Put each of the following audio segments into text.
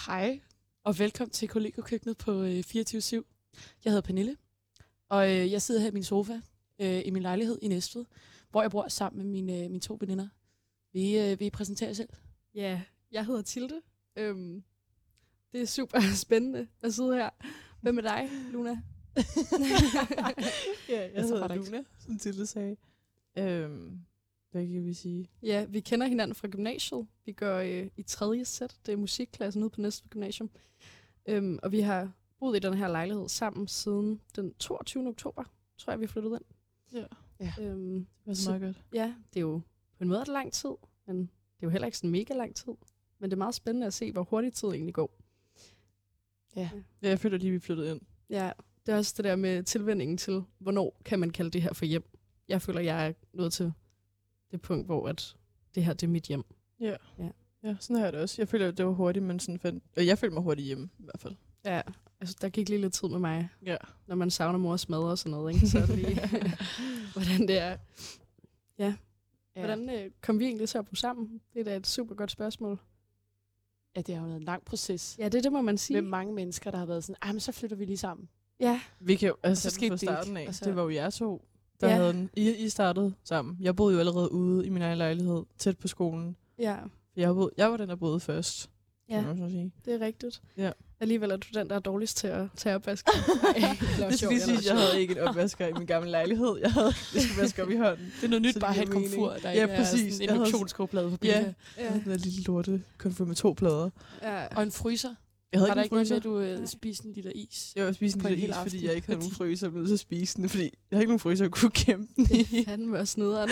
Hej, og velkommen til Kollegokøkkenet på 24/7. Jeg hedder Pernille, og jeg sidder her i min sofa i min lejlighed i Næstved, hvor jeg bor sammen med mine to veninder. Vil I præsentere jer selv? Ja, jeg hedder Tilde. Det er super spændende at sidde her. Hvem er dig, Luna? Ja, jeg hedder Luna, som Tilde sagde. Hvad kan vi sige? Ja, vi kender hinanden fra gymnasiet. Vi går i 3. sæt. Det er musikklassen ude på Næstved Gymnasium. Og vi har boet i den her lejlighed sammen siden den 22. oktober, tror jeg, vi flyttede ind. Ja. Det var så meget godt. Ja, det er jo på en måde lang tid, men det er jo heller ikke sådan mega lang tid. Men det er meget spændende at se, hvor hurtigt tid egentlig går. Ja, jeg føler lige, vi flyttede ind. Ja, det er også det der med tilvænningen til, hvornår kan man kalde det her for hjem. Jeg føler, jeg er nået til det punkt, hvor at det her, det er mit hjem. Ja, sådan har jeg det også. Jeg føler, at det var hurtigt, men sådan jeg følte mig hurtigt hjemme, i hvert fald. Ja, altså der gik lige lidt tid med mig. Ja. Når man savner mors mad og sådan noget, ikke? Så er det lige, hvordan det er. Ja. Hvordan kom vi egentlig så på sammen? Det er da et super godt spørgsmål. Ja, det har jo været en lang proces. Ja, det må man sige. Med mange mennesker, der har været sådan, men så flytter vi lige sammen. Ja. Vi kan jo, altså så skete fra starten af, altså, det var jo jer to, der havde den. I startede sammen. Jeg boede jo allerede ude i min egen lejlighed, tæt på skolen. Ja. Jeg var den, der boede først. Ja, man sige. det er rigtigt. Ja. Alligevel er du den, der er dårligst til at tage opvask. Det skal lige sige, jeg havde ikke en opvasker i min gamle lejlighed. Jeg havde det skulle vaske op i hånden. Det er noget nyt, bare at have et komfur, der ikke er sådan en induktionskogeplade på bilen. Ja, jeg havde en lille lorte komfur med 2 plader. Ja. Og en fryser. Jeg havde var der ikke en ikke fryser. noget med, at du spiste en liter is? Jeg spiste en liter is, fordi jeg ikke havde nogen fryser. Jeg blev nødt til at spise den, fordi jeg havde ikke nogen fryser, jeg kunne kæmpe den i. Det fandme også nederen.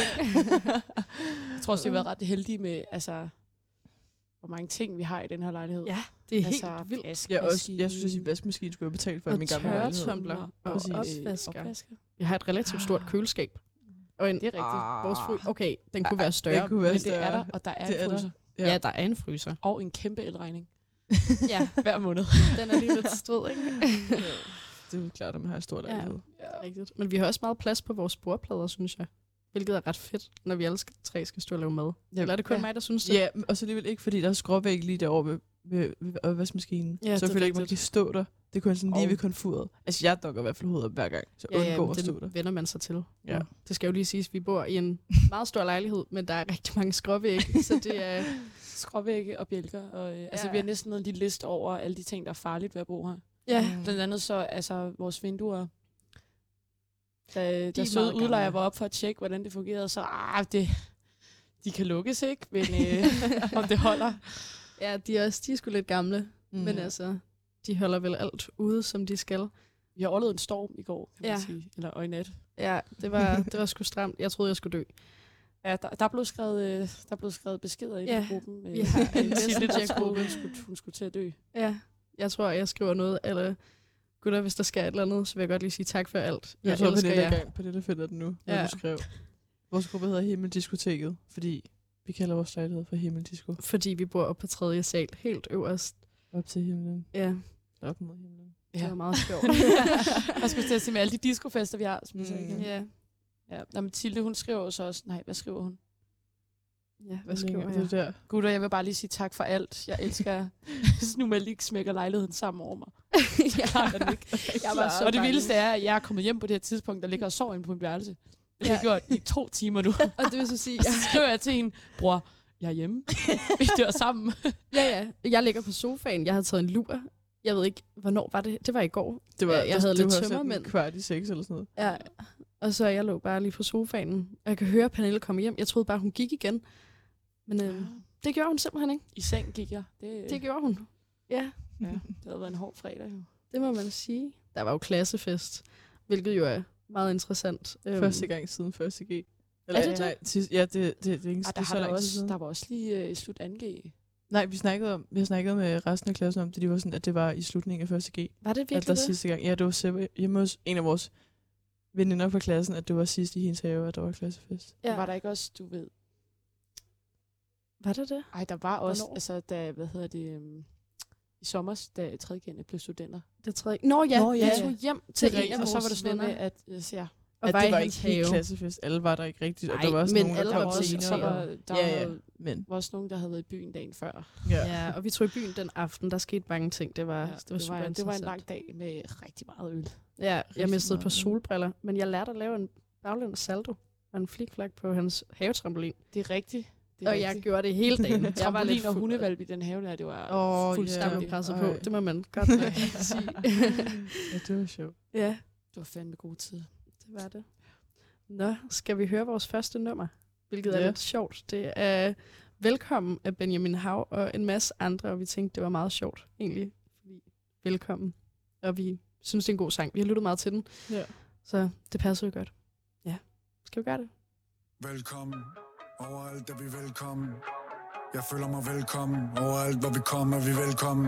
Jeg tror også, vi har været ret heldige med, altså, hvor mange ting vi har i den her lejlighed. Ja, det er altså, helt vildt. Jeg synes, at vaskemaskinen skulle have betalt for i min gamle lejlighed. Og tørretumbler og opvasker. Jeg har et relativt stort køleskab. Og det er rigtigt. Vores okay, den kunne være større. Den kunne være men større. det er der, og der er en fryser. Ja, der er en fryser. Og en kæmpe elregning. Ja, hver måned. Den er lige lidt strid, ikke? Det er jo klart, at man har en stor lejlighed. Ja, rigtigt. Men vi har også meget plads på vores bordplader, synes jeg. Hvilket er ret fedt, når vi alle tre skal stå og lave mad. Ja, eller er det kun mig, der synes det? Ja, og så alligevel ikke, fordi der er skråvæg lige derovre ved opvaskemaskinen. Ja, så jeg føler ikke, man kan stå der. Det kunne sådan lige ved komfuret. Altså, jeg dukker i hvert fald hovedet op hver gang, så undgår at stå der. Det vender man sig til. Ja. Det skal jo lige siges, at vi bor i en meget stor lejlighed, men der er rigtig mange skråvægge, så det er... skråvægge og bjælker. Og, altså, vi har næsten en lille liste over alle de ting, der er farligt ved at bo her. Ja. Blandt andet så, altså, vores vinduer. Der søde udlejer var op for at tjekke, hvordan det fungerede, så de kan lukkes, ikke? Men om det holder. Ja, de er sgu lidt gamle, men altså, de holder vel alt ude, som de skal. Vi har overlevet en storm i går, kan man sige. Eller i nat. Ja, det var sgu stramt. Jeg troede, jeg skulle dø. Ja, der blev skrevet beskeder i gruppen. Vi har en messengergruppe, hun skulle til at dø. Ja, jeg tror, jeg skriver noget, eller gutter, hvis der sker et eller andet, så vil jeg godt lige sige tak for alt. Jeg tror, på det, der finder den nu, når du skrev. Vores gruppe hedder Himmeldiskoteket, fordi vi kalder vores lejlighed for Himmeldisco. Fordi vi bor oppe på 3. sal, helt øverst. Op til himlen. Ja. Op mod himlen. Ja. Det var meget sjovt. Jeg skulle til at sige med alle de discofester, vi har. Ja. Ja, Mathilde, hun skriver jo så også... Nej, hvad skriver hun? Ja, hvad skriver jeg? Der? Gutter, jeg vil bare lige sige tak for alt. Jeg elsker... nu med lige smækker lejligheden sammen over mig. Jeg klarer den ikke. Og det vildeste er, at jeg er kommet hjem på det her tidspunkt, der ligger og sover inde på min værelse. Det har jeg gjort i 2 timer nu. Og det vil så sige... Og så skriver jeg til hende, bror, jeg er hjemme. Vi dør sammen. Ja. Jeg ligger på sofaen. Jeg havde taget en lur. Jeg ved ikke, hvornår var det? Det var i går. Det var, jeg havde lidt tømmermænd. 5:15 eller sådan noget. Ja. Og så jeg lå bare lige på sofaen. Og jeg kan høre Pernille komme hjem. Jeg troede bare, hun gik igen. Men det gjorde hun simpelthen ikke. I seng gik jeg. Det gjorde hun. Ja. Det havde været en hård fredag jo. Det må man sige. Der var jo klassefest, hvilket jo er meget interessant. Første gang siden 1. G. Eller, er det det? Ja, det er ikke så lang tid siden. Der var også lige slut 2G. Nej, vi snakkede med resten af klassen om det. De var sådan, at det var i slutningen af 1. G. Var det virkelig det? Sidste gang. Ja, det var hjemme hos en af vores veninder fra klassen, at det var sidst i hendes have, at der var klassefest. Ja. Var der ikke også, du ved... Var det det? Ej, der var også, altså, da, i sommer, da 3.G'erne blev studenter. Nå ja, jeg tog hjem til en af og så var vores det sådan noget med, at Og at var det i var hans ikke helt have. klassefest. Alle var der ikke rigtigt, og Nej, der var også men nogen, der alle kom var også senere. Der var også nogen, der havde været i byen dagen før. Ja, og vi tog i byen den aften. Der skete mange ting. Det var super det var en interessant. lang dag med rigtig meget øl. Ja, jeg mistede et par meget. solbriller, men jeg lærte at lave en baglæns salto og en flikflak på hans havetrampolin. Det er rigtigt. Og jeg gjorde det hele dagen. Jeg var lidt og hundevalp i den have der, det var fuldstændig presset på. Det må man godt sige. Ja, det var sjovt. Ja, Det var fandme god tid. det var det. Nå, skal vi høre vores første nummer? Hvilket er Ja. lidt sjovt. Det er Velkommen af Benjamin Hav og en masse andre, og vi tænkte, det var meget sjovt egentlig. Fordi Velkommen. Og vi synes, det er en god sang. Vi har lyttet meget til den. Ja. Så det passer jo godt. Ja, skal vi gøre det? Velkommen, overalt er vi velkommen. Jeg føler mig velkommen, overalt hvor vi kommer er vi velkommen.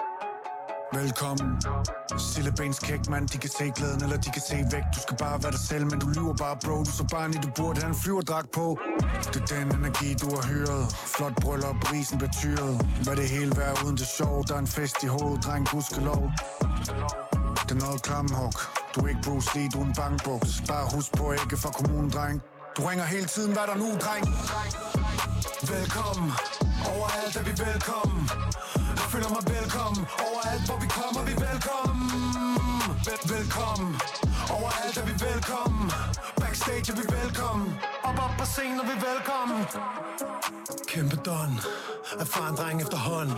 Velkommen. Sillebens kæk, mand, de kan se glæden, eller de kan se væk. Du skal bare være dig selv, men du lyver bare, bro. Du så bare du burde have en flyverdragt på. Det er den energi, du har hyret. Flot bryllup, prisen bliver tyret. Hvad det hele være uden det sjov. Der er en fest i hovedet, dreng, gudskelov. Det er noget klamhug. Du er ikke Bruce Lee, du er en bankbuks. Bare husk på ikke fra kommunen, dreng. Du ringer hele tiden, hvad der nu, dreng. Velkommen, overalt er vi velkommen. Jeg føler mig velkommen, overalt hvor vi kommer, vi velkommen. Velkommen, overalt er vi velkommen. Backstage er vi velkommen. Op på scenen er vi velkommen. Kæmpe don, erfaren dreng efterhånden.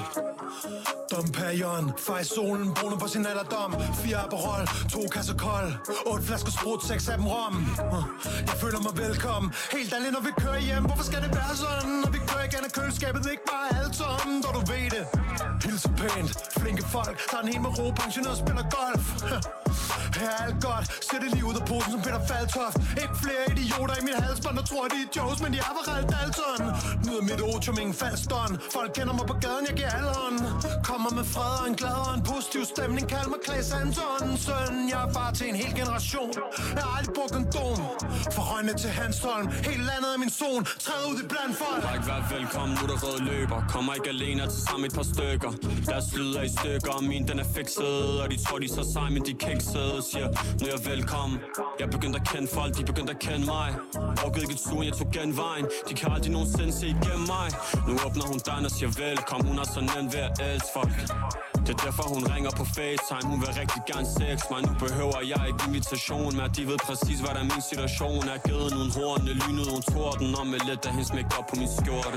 Dom Perignon, far i solen, boende på sin alderdom. 4 Aperol, 2 kasser kold, 8 flasker sprut, 6 af dem rom. Jeg føler mig velkommen, helt ærlig når vi kører hjem. Hvorfor skal det være sådan, når vi kører igen af køleskabet? Ikke bare alt om, når du ved det. Hilse pænt, flinke folk, der er en hel med ro, pensioneret spiller golf. Her er alt godt, sæt det lige ud af posen som Peter Faltoft. Ikke flere idioter i mit halsbånd, der tror de er jokes, men de er for reelt Dalton. Nyder mit otium, ingen falsk don. Folk kender mig på gaden, jeg giver alle hånd. Kommer med fred og en glad og en positiv stemning. Kald mig Klaas Anton, søn. Jeg er far til en hel generation. Jeg har aldrig brugt kondom. Fra Rønne til Hanstholm, hele landet er min zone. Træd ud i blandt folk. Du har ikke været velkommen, nu der røde løber. Kommer ikke alene til sammen et par stykker. Deres lyd er i stykker, og min den er fikset. Og de tror de så sej, men de kan ikke sidde. Siger, nu er jeg velkommen. Jeg er begyndt at kende folk, de er begyndt at kende mig. Orkede ikke turen, jeg tog genvejen. De kan aldrig nogensinde se igennem mig. Nu åbner hun døren og siger velkommen. Hun er så nemt ved at elske folk. Det er derfor hun ringer på FaceTime. Hun vil rigtig gerne sex mig. Nu behøver jeg ikke invitation, men de ved præcis hvad der er min situation. Jeg har givet nogle hornene, lynet nogle torden. Og med lidt af hendes make-up på min skjorte.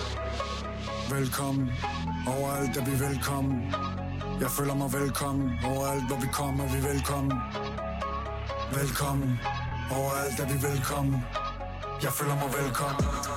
Velkommen, overalt er vi velkommen. Jeg føler mig velkommen, overalt hvor vi kommer er vi velkommen. Velkommen, overalt er vi velkommen. Jeg føler mig velkommen.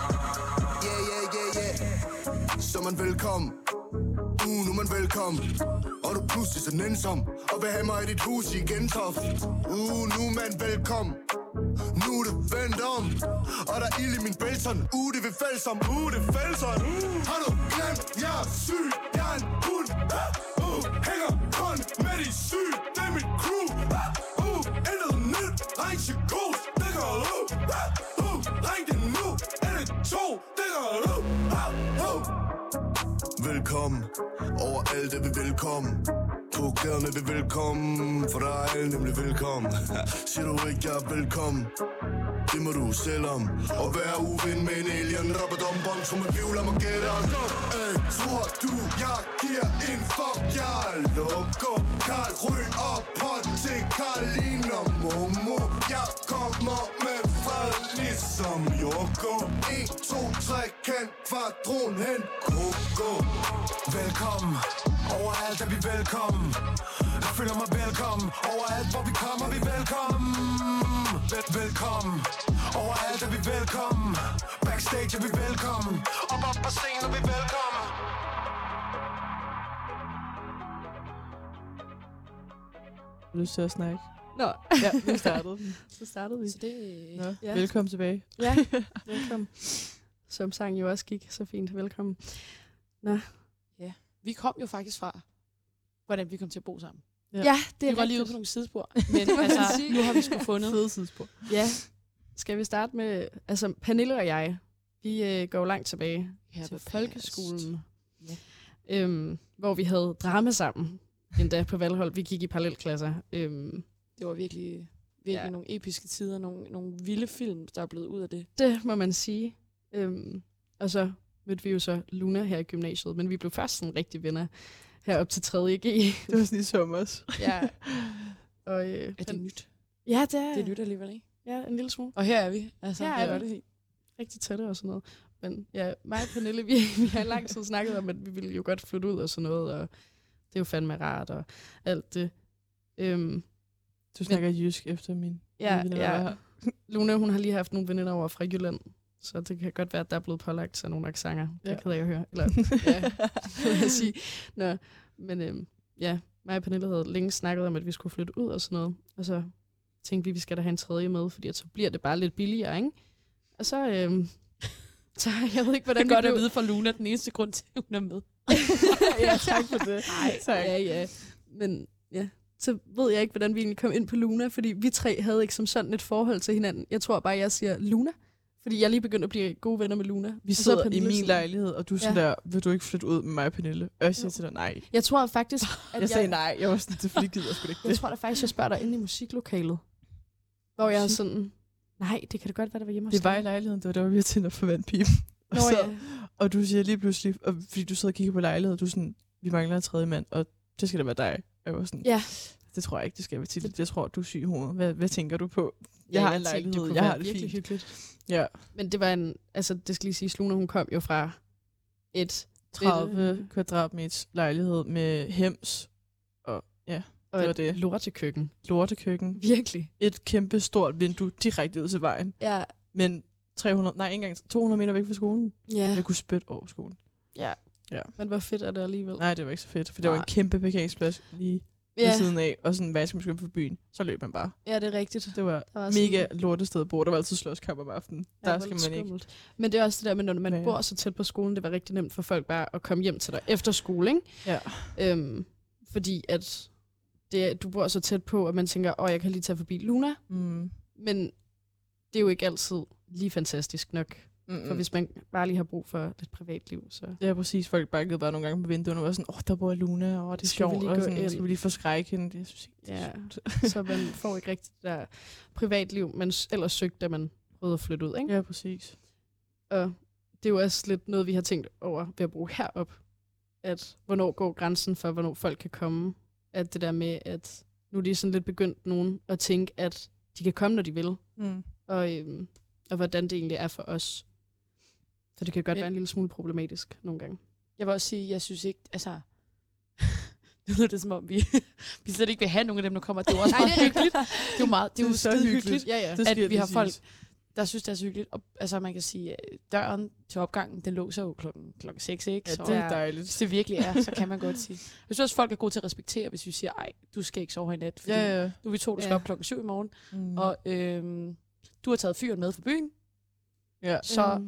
Yeah. Så er man velkommen. Nu er man velkommen. Og du pludselig så nænsom og vil have mig i dit hus i Gentofte. Nu er man velkommen. Nu er det vendt om. Og der er ild i min bælson. Det vil fælsom. Det er fælson. Har du glemt, jeg er syg. Jeg er en hund. Hænger kun med de syg. Det er mit crew. Intet nyt. Ring til gos. Det gør du. Ring det nu. Er det 2? Det gør du. Velkommen. Overalt er vi velkommen. På gaderne er vi velkommen. For der er alle nemlig velkommen. Siger du ikke, jeg er velkommen? Det må du selv om. Og være uven med en alien. Rappedombom som en vivl om at gætte os. Tror du, jeg giver en fuck? Jeg lukker Karl Ryg og pot til Karlin og Momo. Jeg kommer med fred ligesom Joko. 1, 2, 3, kan kvadron hen. Koko. Velkommen, overalt er vi velkommen. Jeg føler mig velkommen, overalt hvor vi kommer vi velkommen. Velkommen, overalt er vi velkommen. Backstage er vi velkommen. Op på scenen er vi velkommen. Har du lyst til at snakke? Nå, Ja, nu startede den. så startede vi. Så det... Nå, Ja. velkommen tilbage. Ja, velkommen. Som sang jo også gik så fint. Velkommen. Vi kom jo faktisk fra, hvordan vi kom til at bo sammen. Ja, det er Vi var lige ude på nogle sidespor, men altså, nu har vi sgu fundet. Fede sidespor. Ja. Skal vi starte med... Altså, Pernille og jeg, vi går langt tilbage Her til på folkeskolen. Ja. Hvor vi havde drama sammen. Endda på Valhold. Vi gik i parallelklasser. Det var virkelig virkelig nogle episke tider, nogle vilde film, der er blevet ud af det. Det må man sige. Og så mødte vi jo så Luna her i gymnasiet, men vi blev først sådan rigtig venner her op til 3. G. Det var sådan i sommer. Ja. Og, Er det nyt? Ja, det er. Det er nyt alligevel, ikke? Ja, en lille smule. Og her er vi. Altså, Her her er er vi. det helt. Rigtig tætte og sådan noget. Men ja, mig og Pernille, vi har lang tid snakket om, at vi ville jo godt flytte ud og sådan noget, og det er jo fandme rart og alt det. Du snakker jysk efter min veninder, der er her. Luna, hun har lige haft nogle veninder over fra Jylland, så det kan godt være, at der er blevet pålagt sig nogle accenter. Det er ked af at høre. Eller, ja, vil jeg sige. Nå, men ja, mig og Pernille havde længe snakket om, at vi skulle flytte ud og sådan noget. Og så tænkte vi skal da have en 3. med, fordi så bliver det bare lidt billigere, ikke? Og så, så jeg ved ikke, hvordan det er godt blev... at vide for Luna, den eneste grund til, at hun er med. Ja, tak for det. Nej, tak. Ja. Men ja, så ved jeg ikke, hvordan vi egentlig kom ind på Luna, fordi vi 3 havde ikke som sådan et forhold til hinanden. Jeg tror bare, jeg siger Luna, fordi jeg lige begyndte at blive gode venner med Luna. Vi sidder i min lejlighed, og du er sådan der, vil du ikke flytte ud med mig og Pernille? Og jeg siger til dig, nej. Jeg tror faktisk, at jeg sagde nej. Jeg var sådan, selvfølgelig gider jeg sgu ikke det. Jeg tror da faktisk, jeg spørger dig inde i musiklokalet. Hvor jeg er sådan, nej, det kan da godt være, der var hjemme hos Det var i lejligheden, det var der, vi havde tændt for vandpipen. Og du siger lige pludselig, og fordi du sidder og kigger på lejligheden, du er sådan, vi mangler en 3. mand, og det skal da være dig. Jeg var sådan, ja. Det tror jeg ikke, det skal være til. Jeg tror, du er syg i hovedet. Hvad tænker du på? Jeg har en lejlighed, det jeg har det virkelig fint. Hyggeligt. Ja. Men det var det skal lige sige, Luna, hun kom jo fra et 30 kvadratmeters lejlighed med hems, og ja, og det var det. Lortekøkken. Lortekøkken. Virkelig. Et kæmpe stort vindue direkte ud til vejen. Ja. Men 200 meter væk fra skolen. Ja. Jeg kunne spytte over skolen. Ja. Men hvor fedt er det alligevel? Nej, det var ikke så fedt, for det var en kæmpe parkeringsplads lige ved siden af, og sådan en vaskemaskine for byen. Så løb man bare. Ja, det er rigtigt. Det var mega lortested at bo. Der var altid slåskamp om aftenen. Ja, der skal man ikke. Men det er også det der med, når man bor så tæt på skolen, det var rigtig nemt for folk bare at komme hjem til dig efter skole, ikke? Ja. Fordi at du bor så tæt på, at man tænker, jeg kan lige tage forbi Luna. Mm. Men det er jo ikke altid lige fantastisk nok. For hvis man bare lige har brug for lidt privatliv, så... Ja, præcis. Folk bakkede bare nogle gange på vinduerne og var sådan, der bor Luna, det er sjovt. Og sådan, skal vi lige få skræk hende? Jeg synes ikke, det så man får ikke rigtig det der privatliv, man ellers søgte, da man prøvede at flytte ud, ikke? Ja, præcis. Og det er jo også lidt noget, vi har tænkt over ved at bruge herop. At hvornår går grænsen for, hvornår folk kan komme? At det der med, at nu er de sådan lidt begyndt nogen at tænke, at de kan komme, når de vil. Mm. Og hvordan det egentlig er for os. Så det kan godt være en lille smule problematisk nogle gange. Jeg vil også sige, jeg synes ikke, altså... det lyder det som om, vi slet ikke vil have nogen af dem, der kommer. Det er jo også meget hyggeligt. Det er jo meget, det er jo så hyggeligt, at vi har folk, der synes, det er så hyggeligt. Og, altså man kan sige, døren til opgangen, den låser jo klokken 6, ikke? Ja, det er dejligt. Hvis det virkelig er, så kan man godt sige. Jeg synes også, folk er gode til at respektere, hvis vi siger, ej, du skal ikke sove her i nat. Fordi nu er vi 2, der skal op klokken 7 i morgen. Mm. Og du har taget fyren med fra byen. Ja. Så...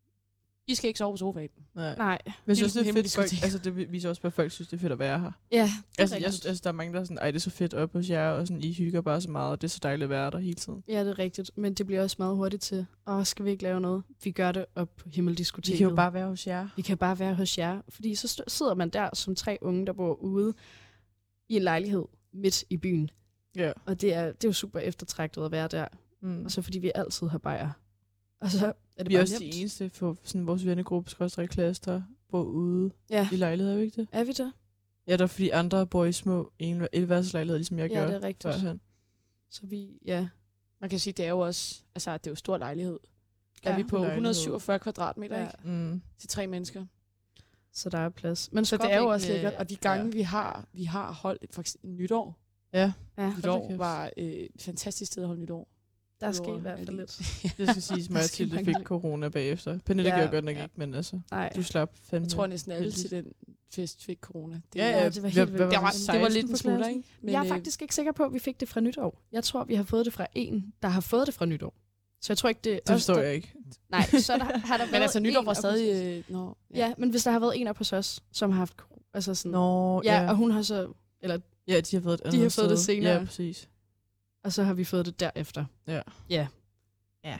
I skal ikke sove på sofaen. Nej. Men jeg synes, det er fedt, folk, altså det viser også, at folk synes, det er fedt at være her. Ja, altså, der er mange, der er sådan, det er så fedt op hos jer, og sådan, I hygger bare så meget, og det er så dejligt at være der hele tiden. Ja, det er rigtigt, men det bliver også meget hurtigt til, skal vi ikke lave noget? Vi gør det op på Himmeldiskoteket. Vi kan jo bare være hos jer. Vi kan bare være hos jer, fordi så sidder man der som 3 unge, der bor ude i en lejlighed midt i byen. Ja. Og det er jo super eftertragtet at være der. Mm. Og så fordi vi altid har bajer. Og så er det vi er bare også nemt. de eneste for sådan vores vennegruppe, klasse, der bor ude i lejligheder, er vi ikke det? Er vi det? Ja, der er fordi andre bor i små etværelseslejligheder, ligesom jeg gør. Ja, det er rigtigt. Førhen. Så vi, man kan sige, det er jo også, altså det er jo stor lejlighed. Er vi på 147 kvadratmeter, ikke? Mm. Til 3 mennesker. Så der er plads. Men så det er jo også lækkert, og de gange vi har holdt for eksempel nytår. Ja. Nytår var et fantastisk sted at holde nytår. Der er sket i hvert fald lidt. Det skal siges, at Mathilde fik corona bagefter. Pernille gjorde godt nok ikke, men altså, du slap fandme. Jeg tror næsten alle til den fest fik corona. Det var helt vildt. Det var lidt en smutter, ikke? Men jeg er faktisk ikke sikker på, at vi fik det fra nytår. Jeg tror, vi har fået det fra en, der har fået det fra nytår. Så jeg tror ikke, det forstår jeg ikke. Nej, så har der været men altså nytår var stadig... Ja, men hvis der har været en af hos os, som har haft... Altså sådan, ja, og hun har så... Eller, ja, de har fået et andet De har fået det senere. Ja, præcis. Og så har vi fået det derefter. Ja. Ja. Jeg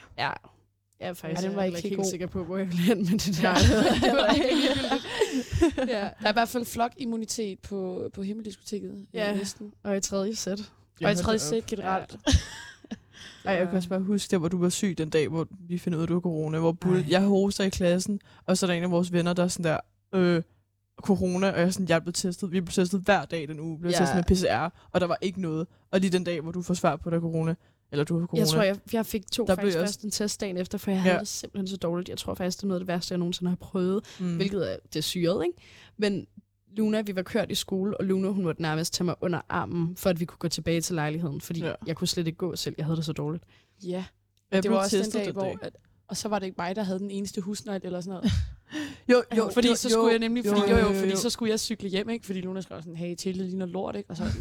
er faktisk den var ikke helt sikker på, hvor jeg ville hen med det der. Det var ikke ja. Der er i hvert fald flokimmunitet på Himmeldiskoteket. Ja, og i 3. sæt. Og i 3. sæt generelt. Ej, jeg kan også bare huske der, hvor du var syg den dag, hvor vi finder ud af, at du har corona. Hvor jeg hoster i klassen, og så er der en af vores venner, der er sådan der, corona, og jeg er sådan, jeg er blevet testet. Vi er blevet testet hver dag den uge. Vi blev testet med PCR, og der var ikke noget. Og lige den dag, hvor du får svar på, der corona, eller du har corona. Jeg tror, jeg fik faktisk først en test dagen efter, for jeg havde det simpelthen så dårligt. Jeg tror faktisk, det er noget af det værste, jeg nogensinde har prøvet, hvilket er det syret, ikke? Men Luna, vi var kørt i skole, og Luna, hun måtte nærmest tage mig under armen, for at vi kunne gå tilbage til lejligheden, fordi jeg kunne slet ikke gå selv. Jeg havde det så dårligt. Ja, det var også den dag, hvor... Og så var det ikke mig, der havde den eneste husnøgle eller sådan noget. Jo, fordi så skulle jeg nemlig... Fordi så skulle jeg cykle hjem, ikke? Fordi Luna skrev sådan, hey, Tilde ligner lort, ikke? Og så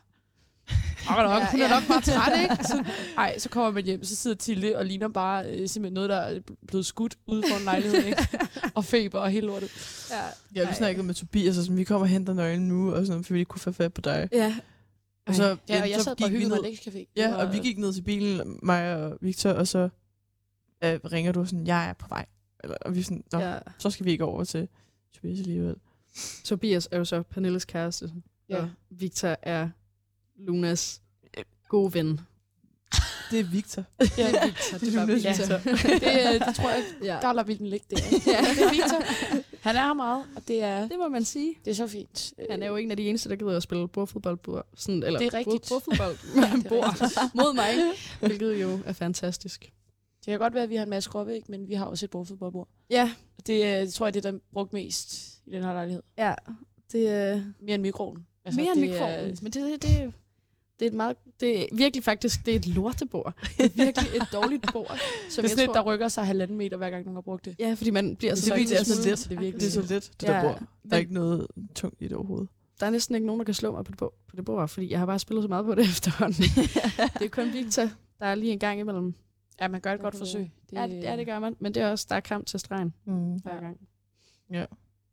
hun er nok bare træt, ikke? Så kommer man hjem, så sidder Tilde og ligner bare simpelthen noget, der er blevet skudt ude for en lejlighed, ikke? Og feber og hele lortet. Ja, vi snakkede med Tobias, og sådan, vi kommer og henter nøglen nu, og sådan, for vi ikke kunne få fat på dig. Ja. Og så, og jeg sad bare og hyggede med Lektiecafé. Ja, og vi gik ned til bilen, mig og Victor, og så ringer du sådan, jeg er på vej. Og vi sådan, så skal vi ikke over til Tobias alligevel. Tobias er jo så Pernilles kæreste, og Victor er Lunas gode ven. Det er Victor. Ja, det er Victor. Det er bare Victor. Det tror jeg, der lader vi den ligge der. Ja, det er Victor. Han er her meget, og det må man sige. Det er så fint. Han er jo en af de eneste, der gider at spille bordfodbold. Eller det er rigtigt. Bordfodbold mod mig, hvilket jo er fantastisk. Det kan godt være, at vi har en masse skråvæg, men vi har også et bordfodboldbord. Ja. Det tror jeg, det er der brugt mest i den her lejlighed. Ja. Mere end mikroen. Altså, mere end mikroen. Men det er et meget... Det er virkelig faktisk, det er et lortebord. Det er virkelig et dårligt bord. Som det er sådan et, der rykker sig 1,5 meter, hver gang nogen har brugt det. Ja, fordi man bliver så... Det er så let. Det er så let, det der bord. Der er ikke noget tungt i det overhovedet. Der er næsten ikke nogen, der kan slå mig på det bord, fordi jeg har bare spillet så meget på det efterhånden. Det er kun Victor, der er lige en gang imellem. Ja, man gør et godt forsøg. Det gør man. Men det er også, der er kamp til stregen hver gang. Ja.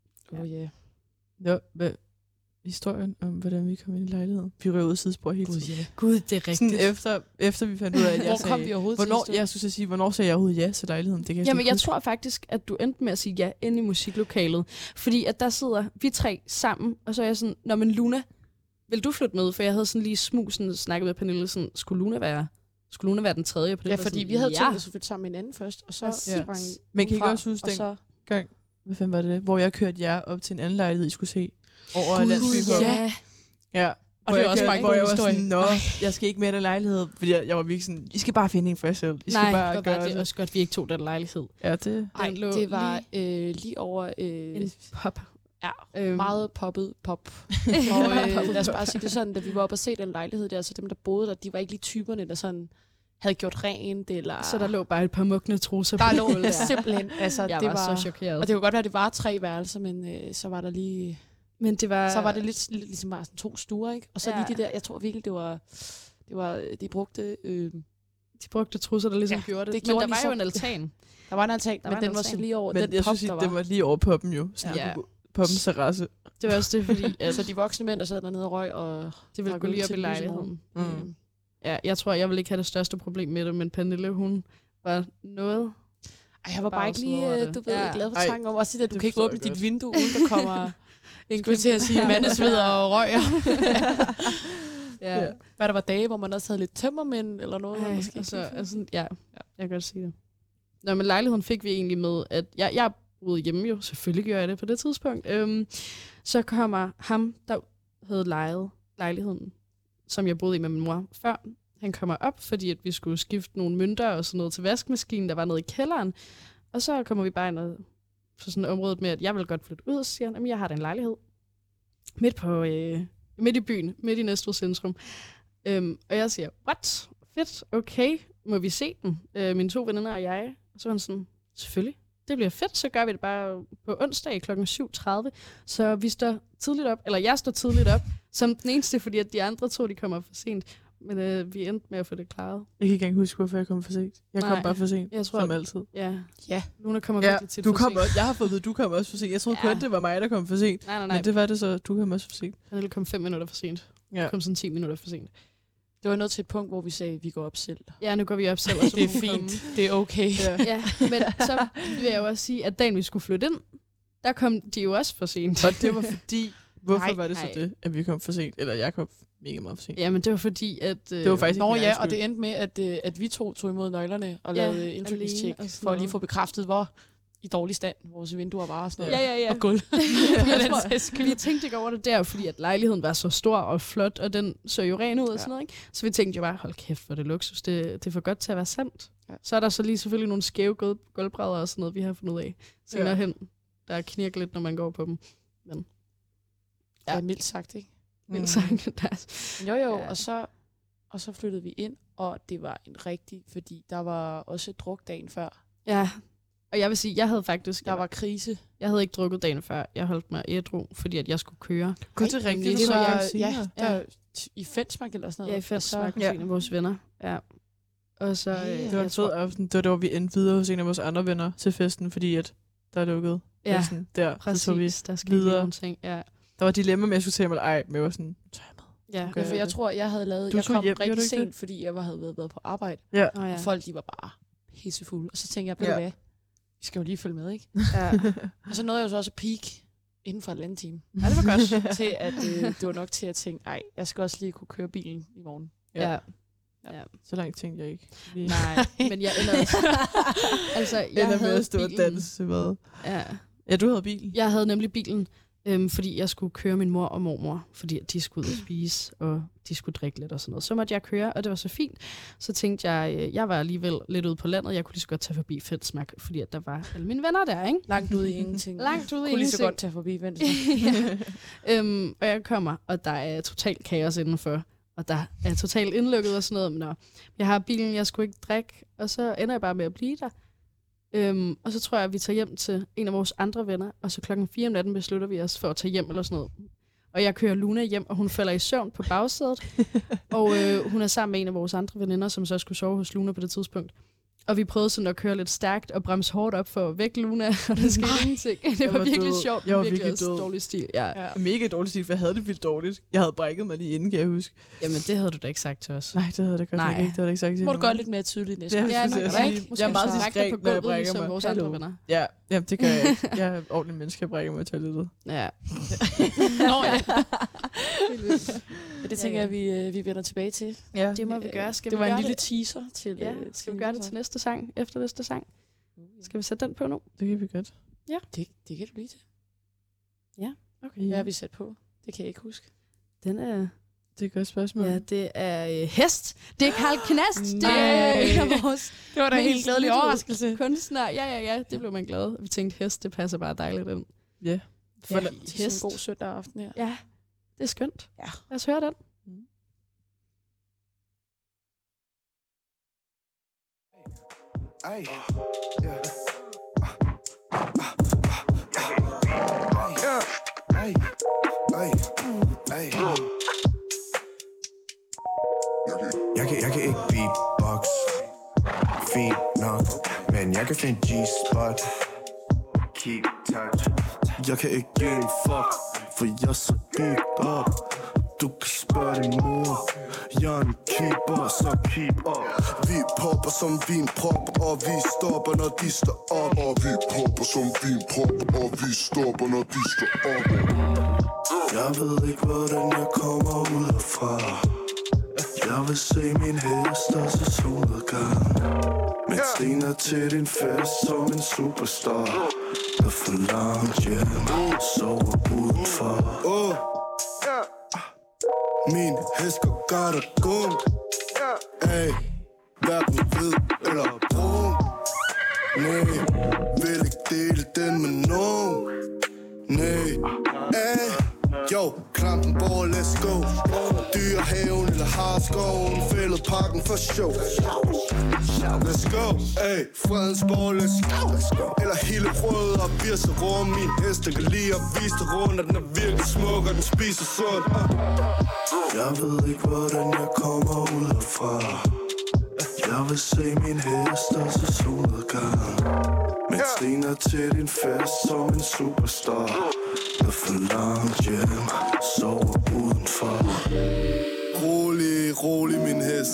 Ja, hvad historien om, hvordan vi kom ind i lejligheden? Vi røg ud af sidespor hele tiden. Gud, det er rigtigt. Sådan efter vi fandt ud af, at jeg sagde... Hvor kom vi overhovedet til? Jeg skulle sige, hvornår sagde jeg overhovedet ja til lejligheden? Det kan jeg tror faktisk, at du endte med at sige ja inde i musiklokalet. Fordi at der sidder vi 3 sammen, og så er jeg sådan, nå, men Luna, vil du flytte med? For jeg havde sådan lige snakket med Pernille, sådan, skulle Luna være den tredje på det? Ja, fordi vi havde tænkt os at flytte sammen med en anden først, og så sprang men kan I også huske den gang, hvad fanden var det, hvor jeg kørte jer op til en anden lejlighed, I skulle se over Landsbygården? Ja. Og det var også bare en god historie. Nå, jeg skal ikke med den lejlighed, fordi jeg var virkelig sådan, I skal bare finde en for jer selv. I skal bare gøre det er også godt, at vi ikke tog den lejlighed. Ja, det... det var lige over... en pop. Ja, meget poppet pop. Og lad os bare sige det sådan, da vi var oppe og se den lejlighed der, så dem, der boede der, de var ikke lige typerne, der sådan havde gjort rent, eller... Så der lå bare et par mugne trusser på gulvet. Der lå simpelthen, altså jeg det var så chokeret. Og det kunne godt være, at det var 3 værelser, men så var der lige... Men det var... Så var det lidt ligesom bare sådan 2 stuer, ikke? Og så lige de der, jeg tror virkelig, det var de brugte... De brugte trusser, der ligesom gjorde det. Men der var jo en altan. Der var en altan, men den var så lige over... Men jeg synes, den var lige over poppen jo. Poppens terrasse. Det var også det, fordi... Så de voksne mænd, der sad dernede og røg, og... Det ville gå lige op i lejligheden. Ja, jeg tror, jeg ville ikke have det største problem med det, men Pernille, hun var noget... Ej, jeg var bare ikke lige, du ved, glad for tanken om også, at du kan ikke åbne dit vindue, uden der kommer... skulle til at sige mandesveder og røg. Ja. Hvad der var dage, hvor man også havde lidt tømmermænd eller noget. Måske. Altså, jeg kan godt sige det. Nå, men lejligheden fik vi egentlig med, at jeg boede hjemme jo. Selvfølgelig gjorde jeg det på det tidspunkt. Så kommer ham, der havde lejet lejligheden, som jeg boede i med min mor før. Han kommer op, fordi at vi skulle skifte nogle mønter og sådan noget til vaskemaskinen, der var nede i kælderen. Og så kommer vi bare ind og på sådan et område med, at jeg vil godt flytte ud, og så siger han, at jeg har da en lejlighed midt i byen, midt i Næstved centrum. Og jeg siger, what? Fedt, okay, må vi se den? Mine 2 veninder og jeg. Og så var han sådan, selvfølgelig, det bliver fedt, så gør vi det bare på onsdag kl. 7:30. Så vi står tidligt op, eller jeg står tidligt op, som den eneste, fordi at de andre 2, de kommer for sent. Men vi endte med at få det klaret. Jeg kan ikke engang huske, hvorfor jeg kom for sent. Jeg kom bare for sent, jeg tror, som altid. Ja. Luna kommer virkelig til for sent. Jeg har fået at vide, du kom også for sent. Jeg troede kun, det var mig, der kom for sent. Nej. Men det var det så, du kom også for sent. Han kom 5 minutter for sent. Jeg kom sådan 10 minutter for sent. Det var noget til et punkt, hvor vi sagde, at vi går op selv. Ja, nu går vi op selv. Og så det er fint. Det er okay. Ja, men så vil jeg jo også sige, at dagen vi skulle flytte ind, der kom de jo også for sent. Og det var fordi, Hvorfor var det så det, at vi kom for sent? Eller jeg kom mega meget for sent. Jamen, det var fordi, at... Det var faktisk Nå ikke ja, og det endte med, at vi tog imod nøglerne og lavede indflytningstjek, for at lige få bekræftet, hvor i dårlig stand vores vinduer var og sådan noget. Ja. Og gulv. Vi tænkte ikke over det der, fordi at lejligheden var så stor og flot, og den så jo ren ud og sådan noget, ikke? Så vi tænkte jo bare, hold kæft, hvor det luksus. Det er for godt til at være sandt. Ja. Så er der så lige selvfølgelig nogle skæve gulvbrædder og sådan noget, vi har fundet ud af senere hen. Der knirker lidt, når man går på dem. Men ja, mildt sagt, ikke? Mildt sagt. Jo, og så flyttede vi ind, og det var en rigtig, fordi der var også druk dagen før. Ja, og jeg vil sige, jeg havde faktisk... Der var krise. Jeg havde ikke drukket dagen før. Jeg holdt mig ædru, fordi at jeg skulle køre. Gud, det er rigtigt. Det var, der i Fensmark eller sådan noget. Ja, i Fensmark hos en af vores venner. Ja. Og så... det var en fed aften. Det var der, vi endte videre hos en af vores andre venner til festen, fordi at der er lukket. Ja, sådan, der, præcis. Så vi der skal videre. Nogle ting. Ja. Der var dilemma med, at jeg skulle tage mig, men jeg var sådan, ja, okay, for jeg tror, jeg havde lavet... Jeg kom rigtig sent, fordi jeg havde været på arbejde. Ja. Og folk, de var bare pissefulde. Og så tænkte jeg, ved du hvad? Vi skal jo lige følge med, ikke? Ja. Og så nåede jeg jo så også peak inden for 1,5 time. Ja, det var godt. Til at det var nok til at tænke, nej, jeg skal også lige kunne køre bilen i morgen. Ja. Så langt tænkte jeg ikke. Nej, men jeg ender også. Altså, jeg ender med at stå bilen. og danse. Hvad? Ja, du havde bilen. Jeg havde nemlig bilen, fordi jeg skulle køre min mor og mormor, fordi de skulle ud og spise, og de skulle drikke lidt og sådan noget. Så måtte jeg køre, og det var så fint. Så tænkte jeg var alligevel lidt ude på landet. Jeg kunne lige så godt tage forbi Fensmark, fordi at der var alle mine venner der, ikke? Langt ude i ingenting. Langt ude i ingenting. Kunne lige så godt tage forbi Fensmark. Og jeg kommer, og der er total kaos indenfor. Og der er totalt indlukket og sådan noget. Men jeg har bilen, jeg skulle ikke drikke, og så ender jeg bare med at blive der. Og så tror jeg, at vi tager hjem til en af vores andre venner, og så 4:00 om natten beslutter vi os for at tage hjem eller sådan noget. Og jeg kører Luna hjem, og hun falder i søvn på bagsædet. Og hun er sammen med en af vores andre veninder, som så skulle sove hos Luna på det tidspunkt. Og vi prøvede sådan at køre lidt stærkt og bremse hårdt op for at vække Luna, og der skete ingenting. Det var virkelig sjovt. Jeg var virkelig dårlig stil. Ja. Mega dårlig stil, for jeg havde det vildt dårligt. Jeg havde brækket mig lige inden, kan jeg huske. Jamen, det havde du da ikke sagt til os. Nej, det havde jeg godt ikke. Det havde jeg ikke sagt til må du gøre lidt mere tydeligt næste gang. Ja, jeg er meget diskret, når jeg brækker mig. Vores andre venner. Ja, det kan jeg ikke. Jeg er ordentlig menneske, jeg brækker mig i toilettet. Ja. Nå ja. Det tænker jeg, vi vender tilbage til. Ja. Det må vi gøre. Det var en lille teaser til... Ja, skal vi gøre det til næste sang? Efter næste sang? Skal vi sætte den på nu? Det kan vi godt. Ja. Det kan du lige til. Ja. Okay. Hvad har vi sat på? Det kan jeg ikke huske. Den er... Det er et godt spørgsmål. Ja, det er Hest. Det er Karl Knast. Det er en af vores... Det var da en helt glædelig overraskelse. Kunstner. Ja. Det blev man glad. Vi tænkte, Hest, det passer bare dejligt ind. Ja. Hest. En god søndag aften her. Ja, det er skønt. Ja. Lad os høre den. Ey, Jeg kan ikke beatbox fint nok, men jeg kan finde G-spot. Keep touch. Jeg kan ikke give en fuck, for jeg er så geeked op. Du kan spørge din mor. Jeg er en keeper, så keep up. Vi popper som vinprop, og vi stopper, når de står op. Og vi popper som vinprop, og vi stopper, når de står op. Jeg ved ikke, hvordan jeg kommer ud fra. Jeg vil se min hest og så solnedgang. Men stener til din fest som en superstar. Der for langt hjem, sover udenfor. Min hest går godt og gunk. Ay, hverken hvid eller brun. Nej, vil ikke dele den med nogen. Nej, ay, jo, Klampenborg, let's go. Dyrehaven eller Harskoven, fældet parken for show. Let's go, ay, Fredensborg, let's go. Eller Hillerød og Birserum. Min hest, der kan lide at vise dig rundt, og den er virkelig smuk, og den spiser sundt. Jeg ved ikke, hvordan jeg kommer ud herfra. Jeg vil se min hest og så solnedgang. Men stener til din fest som en superstar. Der for langt hjem, sover udenfor. Rolig min hest.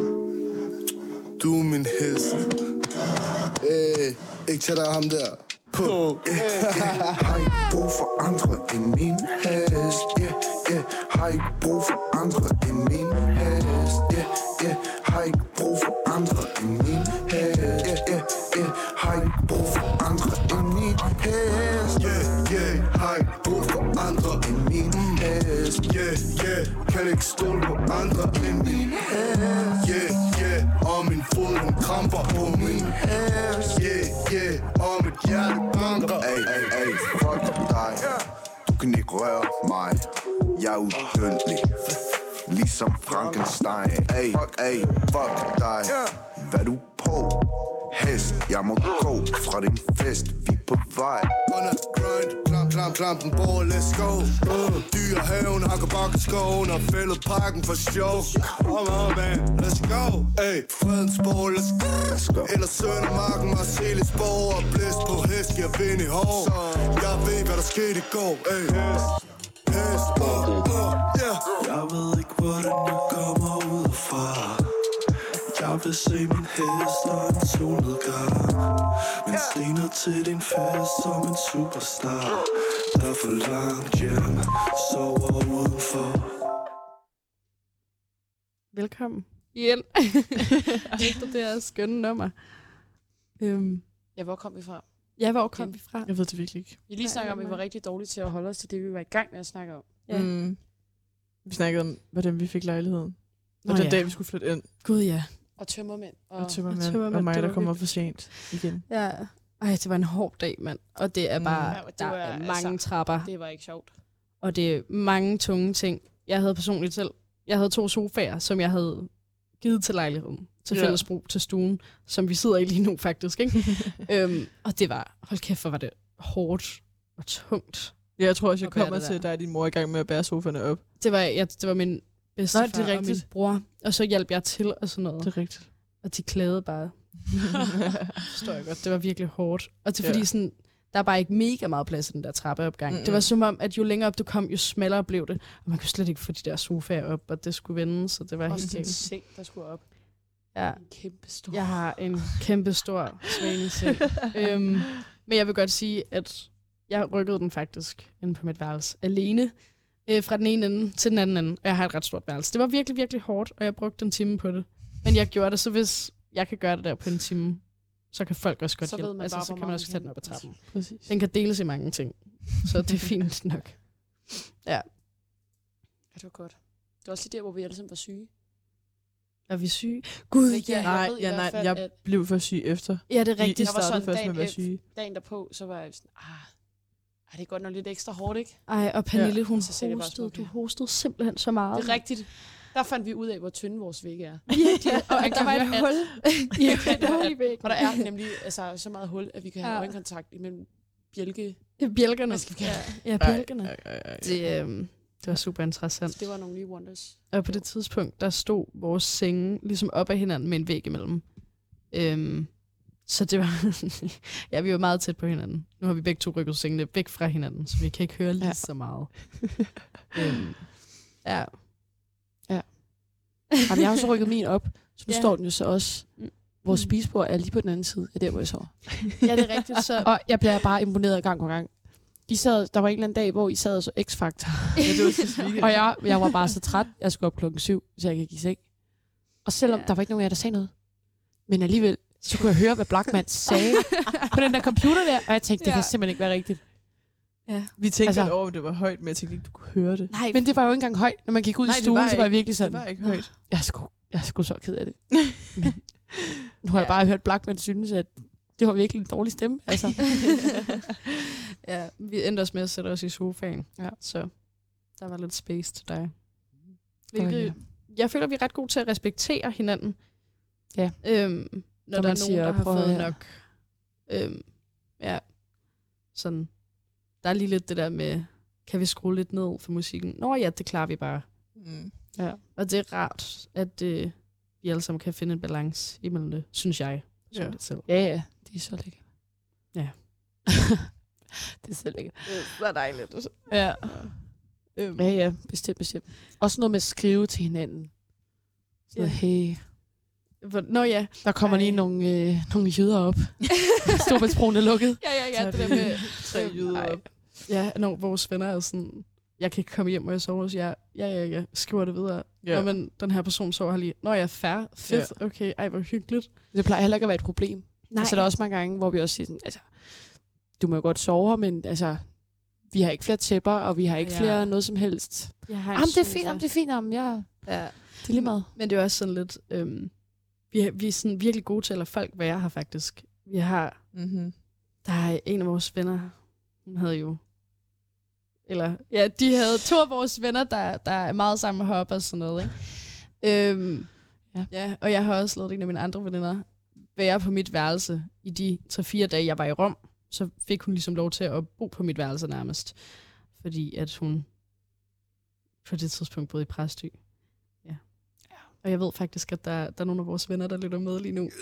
Du er min hest. Ikke tag dig ham der. på. Har ikke brug for andre end min hest. Har ikke brug for andre end min hest. Har ikke brug for andre end min hest. Har ikke brug for andre end min hest. Har ikke brug for andre end min hest. Kan ikke stole på andre end min hest. Og min fod den kramper på min hest. Og mit hjerte banker. Ey, fuck dig. Du kan ikke røre mig. Jeg er udødelig. Ligesom Frankenstein. Ey, fuck dig. Hvad du på? Hest, jeg må gå fra din fest. Vi er på vej. Under grind, klampen på, let's go. Dyrehaven, hakker bakken skoven og fældet parken for sjov. Come on, man, let's go. Ey, fredens borg, let's go. Eller Søndermarken, Marcelis borg og blæst på hest, giver vind i hår. Jeg ved, hvad der skete i går. Ey, hest, yeah. Jeg ved ikke, hvordan jeg kommer ud fra. Jeg vil se min hest og en solnedgang. Men stener til din fest som en superstar. Der er for langt hjem, sover udenfor. Velkommen igen. Efter det her skønne nummer. Ja, hvor kom vi fra? Ja, hvor kom vi fra? Jeg ved det virkelig ikke. Vi lige snakker om, at vi var rigtig dårlige til at holde os til det, vi var i gang med at snakke om. Ja. Vi snakkede om, hvordan vi fik lejligheden. Og den dag, vi skulle flytte ind. Gud, ja. Og tømmermænd. Og tømmermænd og mig, der kommer for sent igen. Ja. Ej, det var en hård dag, mand. Og det er bare, der er mange trapper. Det var ikke sjovt. Og det er mange tunge ting. Jeg havde personligt selv, jeg havde 2 sofaer, som jeg havde givet til lejligheden. Til fællesbrug, til stuen, som vi sidder i lige nu faktisk, ikke? Og det var, hold kæft, hvor var det hårdt og tungt. Ja, jeg tror også, jeg kommer til, at der er din mor i gang med at bære sofaerne op. Det var min bedstefar og min bror, og så hjalp jeg til og sådan noget. Det er rigtigt. Og de klagede bare. Forstår jeg godt. Det var virkelig hårdt. Og det er fordi sådan, der er bare ikke mega meget plads i den der trappeopgang. Det var som om, at jo længere op du kom, jo smallere blev det. Og man kunne slet ikke få de der sofaer op, og det skulle vende, så det var også helt en seng, der skulle op. Ja. En kæmpe stor. Jeg har en kæmpe stor svaneseng. Men jeg vil godt sige, at jeg rykkede den faktisk ind på mit værelse alene. Fra den ene ende til den anden ende. Og jeg har et ret stort værelse. Det var virkelig, virkelig hårdt, og jeg brugte en time på det. Men jeg gjorde det, så hvis jeg kan gøre det der på en time, så kan folk også godt hjælpe. Altså, så kan man også tage den op ad trappen. Præcis. Den kan deles i mange ting. Så det er fint nok. Ja. Ja, det var godt. Det var også lige der, hvor vi alle sammen var syge. Er vi syge? Gud, jeg blev for syg efter. Ja, det er rigtigt. Jeg startede først med at være syge. Dagen derpå, så var jeg sådan, det er godt nok lidt ekstra hårdt, ikke? Ej, og Pernille, hun hostede. Du hostede simpelthen så meget. Det er rigtigt. Der fandt vi ud af, hvor tynde vores vægge er. Virkelig. Og der var et hul. Et hul i væggen. Og der er nemlig så meget hul, at vi kan have øjenkontakt imellem bjælkerne. Ja, bjælkerne. Det var super interessant. Så det var nogle nye wonders. Og på det tidspunkt, der stod vores senge ligesom op ad hinanden med en væg imellem. Så det var... vi var meget tæt på hinanden. Nu har vi begge to rykket sengene væk fra hinanden, så vi kan ikke høre lige så meget. Ja. Jamen, jeg har så rykket min op, så nu står den jo så også. Vores spisebord er lige på den anden side af der, hvor jeg sover. Ja, det er rigtigt. Så... Og jeg bliver bare imponeret gang på gang. Der var en eller anden dag, hvor I sad og så X-Factor. Og jeg var bare så træt. Jeg skulle op 7:00, så jeg kan give seng. Og selvom der var ikke nogen af jer, der sagde noget. Men alligevel, så kunne jeg høre, hvad Blackman sagde på den der computer der. Og jeg tænkte, det kan simpelthen ikke være rigtigt. Ja. Vi tænkte over, at det var højt, men jeg tænkte ikke, du kunne høre det. Nej, men det var jo ikke engang højt. Når man gik ud i stuen, så var jeg virkelig sådan. Det var ikke højt. Jeg er sgu så ked af det. Men nu har jeg bare hørt Blackman synes, at det var virkelig en dårlig stemme. Altså. Ja, vi endte også med at sætte os i sofaen. Ja. Så der var lidt space til dig. Jeg føler, vi er ret gode til at respektere hinanden. Ja. Når der er nogen, der har fået nok. Ja. Sådan. Der er lige lidt det der med, kan vi skrue lidt ned for musikken? Nå ja, det klarer vi bare. Ja. Og det er rart, at vi alle sammen kan finde en balance imellem det, synes jeg. Ja, det er så lækkert. Ja. Det er så lækkert. Det er så dejligt. Ja. Ja, bestemt. Også noget med at skrive til hinanden. Så hey. Nå ja. Der kommer lige nogle jyder op. Storbæltsbroen er lukket. Ja, det der med 3 jyder op. Ja, når vores venner er sådan, jeg kan ikke komme hjem, og jeg sover hos jer. Ja, skriver det videre. Ja. Nå, men den her person sover her lige. Nå ja, fair. Fedt. Ja. Okay, ej, hvor hyggeligt. Det plejer heller ikke at være et problem. Nej. Altså, der er også mange gange, hvor vi også siger sådan, altså, du må jo godt sove her, men altså, vi har ikke flere tæpper, og vi har ikke flere noget som helst. Det er fint, det er fint. Ja. Det er lige meget. Men det er også sådan lidt, vi er sådan virkelig gode til at lade folk være her faktisk. Vi har, der er en af vores venner, hun havde jo, de havde 2 af vores venner, der er meget sammen heroppe og sådan noget, ikke? Ja, og jeg har også lavet en af mine andre veninder være på mit værelse i de 3-4 dage, jeg var i Rom. Så fik hun ligesom lov til at bo på mit værelse nærmest. Fordi at hun på det tidspunkt boede i Præstø. Ja. Og jeg ved faktisk, at der er nogle af vores venner, der lytter med lige nu.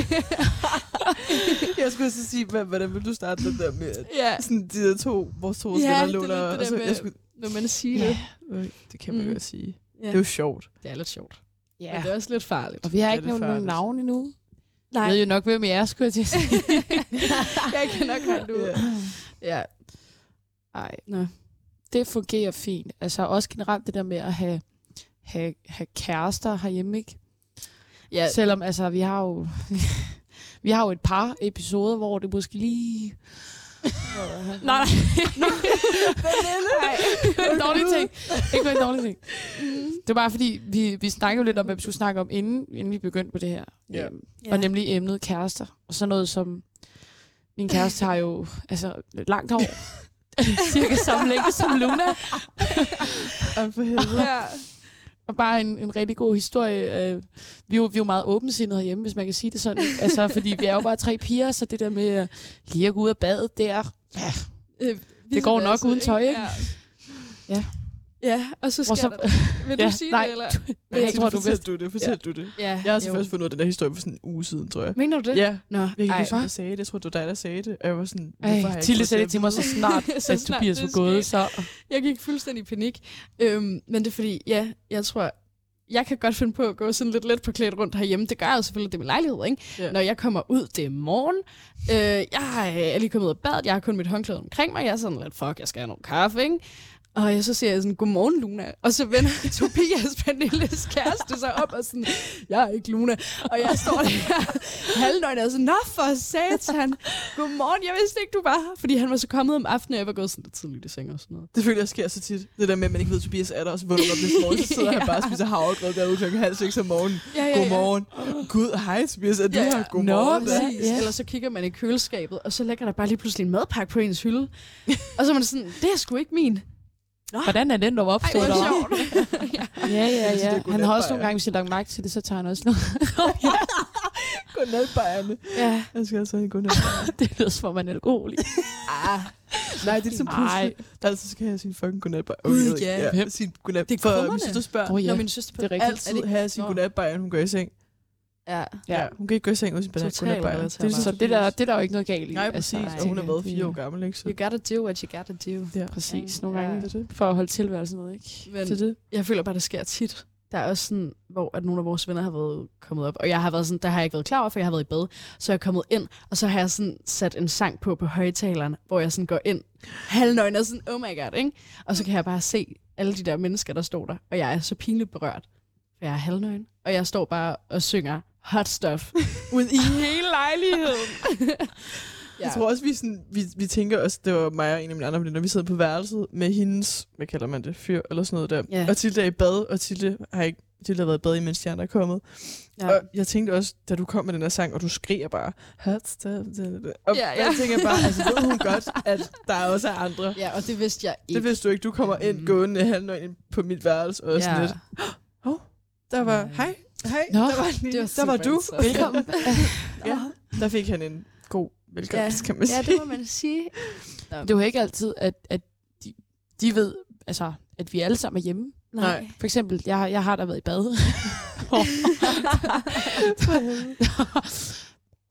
Jeg skulle så sige, hvordan vil du starte den der med, sådan de der vores to venner låner? Ja, det er lidt det der med, når man siger det. Det kan man godt sige. Ja. Det er jo sjovt. Det er lidt sjovt. Ja. Men det er også lidt farligt. Og vi har ikke nogen navn endnu. Nej. Jeg ved jo nok, hvem jeg er, skulle jeg til at sige. Jeg kan nok have du. Ja. Ej. Nå. Det fungerer fint. Altså også generelt det der med at have kærester herhjemme, ikke? Ja. Selvom, altså, vi har jo et par episoder, hvor det måske lige... Nej. Dårlige ting. Ikke noget dårlige ting. Det var bare fordi, vi snakkede jo lidt om, hvad vi skulle snakke om, inden vi begyndte på det her. Og nemlig emnet kærester. Og sådan noget som... Min kæreste har jo langt hår. Cirka samme længde som Luna. Og for helvede. Ja. Og bare en rigtig god historie. Vi er jo meget åbensindede herhjemme, hvis man kan sige det sådan. Altså, fordi vi er jo bare 3 piger, så det der med lige at gå ud af badet der, det går nok uden tøj, ikke? Ja. Ja, og så skal der... Vil du sige det, eller? Jeg tror, Fortæl du det. Ja. Jeg har så først fundet ud af den her historie for sådan en uge siden, tror jeg. Mener du det? Ja. Nå, jeg kan ikke sige det. Jeg tror, det var dig, der sagde det. Og jeg var sådan, hvorfor har jeg Tilde sagde det til mig så snart, at Tobias var gået, så... Jeg gik fuldstændig i panik. Men det er fordi, jeg tror... Jeg kan godt finde på at gå sådan lidt let på klædt rundt herhjemme. Det gør jeg jo selvfølgelig, det er min lejlighed, ikke? Yeah. Når jeg kommer ud, det er morgen. Jeg er lige kommet ud af badet. Jeg har kun mit håndklæde omkring mig. Jeg er sådan lidt, jeg skal have noget kaffe, ikke? Og så siger jeg sådan, godmorgen Luna. Og så vender Tobias Pernilles kæreste sig op og sådan, jeg er ikke Luna. Og jeg står der halvnøgen og sådan, nå for satan, godmorgen, jeg vidste ikke, du var her. Fordi han var så kommet om aftenen, og jeg var gået sådan lidt tidligt i seng og sådan noget. Det føler jeg sker så tit. Det der med, at man ikke ved, at Tobias er der, og så vågner op næste morgen, så sidder han bare og spiser havregrød derude kl. 5:30 om morgenen. Godmorgen. Gud, hej Tobias, er du her? Godmorgen. Eller så kigger man i køleskabet, og så lægger der bare lige pludselig en madpakke på ens hylde. Og så er man sådan, det er sgu ikke min. Nå. Hvordan er den dog opstået? Ej, hvor sjovt. Ja. Han har også nogle gange, hvis jeg lagt mærke til det, så tager han også noget. Godnatbajerne. Ja. Jeg skal altså have en godnatbajer. Det lyder som, man er alkoholisk. Nej, det er sådan pludselig. Der altså skal jeg have sin fucking godnatbajer. Okay, ja. Sin godnat. Det er for min søster spørger. Når min søster det er rigtigt. Altid have sin godnatbajer, hun går i seng. Ja. Hun kan ikke gå i seng uden sin godnatbajer. Så det er der jo ikke noget galt i. Nej, præcis. Og hun har været 4 år gammel, ikke? You gotta do what you gotta do. Ja, præcis. Nogle gange for at holde tilværelsen noget, ikke? Men jeg føler bare, det sker tit. Der er også sådan, hvor at nogle af vores venner har været kommet op, og jeg har været sådan, der har jeg ikke været klar over, for jeg har været i bad. Så er jeg kommet ind, og så har jeg sådan sat en sang på højtaleren, hvor jeg sådan går ind halvnøgen og sådan, oh my god, ikke? Og så kan jeg bare se alle de der mennesker, der står der, og jeg er så pinligt berørt, for jeg er halvnøgen, og jeg står bare og synger hot stuff ud i hele lejligheden. Jeg tror også, vi tænker også, det var mig og en af mine andre veninder, vi sidder på værelset med hendes, hvad kalder man det, fyr eller sådan noget der. Yeah. Og Tilde er i bad, og Tilde har været i bad, imens de andre er kommet. Ja. Og jeg tænkte også, da du kom med den her sang, og du skriger bare, hot stuff. Og jeg tænker bare, altså ved hun godt, at der også er andre. Ja, og det vidste jeg ikke. Det vidste du ikke. Du kommer ind gående halvnøgen på mit værelse, og sådan lidt, der var, hej, der var du. Velkommen. Der fik han en god velkommen, kan man sige. Ja, det må man sige. Det var ikke altid, at de ved, altså, at vi alle sammen er hjemme. Nej. For eksempel, jeg har da været i bad.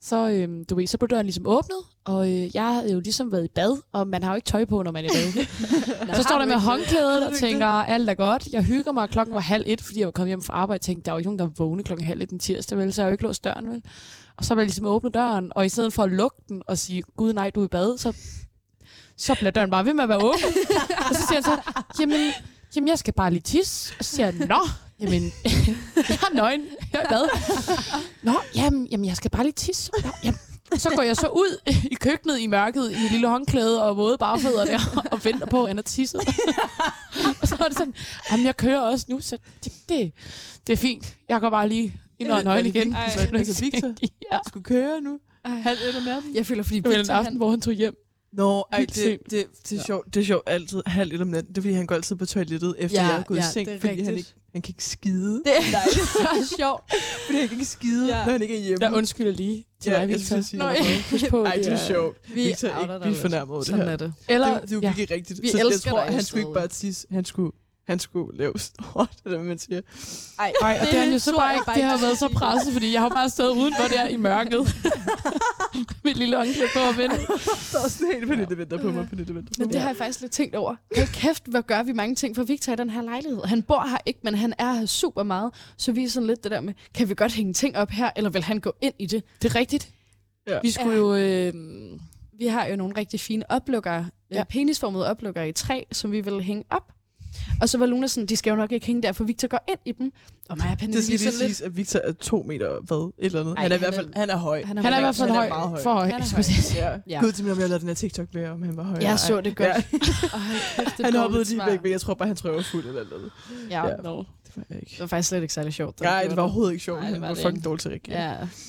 Så, du ved, så blev døren ligesom åbnet, og jeg havde jo ligesom været i bad, og man har jo ikke tøj på, når man er i bad. Så står der med håndklædet og tænker, alt er godt. Jeg hygger mig, klokken var 12:30, fordi jeg var kommet hjem fra arbejde, og tænkte, der var ikke nogen, der var vågne klokken 12:30 den tirsdag, vel? Så jeg jo ikke låst døren, vel? Og så var jeg ligesom åbne døren, og i stedet for at lukke den og sige, gud nej, du er i bad, så bliver døren bare ved med at være åben. Og så siger han så, jamen jeg skal bare lige tisse. Og så siger jeg, nå, jamen, jeg er nøgen, jeg er i bad. Nå, jamen, jeg skal bare lige tisse. Nå, jamen. Så går jeg så ud i køkkenet i mørket i mit lille håndklæde og våde barfødder der og venter på, at han er tisset. Og så er det sådan, jamen jeg kører også nu, så det er fint. Jeg går bare lige ind og nøgen igen. Altså Victor skulle køre nu. 12:30 om natten. Jeg føler, fordi det var en aften, hvor han tog hjem. Nå, det er sjovt. Det er sjovt altid 12:30 om natten. Det er fordi, han går altid på toilettet, efter jeg er gået i seng, fordi han kan ikke skide. Det er så sjovt. Fordi han kan ikke skide, når han ikke er hjemme. Jeg undskylder lige til dig, Victor. Ej, det er sjovt. Victor ikke blive fornærmet over det her. Det. Eller, det er jo ikke rigtigt. Vi så elsker jeg tror, dig han skulle ikke bare tisse. Han skulle lave stort, det der, man siger. Ej, det er han jo så bare ikke. Det har været så presset, fordi jeg har bare stået udenfor der i mørket. Mit lille håndklæde på at vente. Der er sådan helt Pernille venter på mig. Men det har jeg faktisk lidt tænkt over. Hold kæft, hvad gør vi mange ting for Victor i den her lejlighed? Han bor her ikke, men han er her super meget. Så vi er sådan lidt det der med, kan vi godt hænge ting op her, eller vil han gå ind i det? Det er rigtigt. Ja. Vi skulle jo... Vi har jo nogle rigtig fine oplukkere, penisformede oplukkere i træ, som vi vil hænge op. Og så var Luna sådan, de skal jo nok ikke hænge der, for Victor går ind i dem. Og mig og Pernille det skal lige lidt... siges, at Victor er 2 meter hvad? Et eller andet. Han er i hvert fald han er høj. Han er i hvert fald høj. For høj. Ja. Gud til mig, om jeg lavede den her TikTok med, om han var høj. Jeg så det godt. Ja. Han hoppede lige væk, men jeg tror bare, han tror, jeg var fuld eller noget. Ja. Det var jeg ikke. Det var faktisk slet ikke særlig sjovt. Nej, det var overhovedet ikke sjovt. Nej, Han var fucking dårlig til Rikke.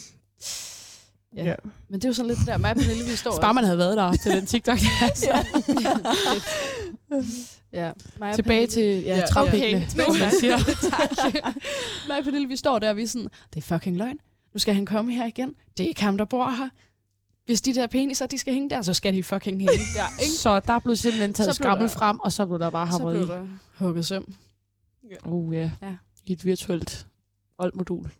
Ja. Men det er jo sådan lidt det der, mig og Pernille, vi står... Sparman havde været der til den TikTok. Ja. Tilbage til træpækkene, som man siger. Tak. Mig og Pernille, vi står der, og vi er sådan, det er fucking løgn. Nu skal han komme her igen. Det er ikke ham, der bor her. Hvis de der peniser, de skal hænge der, så skal de fucking hænge der. Så der blev simpelthen taget skrammel frem, og så blev der bare hamret i. Så blev der hugget søm. Ja. I et virtuelt oldmodul.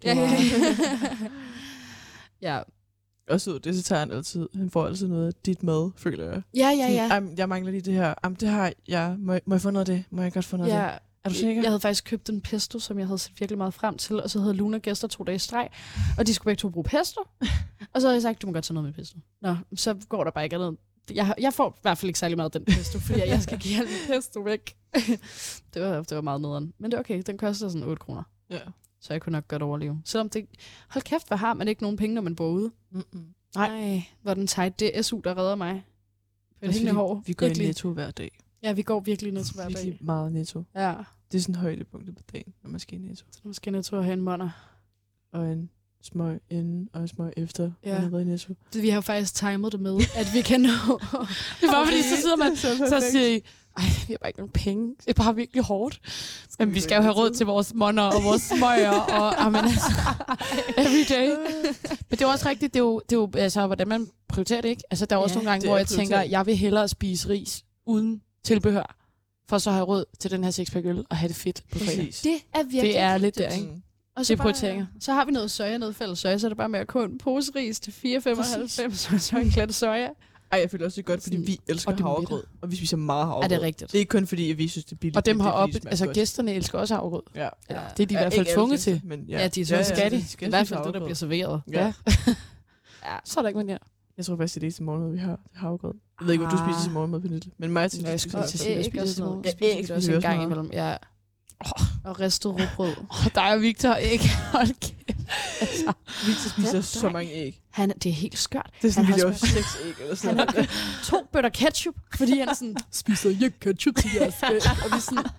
Ja. Og så det, så tager han altid. Han får altid noget af dit mad, føler jeg. Ja. Jeg mangler lige det her. Det har jeg. Må jeg få noget af det? Må jeg godt få noget af det? Er du sikker? Jeg havde faktisk købt en pesto, som jeg havde set virkelig meget frem til, og så havde Luna gæster 2 dage i streg, og de skulle begge to bruge pesto. Og så havde jeg sagt, du må godt tage noget med pesto. Nå, så går der bare ikke andet. Jeg får i hvert fald ikke særlig meget af den pesto, fordi jeg skal give al min pesto væk. det var meget nederen. Men det er okay, den koster sådan 8 kroner. Ja. Så jeg kunne nok godt overleve. Selvom det... Hold kæft, hvad har man ikke nogen penge, når man bor ude? Nej, hvor den tight. Det er SU, der redder mig. På et hængende hår. Vi går i Netto hver dag. Ja, vi går virkelig Netto hver dag. Virkelig meget Netto. Ja. Det er sådan højdepunktet på dagen, når man skal i Netto. Så man skal Netto og have en monner. Og en smøg inden og en smøg efter, man har været i Netto. Vi har jo faktisk timet det med, at vi kan nå... Det var fordi, så sidder man så siger I, vi har bare ikke nogen penge. Det er bare virkelig hårdt. Men vi skal jo have råd til vores monner og vores smøger og altså, every day. Men det er også rigtigt, det er jo altså, hvordan man prioriterer det, ikke? Altså, der er også nogle gange, hvor jeg tænker, jeg vil hellere spise ris uden tilbehør, for så at have råd til den her sexpack øl og have det fedt på fredag. Det er virkelig det er lidt der, ikke? Og så det er prioriteringer. Så har vi noget soja, noget fælles soja, så er det bare med at koge en pose ris til 4,95, og så en klat soja. Ej, jeg føler også, det er godt, fordi vi elsker havregrød, og vi spiser meget havregrød. Er det rigtigt? Det er ikke kun fordi, at vi synes, det er billigt. Og dem har op, altså gæsterne elsker også havregrød. Ja. Det er de i hvert fald tvunget til. Men ja, de skal det. I hvert fald det, der bliver serveret. Ja. Så er der ikke mere. Jeg tror faktisk, det er det til morgenmad, vi har havregrød. Jeg ved ikke, hvad du spiser til morgenmad, Pernille. Men mig til jeg spiser til morgenmad. Jeg spiser også en gang imellem. Ja. Og ristet rugbrød. Dig og Victor ikke. Hold kæft. Altså, Victor spiser så mange æg. Det er helt skørt. Det er sådan, han har 6 æg eller sådan noget. Han har 2 bøtter ketchup, fordi han er sådan, spiser jeg ketchup til jeres æg? Og vi er sådan,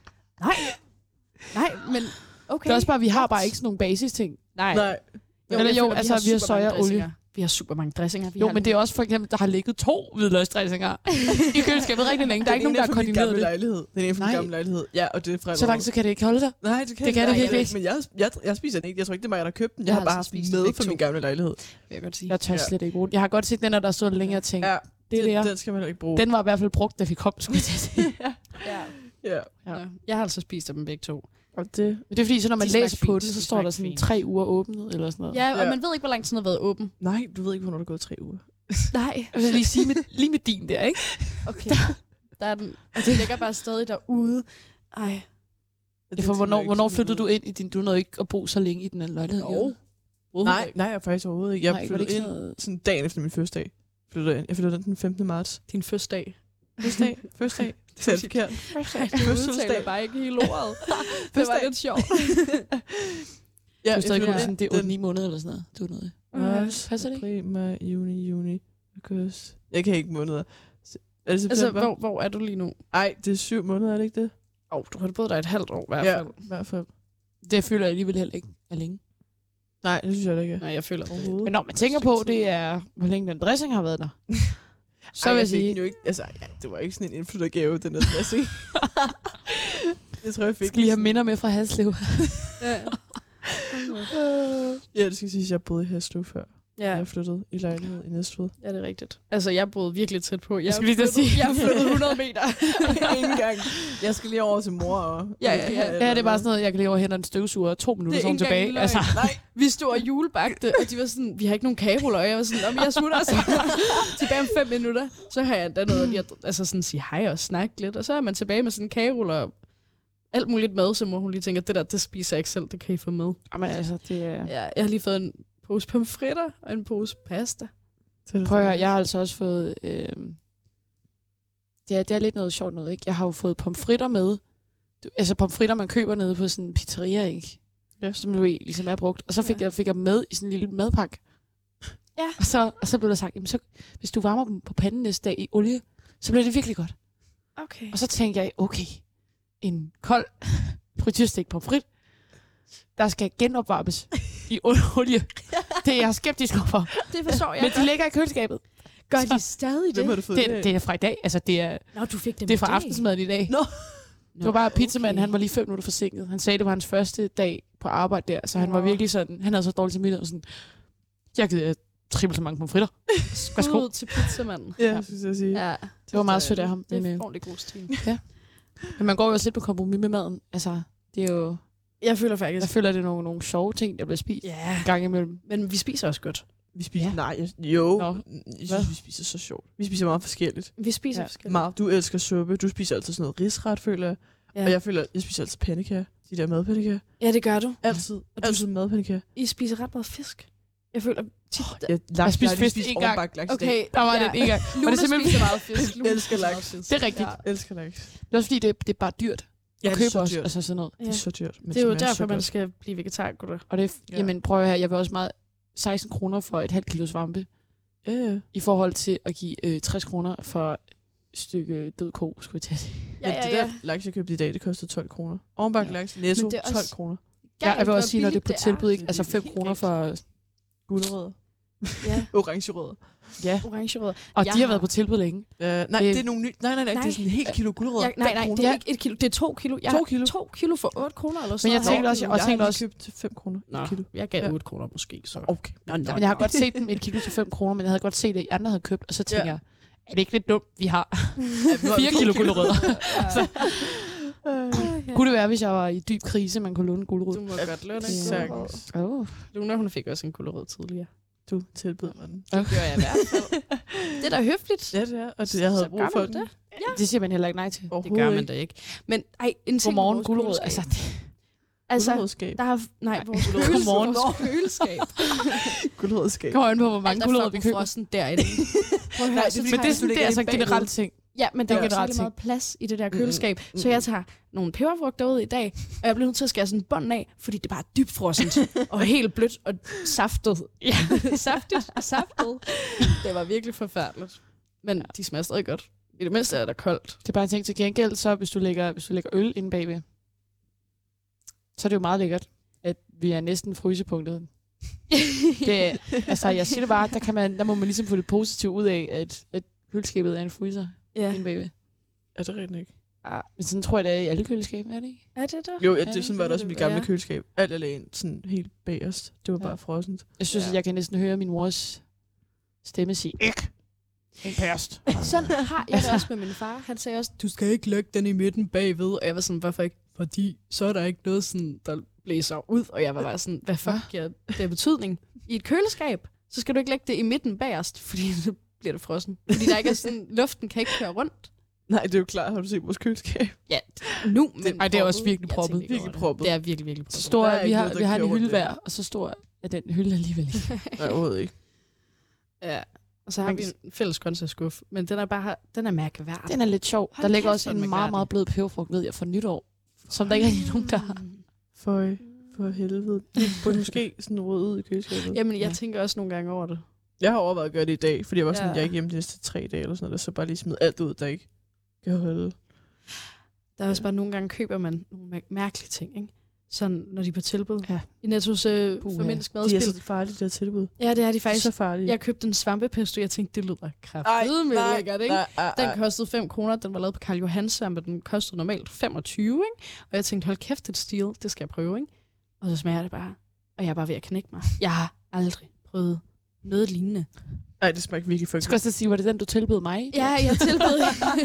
nej, men okay. Det er også bare, vi har bare ikke sådan nogle basis-ting. Nej. Jo, altså vi har soja og olie. Vi har super mange dressinger. Jo, men det er også for eksempel, der har ligget 2 hvidløgsdressinger i køleskabet rigtig længe. Der er ikke nogen, der har koordineret det. Det er en fra den gamle lejlighed. Ja, og det er fra så langt, så kan det ikke holde dig. Nej, det kan det virkelig ikke. Men jeg spiser den ikke. Jeg tror ikke, det er mig, der har købt den. Jeg har bare haft med fra min gamle lejlighed. Jeg tør slet ikke bruge den. Jeg har godt set den, der stod længere ting. Ja, det den skal man ikke bruge. Den var i hvert fald brugt, da vi kom, skulle jeg sige. Ja. Jeg har altså spist dem begge 2. Og det... Men det er fordi, så når man De smagte læser på fint. den, så De står der smagte sådan fint. 3 uger åbnet, eller sådan noget. Ja, og Ja. man ved ikke, hvor lang tid den har været åben. Nej, du ved ikke, hvornår der er gået 3 uger. Nej. Jeg vil lige sige lige med din der, ikke? Okay. Der er den. Og det ligger bare stadig derude. Ej. Ja, for hvornår flyttede du ind i din... Du nåede ikke at bo så længe i den anden lejlighed. Jo. Nej, jeg faktisk overhovedet ikke. Jeg Nej, var det flyttede ikke ind sådan noget- sådan dagen efter min fødselsdag. Jeg flyttede ind den 15. marts. Din første dag. Fødselsdag. Det er forkert. Du udtaler bare ikke hele ordet. Det var lidt sjovt. Ja, jeg flyttede kun ind sådan, det er 8-9 måneder eller sådan noget. Du er noget. Marts, Passer det ikke? april, maj, juni, august. Jeg kan ikke måneder. Er det Altså, september? hvor er du lige nu? Ej, det er 7 måneder, er det ikke det? Du har boet der et halvt år i hvert Ja, fald. i hvert fald. Det føler jeg alligevel heller ikke er længe. Nej, det synes jeg da ikke. Nej, jeg føler Overhovedet. Men når man tænker på, det er, hvor længe den dressing har været der. Så vil jeg fik den sige, jo ikke, altså, ja, det var ikke sådan en indflyttergave, den der dressing. Jeg tror, jeg fik skal lige have minder med fra Haslev. Ja. Ja, det skal sige, at jeg boede i Haslev før. Ja, Jeg flyttede i lejlighed i Næstved. ja, det er rigtigt. Altså, jeg boede virkelig tæt på. Jeg skal lige til at flyttede- sige. Jeg flyttede 100 meter. Ingen gang. Jeg skal lige over til mor og... Ja. Ja, det er bare sådan noget, jeg kan leve over hen og en støvsuger 2 minutter, Det så er er hun ikke engang tilbage. løgn. Altså, Nej, vi stod og julebagte, og de var sådan, vi har ikke nogen kageruller. Og jeg var sådan, jeg smutter altså tilbage om 5 minutter. Så har jeg endda noget lige at sådan sige hej og snakke lidt. Og så er man tilbage med sådan en kageruller og alt muligt mad, så må hun lige tænke, det spiser jeg ikke selv, det kan I få med. men altså, det er... Ja, jeg har lige fået en pose pomfritter og en pose pasta. Prøv at høre, jeg har altså også fået... Det er lidt noget sjovt noget, ikke? Jeg har jo fået pomfritter med. Altså pomfritter, man køber nede på sådan en pizzeria, ikke? Ja. Som jo ligesom er brugt. Og så fik jeg med i sådan en lille madpakke. Ja. Og så blev der sagt, jamen så, hvis du varmer dem på panden næste dag i olie, så bliver det virkelig godt. Okay. Og så tænkte jeg, okay, en kold frityrstegt pomfrit, der skal genopvarmes i olie. Det er jeg skeptisk overfor. Det forstår jeg. Men de ligger i køleskabet. Gør de stadig Hvem har det? du fået det? Det er fra i dag. Altså, det er Nå, du fik dem det er fra i dag. aftensmaden i dag. Nå. Det var bare pizzamanden, han var lige 5 minutter forsinket. Han sagde, det var hans første dag på arbejde der, så han var virkelig sådan, han havde så dårligt samvittighed og sådan, jeg giver jer trippelt så mange pomfritter. Værsgo. Skud til pizzamanden. Ja, synes jeg sige. Ja, Det var meget sødt af ham. det er Men, en ordentlig god stil. men man går jo også lidt på kompromis med maden. Altså, det er jo, Jeg føler faktisk... jeg føler, det er nogle sjove ting, der bliver spist Ja, en gang imellem. men vi spiser også godt. Vi spiser... Ja. Nej, jo. Nå. Jeg synes, vi spiser så sjovt. Vi spiser meget forskelligt. Vi spiser Ja. forskelligt. Meget. Du elsker suppe. Du spiser altid sådan noget risret, føler jeg. Ja. Og jeg føler, jeg spiser altid pandekager. De der madpandekager. Ja, det gør du. Altid. du- Altid madpandekager. I spiser ret meget fisk. Jeg føler tit... Jeg spiste fisk en gang. Okay, Der var det ikke. Luna simpelthen- spiser meget fisk. Luna Elsker spiser laks. meget fisk. Det er rigtigt. Ja. Jeg elsker laks. Det er også fordi, det er bare dyrt. Ja, at det er købe så også, dyrt. altså sådan noget. Det er så dyrt. Men Det er jo smager så derfor, man godt. skal blive vegetar, gutter. Og det, Ja. jamen prøv at høre, jeg vil også meget 16 kroner for et halvt kilo svampe, Ja, ja. i forhold til at give 60 kroner for et stykke død ko, skulle jeg til at sige. Ja, det der laks, jeg købte i dag, det kostede 12 kroner. Ovenbagt laks, netto, Men det er også- 12 kroner. Ja, jeg vil også sige, når det er på billigt tilbud, ikke? det er. Altså 5 Helt kroner rigtigt. for... Gulerødder. Ja, Orangerødder. Ja, orangerødder. og Jeg de har har- været på tilbud længe. Nej, det er nogle nye... Nej, det er sådan en hel kilo gulerødder. Nej, det er ikke 1 kilo. Det er 2 kilo. 2 kilo? 2 kilo for 8 kroner eller Men sådan jeg tænkte også, jeg har også, købt til 5 kroner Nå, et kilo. jeg gav Ja. 8 kroner måske. Så. Okay. Nå, men jeg har godt set dem 1 kilo til 5 kroner, men jeg havde godt set, at I andre havde købt, og så tænker Ja. jeg, er det ikke lidt dumt, vi har Ja, 4 kilo gulerødder? Okay. Kunne det være, hvis jeg var i dyb krise, man kunne låne gulerod? Du må godt låne en Sagtens. gulerod. Oh. Luna, hun fik også en gulerod tidligere. Du tilbød mig den. Det gør jeg i hvert fald. Det er da høfligt. Ja, det er. Og det, jeg havde Så brug gør for man den. det. Det siger man heller ikke nej til. Det gør man da ikke. Men ej, en ting med Godmorgen, vores gulerod. køleskab. Altså, Gulerodskab. der har... Nej, vores Godmorgen. køleskab. Gulerodskab. kommer an på, hvor mange Alt er gulerod vi fucking køber. frossen derinde. Prøv at høre, Nej, så det Men er det er, du sådan, det lægger er ind altså en bagved. generelt ting. Ja, men der Det er er ikke generelt særlig ting. meget plads i det der køleskab. Så jeg tager nogle peberfrugter ud i dag, og jeg bliver nødt til at skære sådan en bånd af, fordi det er bare dybfrossent og helt blødt og saftet. Ja, saftigt og saftet. Det var virkelig forfærdeligt. Men de smager stadig godt. I det mindste er der koldt. Det er bare en ting til gengæld, så hvis du lægger øl inde bagved, så er det jo meget lækkert, at vi er næsten frysepunktet. Det er, altså, jeg siger det bare, der må man ligesom få det positive ud af, at køleskabet er en fryser Ja. inde bagved. Er det rigtigt ikke? Ja, men sådan tror jeg, det er i alle køleskaber, er det ikke? Er det der? Jo, Ja, det, sådan var det også i mit gamle ja. køleskab. Alt er lagen sådan helt bagerst. Det var bare frossent. Jeg synes, at jeg kan næsten høre min mors stemme sige, ikke en pærst. Sådan har jeg det også med min far. Han sagde også, du skal ikke lægge den i midten bagved. Og jeg var sådan, hvorfor ikke? fordi så er der ikke noget, sådan, der blæser ud. Og jeg var bare sådan, hvad fuck giver det betydning? I et køleskab, så skal du ikke lægge det i midten bagerst, fordi så bliver det frossen. Fordi der ikke er sådan, luften kan ikke køre rundt. Nej, det er jo klart, har du set vores køleskab? Ja, nu, men Ej, det er også virkelig proppet. Virkelig proppet. Det er virkelig, virkelig proppet. Så stor, Der er vi ikke har, noget, der vi har en gjorde hylde det. hver, og så stor er den hylde alligevel ikke. Nej, overhovedet ikke. Ja. Og så har vi en fælles grøntsagsskuff, men den er mærkeværdig. Den er lidt sjov. Hold Der ligger kæft, også hvor er en den meget, mærkværdig. meget blød peberfrugt, ved jeg, for nytår. Som der ikke er nogen, der har. For helvede. Det burde måske sådan røde ud i køleskabet. Jamen, jeg tænker også nogle gange over det. Jeg har overvejet at gøre det i dag, fordi jeg var sådan, Ja. jeg er ikke hjemme de næste 3 dage eller sådan noget, så bare lige smid alt ud, der ikke kan holde. Der er også bare nogle gange køber man nogle mærkelige ting, ikke? Sådan, når de er på tilbud. Ja. I Nettos forminsk De er madspil. så farlige, de der tilbud. Ja, det er de faktisk. Så farlige. Jeg købte en svampepesto, jeg tænkte, det lyder kraftedeme lækkert, ikke? Den kostede 5 kroner, den var lavet på Karl Johans svampe, den kostede normalt 25, ikke? Og jeg tænkte, hold kæft, det er et stil, det skal jeg prøve, ikke? Og så smager det bare, og jeg er bare ved at knække mig. Jeg har aldrig prøvet noget lignende. Nej, det smagte virkelig Jeg fucking. skal også sige, var det den, du tilbød mig? Ja, jeg tilbød.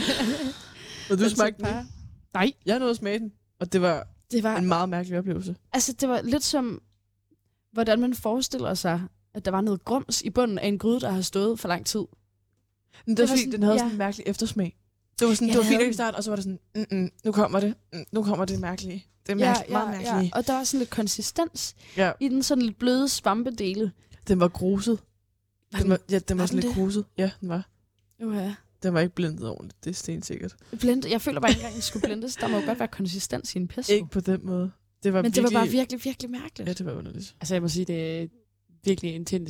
Og du smagte den bare. ikke? Nej. Jeg nåede at smage den, og det var Det var, en meget mærkelig oplevelse. altså, det var lidt som, hvordan man forestiller sig, at der var noget grums i bunden af en gryde, der har stået for lang tid. Men det var var fordi, sådan- den havde ja. sådan en mærkelig eftersmag. Det var sådan, Ja, det var det fint havde i starten, og så var det sådan, nu kommer det. Nu kommer det mærkelige. Det er meget mærkeligt. Og der var sådan lidt konsistens Ja. i den sådan lidt bløde svampedele. Den var gruset. Den var var sådan den lidt det? gruset. Ja, den var. Ja. Den var ikke blendet ordentligt, det er stensikkert. Jeg føler bare ikke engang, den skulle blendes. Der må jo godt være konsistens i en pesto. Ikke på den måde. Det var Men virkelig, det var bare virkelig, virkelig mærkeligt. Ja, det var underligt. Altså, jeg må sige, det er virkelig intens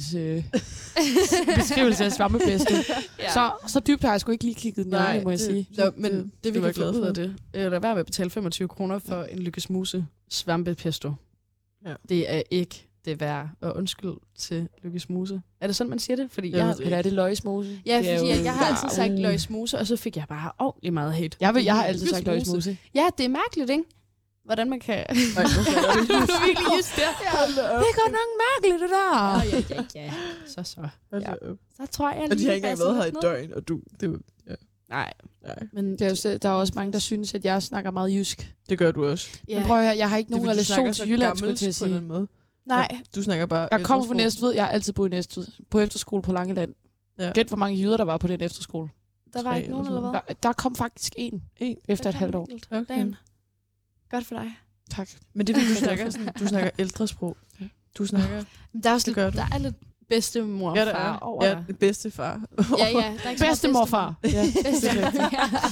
beskrivelse af svampepesto. Så dybt har jeg sgu ikke lige kigget den i, må jeg sige. Nå, men det vi var kan jeg glad få ud for. af det, lad være med at betale 25 kroner for en Lykkes Muse svampepesto. Ja. Det er ikke det værd. Og undskyld til Lykkes Muse. Er det sådan, man siger det? Fordi Jeg ved det Eller er det løgsmose? Ja, Det er fordi jo jeg har altid bare- sagt løgsmose, og så fik jeg bare ordentligt meget hate. Jeg har altid sagt Løgsmose. løgsmose. Ja, det er mærkeligt, ikke? Hvordan man kan... Nej, nu skal jeg Du er virkelig just der. Det er godt nok mærkeligt, det der. Ja. Så. Ja. Så tror jeg Og de har lige ikke engang været her i døgn, og du... Det, var- Nej, nej, men Det er jo, der er også mange, der synes, at jeg snakker meget jysk. det gør du også. Men prøv at høre, jeg har ikke nogen Det er, fordi du relation snakker til så Jylland, skulle jeg gammelt til at på sige. den måde. nej. Du snakker bare... Jeg kommer fra eftersprog. Næstved. Jeg har altid boet i Næstved. På efterskole på Langeland. Ja. Gæt, hvor mange jyder, der var på den efterskole. Der var 3 ikke nogen, eller eller hvad? Der kom faktisk en En. efter et halvt år. Okay. Damn. Godt for dig. Tak. Men det er fordi, du snakker ældre sprog. Du snakker... Men der er også Det gør lidt, du. der er lidt bedstemor og Ja, der far er. over Ja, dig. det bedste far. Ja, der er ikke så meget Bedstemorfar. Ja. bedstemor.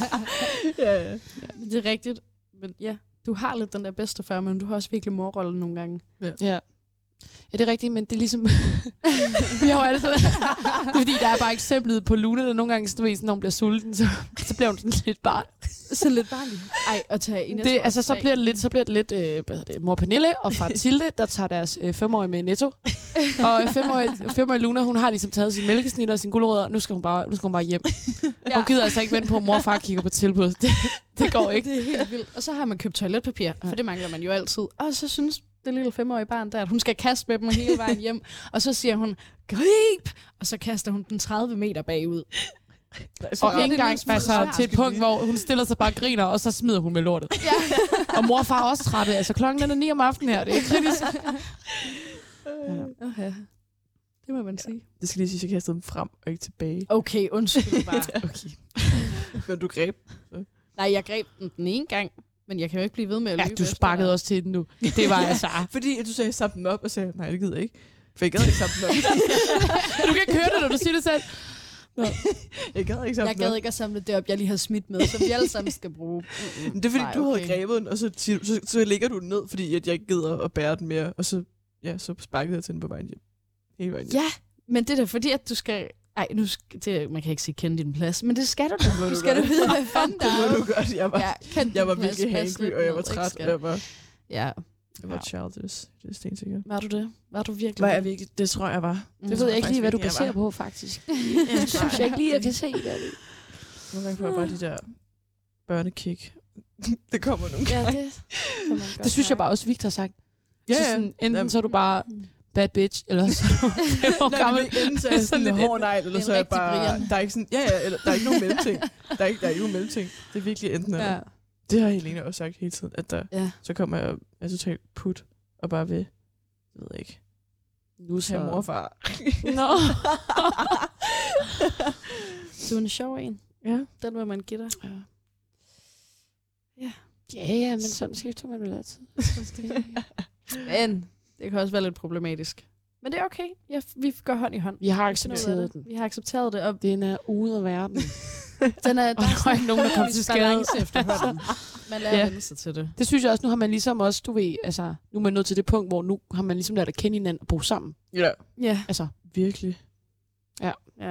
ja. Det er rigtigt. Men ja, du har lidt den der bedstefar, men du har også virkelig morrollen nogle gange. Ja. Ja, det er rigtigt, men det er ligesom... vi har jo altid... det er fordi, der er bare eksemplet på Luna, der nogle gange sådan, når hun bliver sulten, så bliver hun sådan lidt barn. Så lidt barnlig. Ej, at tage i Netto. Det, altså, så bliver det lidt hvad hedder det, mor Pernille og far Tilde, der tager deres 5-årige med i Netto. Og 5-årige Luna, hun har ligesom taget sin mælkesnit og sin gulerødder, nu skal hun bare hjem. Ja. Hun gider altså ikke vente på, at mor og far kigger på tilbud. Det går ikke. Det er helt vildt. Og så har man købt toiletpapir, for det mangler man jo altid. Og så synes det lille 5-årige barn der, at hun skal kaste med dem hele vejen hjem. Og så siger hun, grib! Og så kaster hun den 30 meter bagud. Og bliver ikke det engang lidt altså, svært. til et punkt, hvor hun stiller sig bare og griner, og så smider hun med lortet. Ja. Og mor og far er også trætte. Altså klokken den er 9 om aftenen her. Det er kritisk. Okay. Det må man sige. Det skal lige sige, at jeg kastede dem frem og ikke tilbage. Okay, undskyld bare. Okay. Men du greb. Nej, jeg greb den ene gang, men jeg kan jo ikke blive ved med at Ja, løbe du efter sparkede dig. også til den nu. Det var altså... Fordi at du sagde, samle dem op, og sagde, nej, det gider jeg ikke. For jeg gad ikke samle dem op. Du kan ikke høre det, når du siger det selv. Jeg gad ikke samle Jeg dem op. gad ikke at samle det op, jeg lige har smidt med, som vi alle sammen skal bruge. Men det er fordi, Nej, du havde okay. grebet den, og så lægger du den ned, fordi at jeg ikke gider at bære den mere. Og så sparkede jeg til den på vejen hjem. Hele vejen hjem. Ja, men det er da fordi, at du skal... Ej, man kan ikke sige kende din plads, men det skal du da. må Du du skal godt. du vide, hvad fanden der Det må er. du godt. Jeg var virkelig hangry, og jeg var træt. Og Ja, jeg var childish. Det er stensikkert. var du det? Var du virkelig Var det? jeg virkelig? Det tror jeg var. Det ved jeg ikke lige, hvad du faktisk baserer ikke, jeg på, faktisk. Det synes jeg ikke lige, jeg kan se. Nogle gange får jeg bare de der børnekick. Det kommer nogle Ja, gange. det kan man godt Det synes jeg mærke. bare også, Victor har sagt. Ja, Så ja. sådan, enten Jamen. så er du bare bad bitch, eller så er du 5 år Nej, gammel. men enten så er jeg sådan lidt en hård negl, eller en så er jeg rigtig bare... Brian. Der er ikke sådan... Ja, eller der er ikke nogen mellemting. Der er ikke nogen mellemting. Det er virkelig enten eller. Ja. Det har Helene også sagt hele tiden, at Ja. så kommer jeg er totalt put og bare ved, jeg ved ikke, Nu så... mor og far. Nå. Du er en sjov en. Ja. Den vil man give dig. Ja, men sådan skifter man vel altid. Men det kan også være lidt problematisk. Men det er okay. Ja, vi går hånd i hånd. Vi har Finder ud af accepteret det. den. Vi har accepteret det. Og Den er ude af verden. den er, Og der er ikke nogen, der kommer til skade. balance efterhånden. Man lærer Ja. at vende sig til det. Det synes jeg også, nu har man ligesom også, du ved, altså, nu er man nået til det punkt, hvor nu har man ligesom lært at kende hinanden og bo sammen. Ja, Ja. Altså, virkelig. Ja.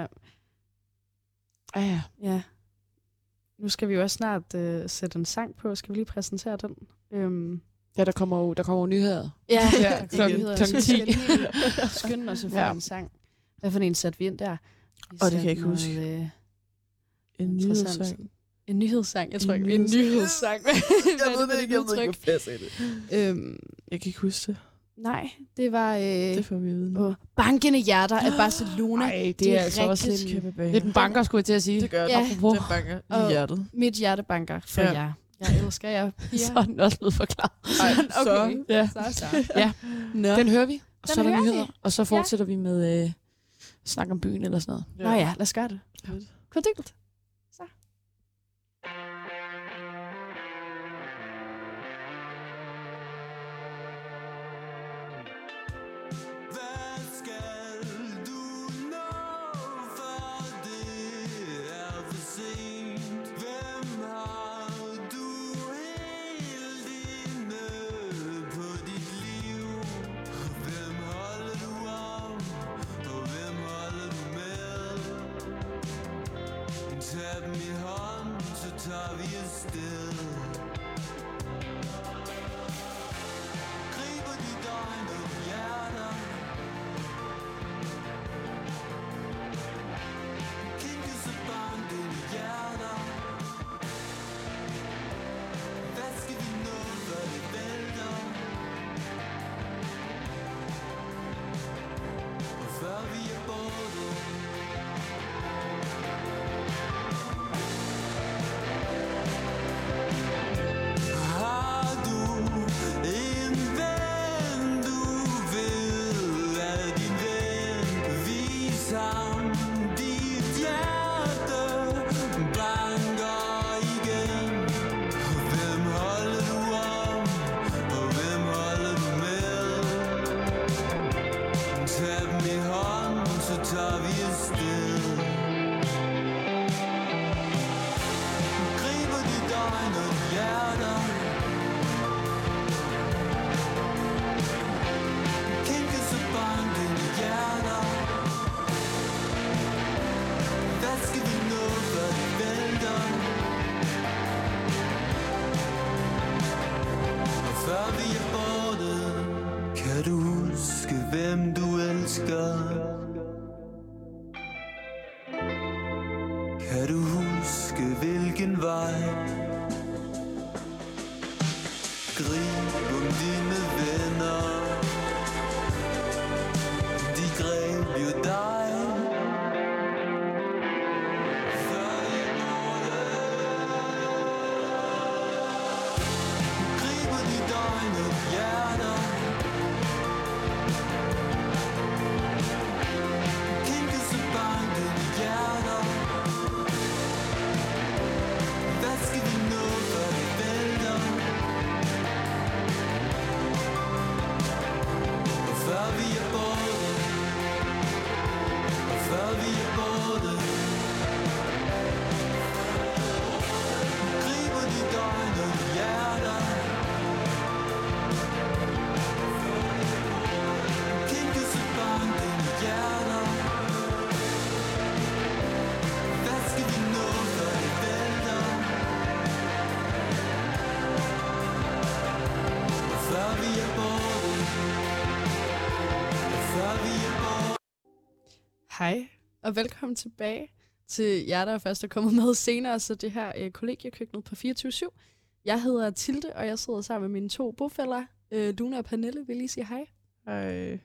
ja. Nu skal vi jo også snart sætte en sang på. Skal vi lige præsentere den? Ja, der kommer jo nyheder. Ja, Ja, klokken 10. Skynde os at få Ja. en sang. Hvad for en satte vi ind der? Vi Og det kan jeg satte ikke huske. noget, En interessant. nyhedssang. En nyhedssang. Jeg tror En ikke, en nyhedssang. nyhedssang. Jeg kan ikke huske det. Nej, det var Det får vi at vide nu. Bankende Hjerter af Barcelona. Nej, det er altså også rigtigt. lidt, Kæmpe lidt en banker, skulle jeg til at sige. Det gør det. Ja. Det banker i Og- hjertet. Mit hjerte banker for Ja. jer. Jeg elsker jer. Så er den også blevet forklaret. Ej, så. Ja. Så. Ja. Nå. Den hører vi, og så er der hører vi. nyheder. Og så fortsætter vi med snak om byen eller sådan noget. Nå ja, lad os gøre det. Kodelt. Hvad skal du nå, for det er for sent? Hvem har du helt inde på dit liv? Hvem holder du om, og hvem holder du med? Tag dem i hånd, så tager vi afsted. Griber dit øjne og dit hjerter. Kigger så bank dine hjerter. Hvad skal vi nå, før det vælter? Og før vi er borte. Har du en ven, du ved er din ven? Vis ham dit hjerte banker igen. Hvem holder du om, og hvem holder du med? Tag dem i hånden, så tager vi afsted. Griber dit øjne og dit hjerter. Kigger så bank dine hjerter. Hvad skal vi nå, før det vælter? Og før vi er borte, kan du huske, hvem du elsker? Kan du huske, hvilken vej? Grib om dine venner. De greb jo dig. Før de måtte. Griber dit øjne og dit hjerter. Kigger så bank dine hjerter. Hvad skal vi nå, før det vælter? Og før vi er borte. Og før vi er borte. Griber dit øjne og dit hjerter. Kigger så bank dine hjerter. Hvad skal vi nå, før det vælter? Og før vi er borte. Og før vi er borte. Hej, og velkommen tilbage til jer, der først er kommet med senere, så det her kollegiekøkkenet på 24/7. Jeg hedder Tilde, og jeg sidder sammen med mine 2 bofæller, Luna og Pernille. Vil I lige sige hej? Ej.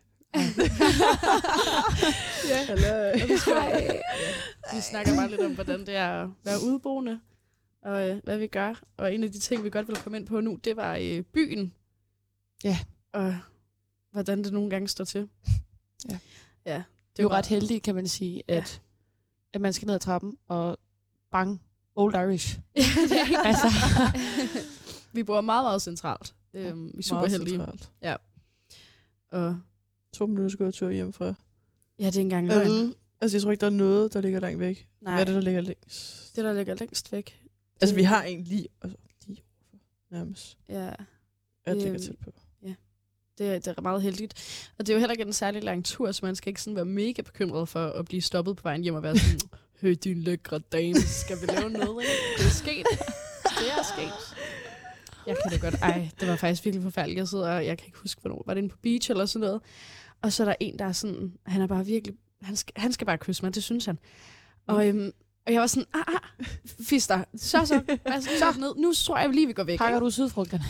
Ja. Hej. Vi snakker bare lidt om, hvordan det er at være udeboende. og hvad vi gør. Og en af de ting, vi godt vil komme ind på nu, det var byen. Ja. Og hvordan det nogle gange står til. Ja. Ja. Det er jo ret heldigt, kan man sige, at man skal ned ad trappen og bang, Old Irish. Altså. Vi bor meget, meget centralt. Vi er super heldige. Ja. Og 2 minutter skal jeg tur hjemmefra. ja, det er engang løgn. Altså, jeg tror ikke, der er noget, der ligger langt væk. Nej. Hvad er det, der ligger længst? Det, der ligger længst væk. Altså, vi har en lige overfor, nærmest. Ja. Jeg ligger tæt på. Det er meget heldigt. Og det er jo heller ikke en særlig lang tur, så man skal ikke sådan være mega bekymret for at blive stoppet på vejen hjem og være sådan, høj, din lækre dame, skal vi lave noget? Ikke? Det er sket. Det er sket. Jeg kan da godt. Ej, det var faktisk virkelig forfærdeligt. Jeg sidder og jeg kan ikke huske, hvornår var det inde på beach eller sådan noget. Og så er der en, der er sådan, han er bare virkelig, han skal bare kysse mig, det synes han. Og jeg var sådan, fister, så ned. Nu tror jeg lige, vi går væk. Pakker du sydfrugterne?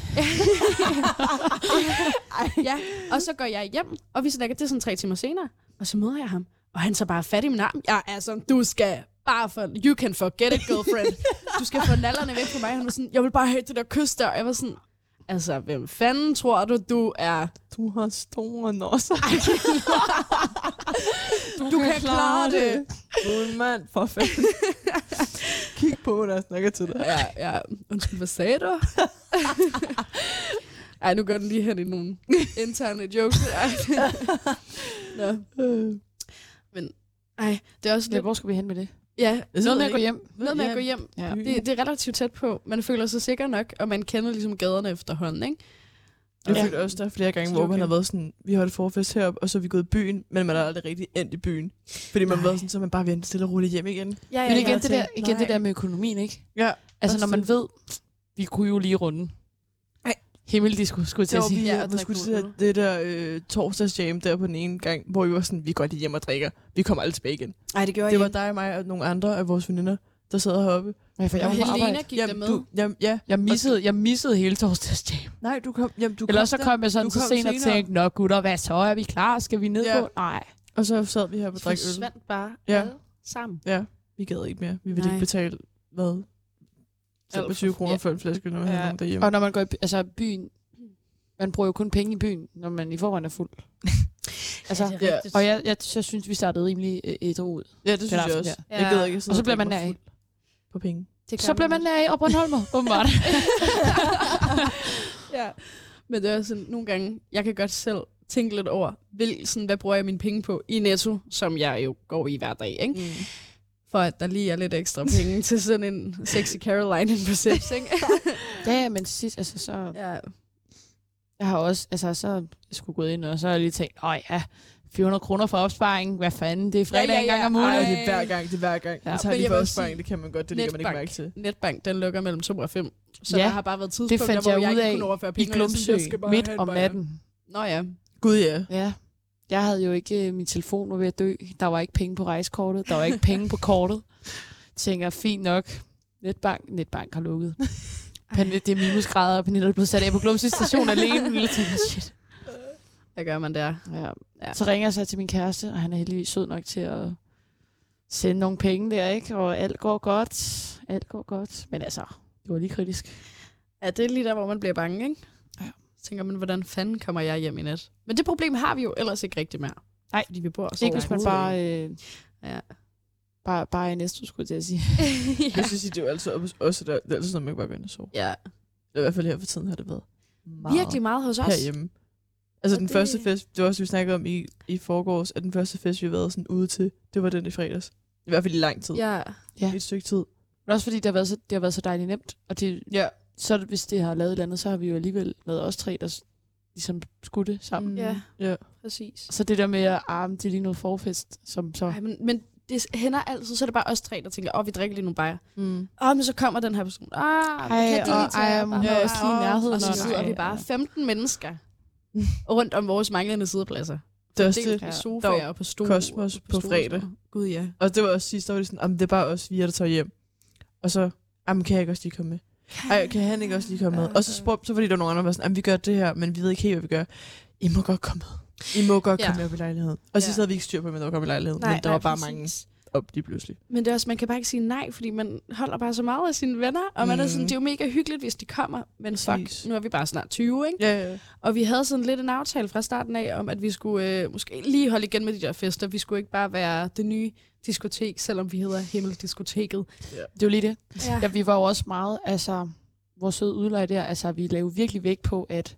Ja, og så går jeg hjem, og vi snakker, det er sådan 3 timer senere, og så møder jeg ham, og han så bare fat i min arm. Jeg er sådan, du skal bare få, you can forget it, girlfriend. Du skal få nallerne væk fra mig. Han var sådan, jeg vil bare have det der kys der. Og jeg var sådan, altså, hvem fanden tror du er? Du har store nosser. Du kan klare det. Du er en mand, for fanden. Kig på, når jeg snakker til dig. Ja. Undskyld, hvad sagde du? Ej, nu går den lige hen i nogle interne jokes. Nå. Men, det er også lidt... Hvor skal vi hen med det? Ja, noget med at gå hjem. Noget med at gå hjem. Ja. Det er relativt tæt på. Man føler sig sikker nok, og man kender ligesom gaderne efterhånden, ikke? Jeg følte også, der er flere gange, hvor man har været sådan, vi holdt forfest heroppe, og så er vi gået i byen, men man er aldrig rigtig endt i byen. Fordi man har været sådan, så man bare venter stille og roligt hjem igen. Ja, men igen det der med økonomien, ikke? Ja. Altså når man ved, vi kunne jo lige runde. Himmeldisco, skulle jeg til at sige. Ja, og skulle til det der torsdagsjam der på den ene gang, hvor vi var sådan, vi går lige hjem og drikker. Vi kommer aldrig tilbage igen. Nej, det gjorde det var dig og mig og nogle andre af vores veninder, der sad heroppe. Ja, for jeg var Helena gik der med. Jeg missede hele torsdagsjam. Nej, du kom. Eller så kom jeg sådan så sent og tænkte, nå gutter, hvad så? Er vi klar? Skal vi ned på? Nej. Og så sad vi her på drikke øl. Forsvandt bare alle sammen. Ja, vi gad ikke mere. Vi ville ikke betale, hvad? 25 kroner for en flaske, når man har nogen derhjemme. Og når man går i byen, man bruger jo kun penge i byen, når man i forvejen er fuld. Altså, og jeg synes, vi startede rimelig ædru ud. Ja, det synes jeg også. Ja. Jeg gad ikke. Og så bliver man nær på penge. Så bliver man nær og Bornholmer, åbenbart. Ja, men det er sådan nogle gange, jeg kan godt selv tænke lidt over, hvad bruger jeg mine penge på i Netto, som jeg jo går i hver dag, ikke? Mm. For at der lige er lidt ekstra penge til sådan en sexy Caroline på Sips, ikke? Ja, men sidst, altså så... Ja. Jeg har også, altså så jeg skulle gå ind, og så har jeg lige tænkt, 400 kroner for opsparing, hvad fanden, det er fredag en gang om ugen. Det er hver gang. Ja. Det tager lige for opsparing, det kan man godt, det lægger man ikke mærke til. Netbank, den lukker mellem 2 og 5. Så der har bare været tidspunkter, hvor jeg ikke kunne overføre penge. I Glumsø, midt om natten. Nå ja. Gud ja. Ja. Jeg havde jo ikke, min telefon var ved at dø. Der var ikke penge på rejsekortet. Der var ikke penge på kortet. Tænker, fint nok. Netbank har lukket. Det er minusgrader, og Pernille er blevet sat af på Glumsø station alene. Jeg tænker, shit. Hvad gør man der? Ja. Så ringer jeg så til min kæreste, og han er heldigvis sød nok til at sende nogle penge der, ikke? Og alt går godt. Men altså, det var lige kritisk. Ja, det er lige der, hvor man bliver bange, ikke? Ja. Så tænker man, hvordan fanden kommer jeg hjem i nat? Men det problem har vi jo ellers ikke rigtig mere. Nej, fordi vi bor så ikke hvis man bare i næste skulle jeg til at sige. Ja. Jeg synes, det er jo altid også der, det er altid, når man bare går ind og sover. Ja. I hvert fald her for tiden har det været virkelig meget hos os. Herhjemme. Altså den første fest, det var også, vi snakkede om i forgårs, at den første fest, vi har været sådan ude til, det var den i fredags. I hvert fald i lang tid. Ja. Et stykke tid. Men også fordi det har været så dejligt nemt. Og det, så hvis det har lavet et eller andet, så har vi jo alligevel lavet os 3, der ligesom skulle det sammen. Ja, præcis. Så det der med at det er lige noget forfest, som så... Ej, men det hænder altid, så er det bare os 3, der tænker, vi drikker lige nogle bajer. Men så kommer den her person. Kan de lige tage op? Ja, også lige i nærheden. Og så sidder vi bare 15 mennesker rundt om vores manglende sidepladser. Det er også det. På sofaer og på stol. Kosmos på fredag. Gud ja. Og det var også sidst, der var det sådan, det er bare os 4, der tager hjem. Og så, kan jeg ikke også lige komme med? Kan han ikke også lige komme med? Og så fordi der var nogle andre, der var sådan, vi gør det her, men vi ved ikke helt, hvad vi gør. I må godt komme med. I må godt komme med op i lejligheden. Og så havde vi ikke styr på, at der var kommet i lejligheden. Men der var bare mange. op lige pludselig. Men det er også, man kan bare ikke sige nej, fordi man holder bare så meget af sine venner, og man er sådan, det er jo mega hyggeligt, hvis de kommer, men fuck, nu er vi bare snart 20, ikke? Ja. Og vi havde sådan lidt en aftale fra starten af, om at vi skulle måske lige holde igen med de der fester. Vi skulle ikke bare være det nye diskotek, selvom vi hedder Himmeldiskoteket. Det er jo lige det. Ja. Ja, vi var jo også meget, altså, vores søde udleje der, altså, vi lavede virkelig vægt på, at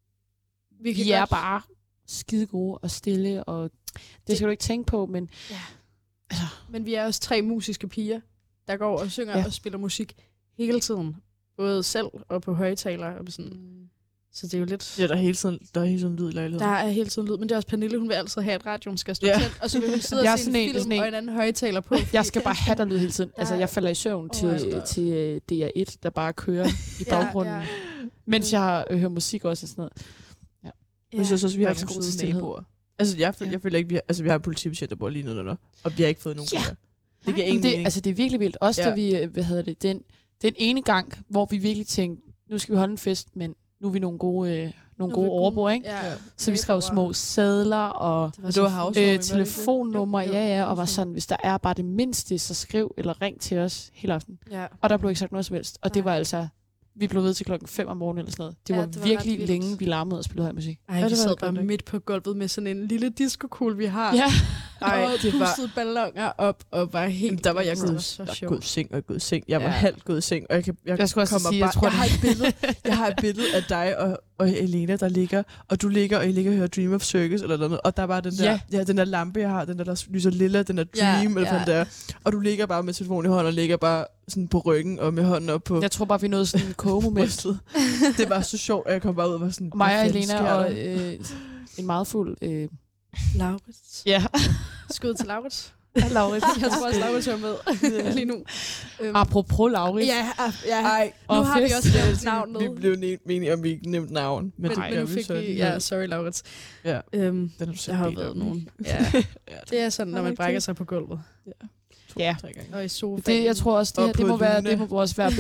vi er bare skide gode og stille, og det skal du ikke tænke på, men... Ja. Altså. Men vi er også 3 musiske piger, der går og synger og spiller musik hele tiden. Både selv og på højtaler og sådan. Så det er jo lidt... Ja, der er hele tiden lyd i lejligheden. Der er hele tiden lyd, men det er også Pernille, hun vil altid have, at radioen skal stå tændt, og så vil hun sidde og se en film og en anden højtaler på. Jeg skal bare have der lyd hele tiden. Altså, jeg falder i søvn til DR1, der bare kører i baggrunden. Ja. Mens jeg hører musik også og sådan noget. Ja. Jeg synes også, vi har ikke så nogle god søde stillhed. naboer. Altså, jeg føler ikke, vi har en politibetjent, der bor lige nedenunder, og vi har ikke fået nogen flere. Det giver ingen mening. Altså, det er virkelig vildt. Også da vi, den ene gang, hvor vi virkelig tænkte, nu skal vi holde en fest, men nu er vi nogle gode overbo, ikke? Ja. Så vi skrev små sedler og telefonnummer, og var sådan, hvis der er bare det mindste, så skriv eller ring til os hele aften. Ja. Og der blev ikke sagt noget som helst. Og det var altså, vi blev ved til 5:00 om morgenen eller sådan noget. Det var virkelig længe, vi larmede og spillede høj musik. Ej, vi sad bare midt på gulvet med sådan en lille diskokugle, vi har. Ja. Ej, og pustede balloner op og var helt... Der var jeg gået i seng. Jeg var halvt gået i seng, og jeg skulle også sige, jeg har et billede af dig og Elena, der ligger, og du ligger, og I ligger og hører Dream of Circus eller noget, og der var den der, den der lampe, jeg har, den der lyser lilla, den der Dream, eller den der, og du ligger bare med telefonen i hånden, og ligger bare sådan på ryggen, og med hånden op på... Jeg tror bare, vi nåede sådan en kogemoment. Det var så sjovt, at jeg kom bare ud og var sådan... Mig og Elena og en meget fuld... Laurits. Ja. Skud til Laurits. Laurits. Jeg tror også, Laurits er med lige nu. Apropos Laurits. Ja. Ej, nu har vi også nævnt navnet. Vi blev enige om, vi ikke nævnt navn. Men nu fik vi... Ja, sorry, Laurits. Ja, der har været nogen. Ja. Det er sådan, når man brækker sig på gulvet. Ja. Og i sofaen. Det, jeg tror også, det må også være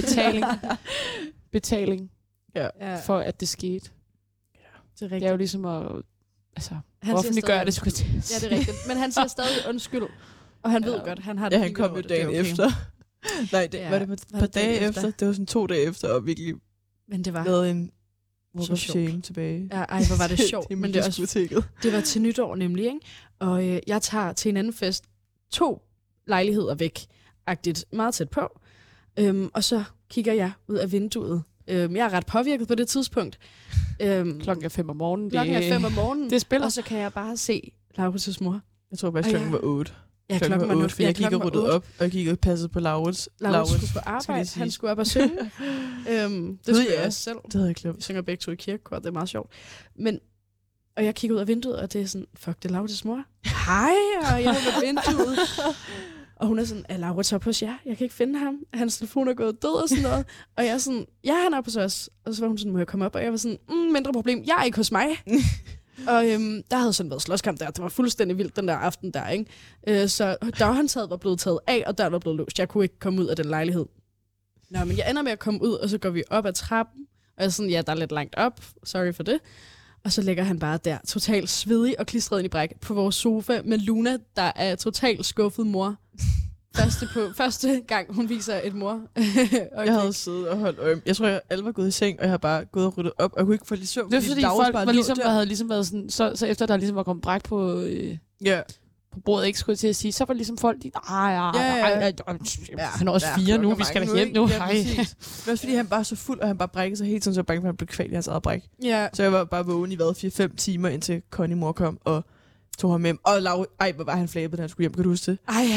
betaling for, at det skete. Ja, det er jo ligesom at... Altså, offentliggøre det, skulle jeg Ja, det er rigtigt. Men han siger stadig undskyld. Og han ved godt, han har det. Ja, han kom jo dagen efter. Nej, var det et par dage efter? Det var sådan 2 dage efter, og virkelig lavede en walk of shame tilbage. Ja, ej, hvor var det sjovt. Men det, også, det var til nytår nemlig, ikke? Og jeg tager til en anden fest 2 lejligheder væk, agtigt meget tæt på. Og så kigger jeg ud af vinduet. Jeg er ret påvirket på det tidspunkt. Klokken er 5 om morgenen. Klokken er 5 om morgenen. Det spiller. Og så kan jeg bare se Laurits' mor. Jeg tror bare, klokken var 8. Ja, klokken var 8, for jeg kiggede ryddet op, og jeg kiggede og passede på Laurits. Laurits skulle på arbejde, han skulle op og synge. Det skulle jeg også selv. Det havde jeg glemt. Vi synger begge 2 i kirkekor, det er meget sjovt. Og jeg kigger ud af vinduet, og det er sådan, fuck, det er Laurits' mor. Hej, og jeg er ved vinduet. Og hun er sådan, er Laurits oppe hos jer? Jeg kan ikke finde ham. Hans telefon er gået død og sådan noget. Og jeg er sådan, ja, han er oppe hos os. Og så var hun sådan, må jeg komme op? Og jeg var sådan, mindre problem, jeg er ikke hos mig. Og der havde sådan været slåskamp der. Det var fuldstændig vildt den der aften der, ikke? Så dørhåndtaget var blevet taget af, og døren var blevet låst. Jeg kunne ikke komme ud af den lejlighed. Nå, men jeg ender med at komme ud, og så går vi op ad trappen. Og jeg er sådan, ja, der er lidt langt op. Sorry for det. Og så ligger han bare der, totalt svedig og klistret ind i bræk på vores sofa med Luna, der er totalt skuffet mor. Første gang, hun viser et mor. Okay. Jeg havde siddet og holdt øje. Jeg tror, jeg alle var gået i seng, og jeg har bare gået og ryddet op, og jeg kunne ikke få lidt søvn. Det er fordi folk havde ligesom været sådan, så efter der ligesom var kommet bræk på... på bordet, ikke skulle til at sige, så var det ligesom folk, han er også 4 nu, vi skal da hjem nu. Ja, det var fordi, han var så fuld, og han bare brækkede sig helt sådan, så bange for, at han blev kvalt i hans eget bræk. Ja. Så jeg var bare vågen i 4-5 timer, indtil Connie mor kom, og tog ham med. Og hvor var han flabet, da han skulle hjem, kan du huske det?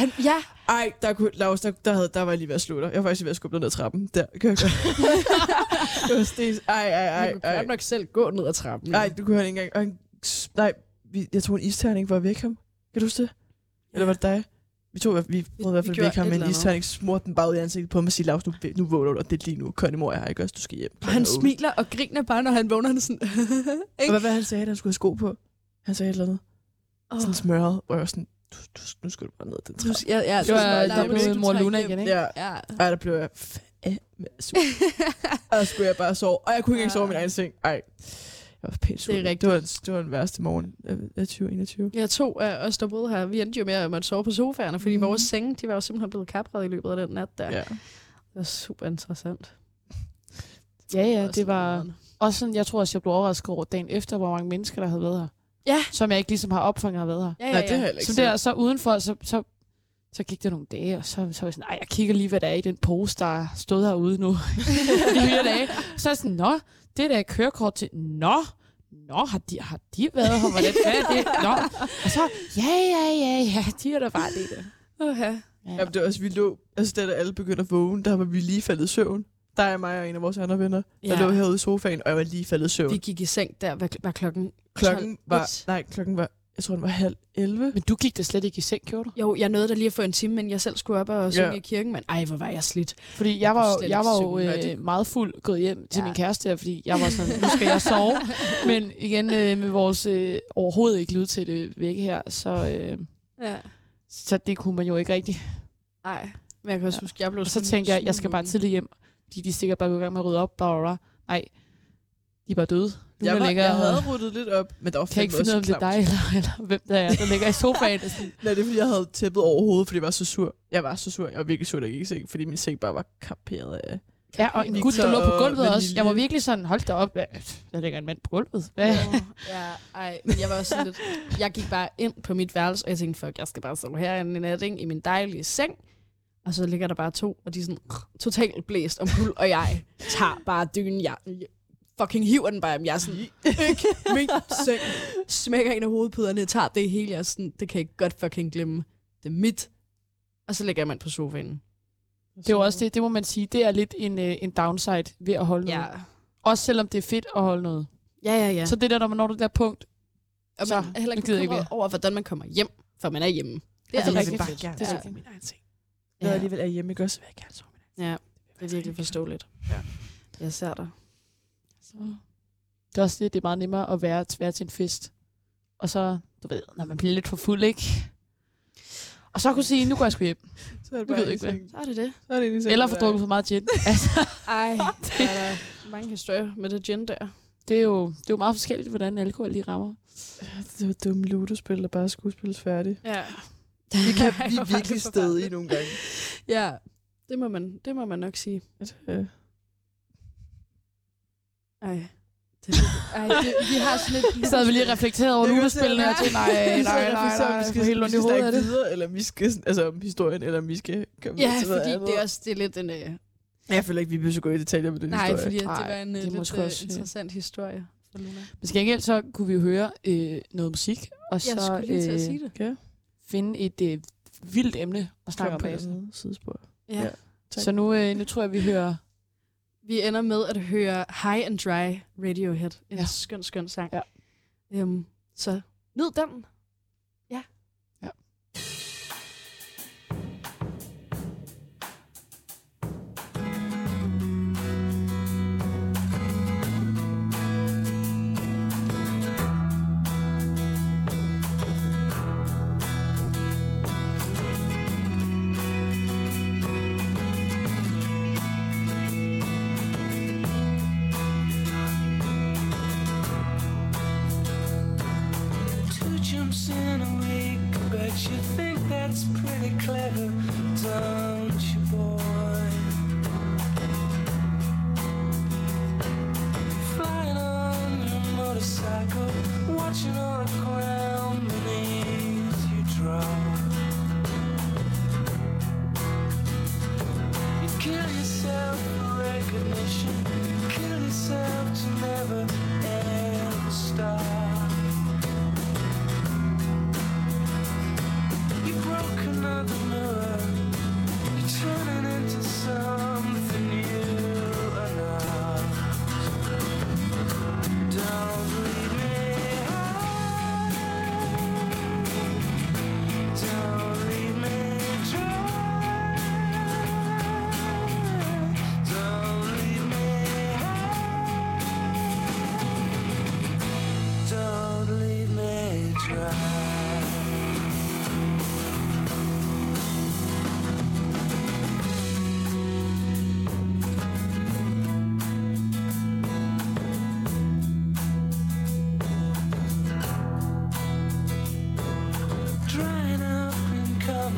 Der var jeg lige ved at slå dig. Jeg var faktisk lige ved at skubbe ned ad trappen. Der, kan jeg det var stes. Du kan nok selv gå ned ad trappen. Nej, du kunne ikke engang. Jeg tog en isterning for at vække ham. Kan du huske det? Eller var det dig? Vi prøvede i hvert fald væk ham med en isterning, smurte den bare ud i ansigtet på mig og sige, Lars, nu vågner du, og det er lige nu. Connie mor er her, ikke også? Du skal hjem. Og han smiler og griner bare, når han vågner. Han sådan, og hvad var han sagde, da han skulle have sko på? Han sagde et eller andet. Sådan smørret, hvor jeg var sådan, nu skal du bare ned den trappe. Der blev mor Luna igen, ikke? Ja. Ej, der blev jeg sur. Og så skulle jeg bare sove. Og jeg kunne ikke sove i min egen seng. Ej. var pænt Det er rigtigt. Det var den værste morgen af 2021. Ja, 2 af os, der boede her, vi endte jo med at måtte sove på sofaerne, fordi vores senge, de var jo simpelthen blevet kapret i løbet af den nat der. Ja. Det var super interessant. Ja, det var også sådan, jeg tror også, jeg blev overrasket over dagen efter, hvor mange mennesker, der havde været her. Ja. Som jeg ikke ligesom har opfanget har været her. Ja, Nej, det har jeg ikke Så der, så udenfor, så gik der nogle dage, og så var jeg sådan, nej, jeg kigger lige, hvad der er i den pose, der stod herude nu i 4 dage. Så er jeg sådan, nå, det der er kørekort til, nå, har de været her, hvordan er det? Nå, og så, ja, de er der bare det. Okay. Ja. Jamen, det var også, vi lå, altså da alle begyndte at vågne, der var vi lige faldet i søvn. Der er mig og en af vores andre venner, der lå herude i sofaen, og jeg var lige faldet i søvn. Vi gik i seng der, hvad klokken? Klokken var, jeg tror, den var 10:30. Men du gik da slet ikke i seng, gjorde du? Jo, jeg nåede da lige at få en time, men jeg selv skulle op og synge i kirken, men ej, hvor var jeg slidt. Fordi jeg var jo meget fuld gået hjem til min kæreste her, fordi jeg var sådan, nu skal jeg sove. Men igen, med vores overhovedet ikke lyd til det væk her, så det kunne man jo ikke rigtigt. Nej, men jeg kan også huske, jeg blev og så tænkte jeg skal bare tidligt hjem, fordi de er sikkert bare gået i gang med at rydde op. Nej, de er bare døde. Jeg havde ryddet lidt op, men der var kan ikke finde ud af, om det er dig, eller hvem der ligger i sofaen. Nej, det er fordi, jeg havde tæppet over hovedet, fordi jeg var så sur. Jeg var virkelig sur, da jeg gik i seng, fordi min seng bare var kaperet af... Ja, og en gut, der lå på gulvet også. Jeg var virkelig sådan, hold da op, der ligger en mand på gulvet. Ja, men jeg var også sådan lidt... Jeg gik bare ind på mit værelse, og jeg tænkte, fuck, jeg skal bare sove herinde i nat, i min dejlige seng. Og så ligger der bare 2, og de er sådan totalt blæst om kul, og jeg tager bare dynen, jeg fucking hiver den bare, jeg er sådan, ikke min seng, smækker en af hovedpuderne, tager det hele, jeg er sådan, det kan jeg godt fucking glemme, det er mit. Og så lægger jeg mig på sofaen. Det er jo også det må man sige, det er lidt en downside ved at holde noget. Også selvom det er fedt at holde noget. Ja. Så det der, når man når det der punkt, og man er heller ikke bekymret over, hvordan man kommer hjem, for man er hjemme. Det er rigtig fedt. Det er min egen ting. Jeg er alligevel hjemme, ikke også, vil jeg gerne sove med. Ja, det er virkelig forståeligt. Ja. Jeg ser dig. Så. Det er også det er meget nemmere at være til en fest. Og så, du ved, når man bliver lidt for fuld, ikke? Og så kunne sige, nu går jeg sgu hjem. Så er det bare Så er det det. Så er det eller for drukket for meget gin. Ej, der er mange historier med det gin der. Det er jo meget forskelligt, hvordan alkohol lige rammer. Det var dumme ludospil, der bare skulle spilles færdigt. Ja. Vi kan blive virkelig stedige nogle gange. Ja, det må man nok sige. Vi har sådan lidt... Så havde vi lige reflekteret over ludospillene og til, nej, vi skal helt rundt i hovedet af det. Videre, eller vi skal, altså om historien, eller om vi skal komme ja, til fordi det er også det er lidt en... Jeg føler ikke, vi behøver gå i detaljer med den historie. Nej, fordi det var en lidt interessant historie for Luna. Men skal gengæld, så kunne vi jo høre noget musik, og så jeg skulle lige til at sige det. Finde et vildt emne at snakke om bagefter. Sidespor. Ja. Så nu tror jeg, vi hører... Vi ender med at høre High and Dry Radiohead. En skøn sang. Ja. Så nyd den. Ja. In a week, but you think that's pretty clever, don't you, boy? Flying on your motorcycle, watching all the ground beneath you drop. You kill yourself for recognition, kill yourself to never ever stop. Another mirror, you're turning into something you are not. Don't leave me high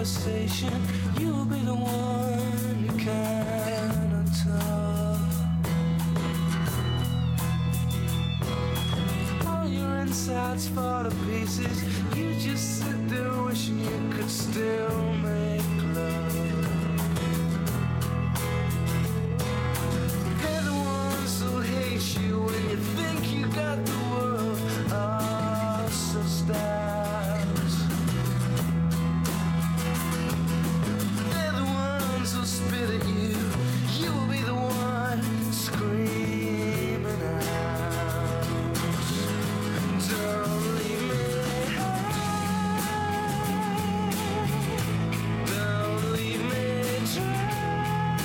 conversation. You'll be the one you cannot talk. All your insides fall to pieces. You just sit there wishing you could still make love. They're the ones who hate you when you think you got the world. Oh, so stars. They're the ones who spit at you. You will be the one screaming out. Don't leave me. Don't leave me dry.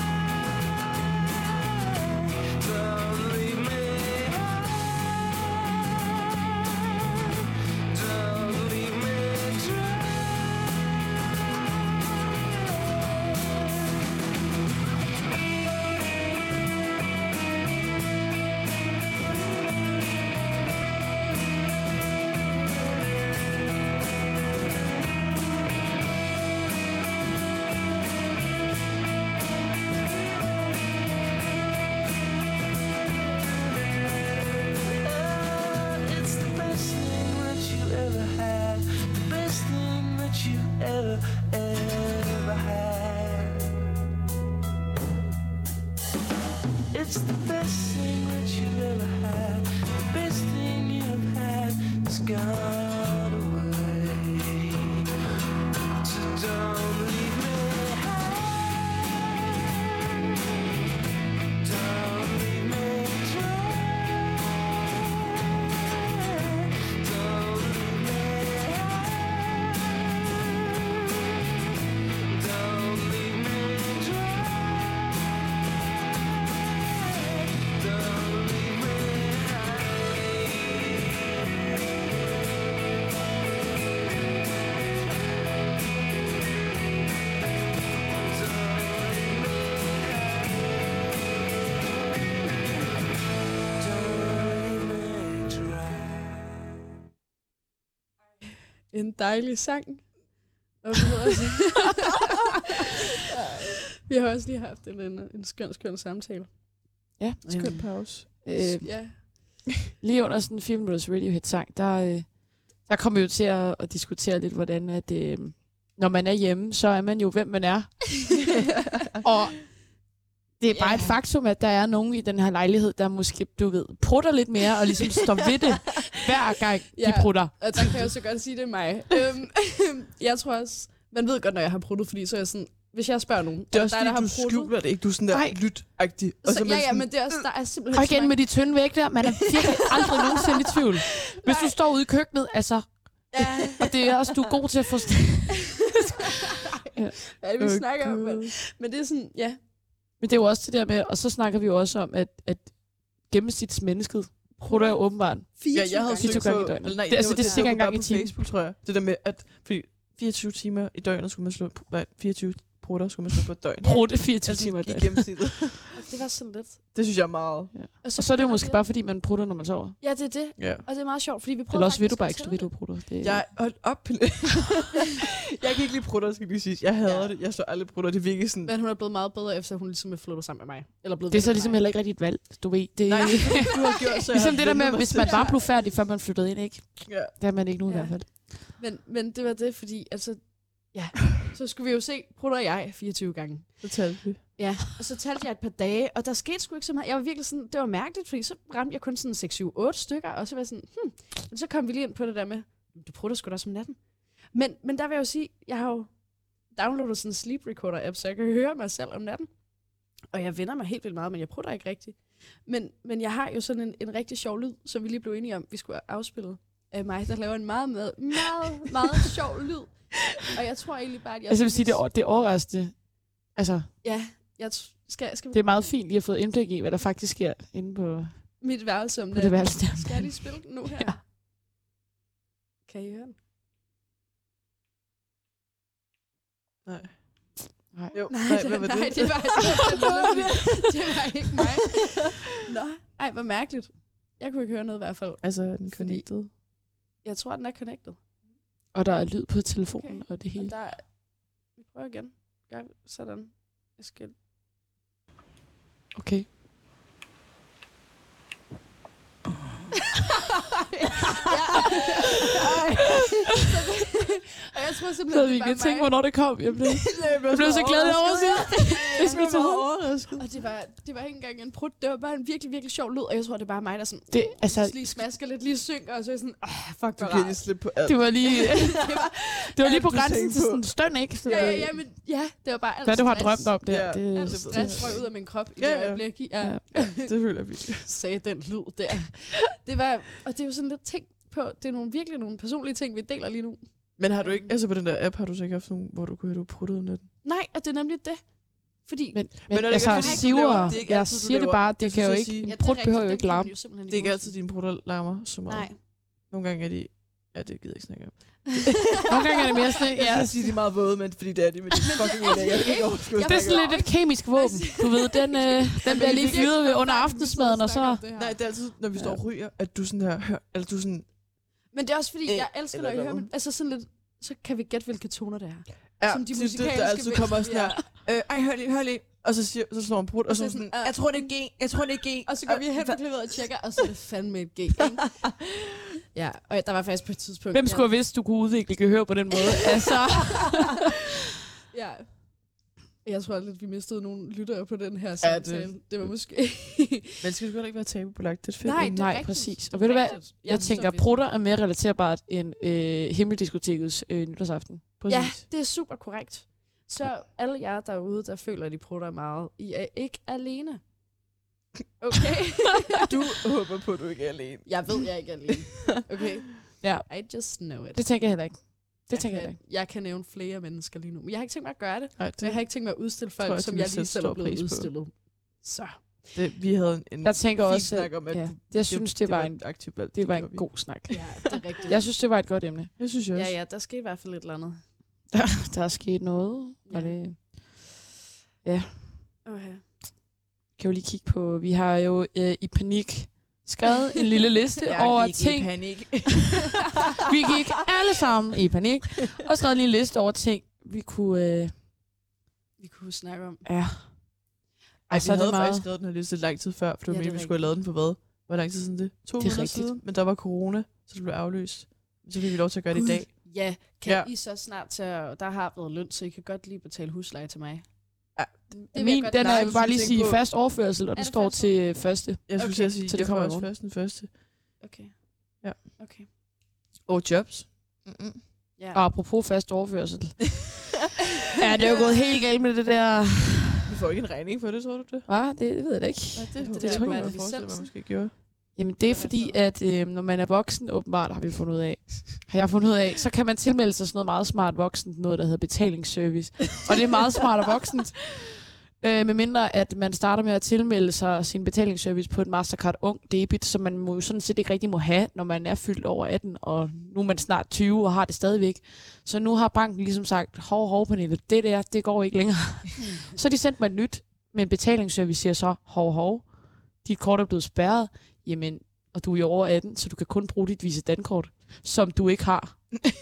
Don't leave me. Don't leave me dry. It's the best thing that you ever had. The best thing that you ever had. It's the best thing that you ever had. The best thing you have had is gone away. So don't leave me. Don't leave me dry. Don't leave me. Don't leave me dry. Don't leave me. En dejlig sang. Og vi har også lige haft en skøn samtale. Ja, Skøn pause. Ja. Lige under sådan en 4 minutters Radiohead-sang, der kommer vi jo til at diskutere lidt, hvordan at, når man er hjemme, så er man jo, hvem man er. Og det er bare et faktum, at der er nogen i den her lejlighed, der måske, du ved, prutter lidt mere, og ligesom står ved det, hver gang de prutter. Og der kan jeg jo så godt sige, det er mig. Jeg tror også, man ved godt, når jeg har pruttet, fordi så er jeg sådan, hvis jeg spørger nogen, Det er også der fordi, har du skjuler det ikke. Du er sådan der lyt-agtig. Og Så, ja, men det er også, der er simpelthen... Og igen med de tynde væg der, man er virkelig aldrig nogensinde i tvivl. Hvis du står ude i køkkenet, altså... Ja. Og det er også, du er god til at forstå. Ja, vi snakker om, men det er sådan, ja. Men det er jo også det der med, og så snakker vi jo også om, at gennemsnitsmennesket prutter jo åbenbart. 24 jeg havde gange. 24 gange i døgnet. Nej, Det er altså, det er sikkert en gang i på timen. Facebook, tror jeg. Det der med, at fordi 24 timer i døgnet skulle man slå... Nej, 24 prutter skulle man slå på et døgn. Prutte 24 timer i i døgnet. gennemsnittet. Det var sådan lidt. Det synes jeg er meget. Ja. Og så er det jo måske bare, fordi man prutter, når man sover. Ja, det er det. Ja. Og det er meget sjovt, fordi vi prøver Eller også ved du faktisk bare at ikke, du tælle ved, du prutter. Det Jeg holdt op. Jeg kan ikke lide prutter, skal lige sige. Jeg hader det. Jeg så aldrig prutter. Det virker sådan... Men hun er blevet meget bedre, efter hun ligesom er flyttet sammen med mig. Eller blevet det er så venner med ligesom mig. heller ikke rigtig et valg, du ved. Det Nej, du har gjort så. ligesom det der med, hvis man bare blev færdig, før man flyttede ind, ikke? Ja. Det er man ikke nu i Ja. hvert fald. Men det var det, fordi altså, ja, så skulle vi jo se, prutter jeg 24 gange. Så talte vi. Ja, og så talte jeg et par dage, og der skete sgu ikke så meget. Jeg var virkelig sådan, det var mærkeligt, fordi så ramte jeg kun sådan 6, 7, 8 stykker, og så var jeg sådan, Men så kom vi lige ind på det der med, du prutter sgu da også om natten. Men der vil jeg jo sige, jeg har jo downloadet sådan en sleep recorder app, så jeg kan høre mig selv om natten. Og jeg vender mig helt vildt meget, men jeg prutter ikke rigtigt. Men jeg har jo sådan en rigtig sjov lyd, som vi lige blev enige om, vi skulle afspille af mig, der laver en meget sjov lyd. Og jeg tror egentlig bare, at jeg... Altså, jeg vil sige, det er overraskende. Altså, Ja, skal det er meget fint lige at få indblik i, hvad der faktisk sker inde på mit værelse om det natten. værelse der. Skal jeg lige spille den nu her? Ja. Kan I høre den? Nej. Nej. Jo. Nej, hvad var nej, det? det var ikke mig. Nå, ej, hvor mærkeligt. Jeg kunne ikke høre noget i hvert fald. Altså, er den connected? Jeg tror, den er connected. Og der er lyd på telefonen og det hele. Og der, Prøv igen. Gør sådan. Jeg skal... Okay. Og jeg tror simpelthen, Så vi kan tænke, hvornår det kom. Jeg blev så glad over Og det var ikke engang en prut. Det var bare en virkelig, virkelig sjov lyd. Og jeg tror, det er bare mig, der sådan... Det, altså, lige smasker lidt, lige synker, og så er jeg sådan... Fuck, Du hvor kan lige rart. slippe på alt. det var lige, det var lige på alt, du grænsen tænkte til på. sådan en støn, ikke? Så Ja, men det var bare alt hvad du har stress. drømt om der. Ja. Det, Alt stress røg ud af min krop i det Ja, ja. øjeblik. Ja. Det føler jeg virkelig. Sagde den lyd der. Det var... Og det er jo sådan lidt ting på... Det er virkelig nogle personlige ting, vi deler lige nu. Men har du ikke, altså på den der app, har du så ikke haft nogen, hvor du kunne høre, du pruttede om natten? Nej, og det er nemlig det. Fordi... men er det altså, ikke, fordi du siver, laver- det er ikke jeg altid, du siger det laver- bare, det jeg kan jo skulle ikke, til at sige- en prut behøver jo ikke larme. Det er ikke altid dine prutter larmer så meget. Nej. Nogle gange er de... Ja, det gider jeg ikke snakke om. Nogle gange er det mere sådan, Jeg ja, skal sige, de er meget våde, men fordi det er de med de fucking idéer. Jeg kan ikke overskue at det er snakke om. sådan lidt et kemisk våben. Du ved, den bliver lige fyret ved under aftensmaden, og så... Nej, det er altid, når vi står og ryger, at du sådan her hører... Eller du sådan... Men det er også fordi, jeg elsker, når eller jeg hører... noget. Altså sådan lidt... Så kan vi gætte, hvilke toner det er. Ja, Som de det, musikalske der altid kommer sådan her... Ej, hør lige. Og så slår man brud, og så sådan... Jeg tror, det er G. Jeg tror, det er G. Og så går vi hen på klippet og tjekker, og så er det fandme et G, ikke? Ja, og der var faktisk på et tidspunkt... Hvem skulle have vidst, du kunne udvikle gehør på den måde? Altså... Ja. Jeg tror lidt, vi mistede nogle lyttere på den her Ja, samtale. Det var måske... Men skal det ikke være tabubelagt? Det er fedt. Nej, det er Nej, rigtigt. præcis. Det Og er ved du hvad? rigtigt. Jeg tænker, prutter er mere relaterbart end himmeldiskotekets nytårsaften. Ja, det er super korrekt. Så alle jer derude, der føler, at de prutter meget, I er ikke alene. Okay? Du håber på, at du ikke er alene. Jeg ved, jeg er ikke alene. Okay? Ja. I just know it. Det tænker jeg heller ikke. Det tænker jeg ikke. Jeg kan nævne flere mennesker lige nu. Men jeg har ikke tænkt mig at gøre det. Nej, Så jeg har ikke tænkt mig at udstille tror folk, jeg, som de jeg vil lige sætte selv er stor blevet pris på. udstillet. Så. Vi havde en Jeg tænker fin også, snak om, at ja, jeg synes, det var en, et aktivt valg. det var gjorde en vi. god snak. Ja, det er rigtigt. Jeg synes, det var et godt emne. Jeg synes også. Ja, der skal i hvert fald et eller andet. Der er sket noget. Og Ja. det Okay. kan jo lige kigge på. Vi har jo i panik skrevet en lille liste over ting. panik. Vi gik alle sammen i panik og skrevet en lille liste over ting, vi kunne... Vi kunne snakke om. Ja. Ej, så er vi det havde meget- faktisk skrevet den her liste lang tid før, for det var Ja, meningen, det vi er skulle have lavet den på hvad? Hvor lang tid siden det? 2 Det er måneder rigtigt. siden, men der var corona, så det blev aflyst. Så fik vi lov til at gøre det i dag. Ja, kan Ja. I så snart tage... Der har været løn, så I kan godt lige betale husleje til mig. Ja, Det vil Min, jeg godt den Nej, er, jeg du vil bare skulle lige tænke sige på- fast overførsel, og den det står fast til første. Jeg skulle Okay, til at sige, så det jeg får kommer i også morgen. først den første. Okay. Ja. Okay. Og jobs. Ja. Og apropos fast overførsel. Ja, det er jo gået helt galt med det der... Vi får ikke en regning for det, tror du det? Hvad? Det ved jeg da ikke. det tror tror jeg jeg, ikke. jeg Licensen. forestiller mig, måske gjorde. Jamen det er fordi, at når man er voksen, åbenbart har vi fundet ud af, så kan man tilmelde sig sådan noget meget smart voksen, noget der hedder betalingsservice. Og det er meget smart og voksent. Med mindre, at man starter med at tilmelde sig sin betalingsservice på et Mastercard Ung Debit, som man jo sådan set ikke rigtig må have, når man er fyldt over 18, og nu er man snart 20 og har det stadigvæk. Så nu har banken ligesom sagt, hov, Pernille, det går ikke længere. Så de sendte mig et nyt, men betalingsservice siger så, hov, dit kort er blevet spærret, jamen, og du er jo over 18, så du kan kun bruge dit Visa Dankort, som du ikke har.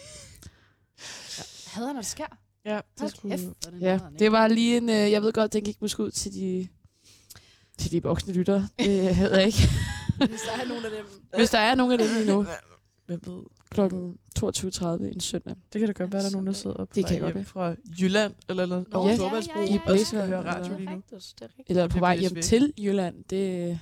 Hader, når det sker. Ja, Hold det skulle... kæft, hvor er det Ja, nederen, ikke? det var lige en... jeg ved godt, den gik måske ud til de voksne lyttere. Det havde jeg ikke. Hvis der er nogen af dem. Hvis der er nogen af dem lige nu, Hvem ved? klokken 22.30 en søndag. Det kan da godt være, der er nogen, der sidder på Det kan vej godt hjem fra Jylland, eller Nå, over ja. Storbæltsbro, I og skal Blæsvær, høre eller- radio Det lige er nu. rigtigt, det er rigtigt. Eller på vej Det hjem bliver til Jylland. Det,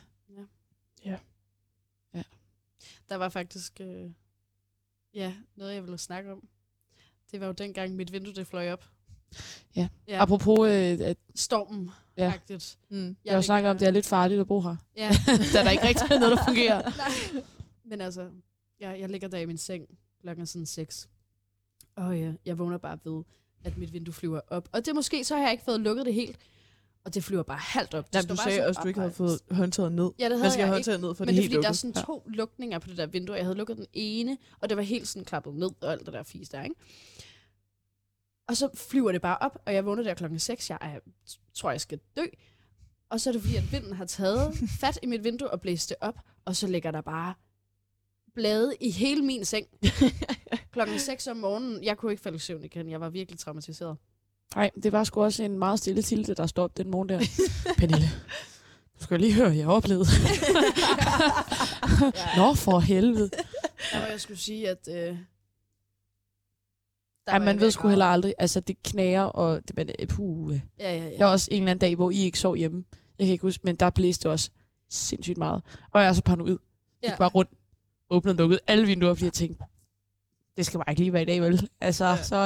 Der var faktisk noget, jeg ville snakke om. Det var jo dengang, mit vindue det fløj op. Ja. Ja. Apropos, at Stormen, Ja. faktisk. jeg har snakket om, at det er lidt farligt at bo her. Ja. Da der ikke rigtig er noget, der fungerer. Nej. Men altså, jeg ligger der i min seng klokken sådan 6. Og jeg vågner bare ved, at mit vindue flyver op. Og det måske, så har jeg ikke fået lukket det helt. Og det flyver bare halvt op. Det Jamen, står du bare sagde sådan også, at du ikke havde oprejst. fået håndtaget ned. Ja, det Man havde skal jeg have ikke. håndtaget ned, for Men det det er er helt fordi, der er lukket. sådan 2 lukninger på det der vindue. Jeg havde lukket den ene, og det var helt sådan klappet ned og alt det der fis der, ikke? Og så flyver det bare op, og jeg vågner der klokken 6. Jeg tror, jeg skal dø. Og så er det fordi, at vinden har taget fat i mit vindue og blæst det op, og så ligger der bare blade i hele min seng. Klokken 6 om morgenen. Jeg kunne ikke falde i søvn igen. Jeg var virkelig traumatiseret. Nej, det var sgu også en meget stille Tilde, der stod op den morgen der. Pernille, du skal lige høre, jeg har oplevet. Nå, for helvede. Ja, jeg skulle sige, at... Ja, man ved sgu heller aldrig. Altså, det knager, og det Ja. Der var også en eller anden dag, hvor I ikke sov hjemme. Jeg kan ikke huske, men der blæste også sindssygt meget. Og jeg er så paranoid. Jeg gik bare rundt, åbnede og lukkede alle vinduer, fordi jeg tænkte, det skal bare ikke lige være i dag, vel? Altså,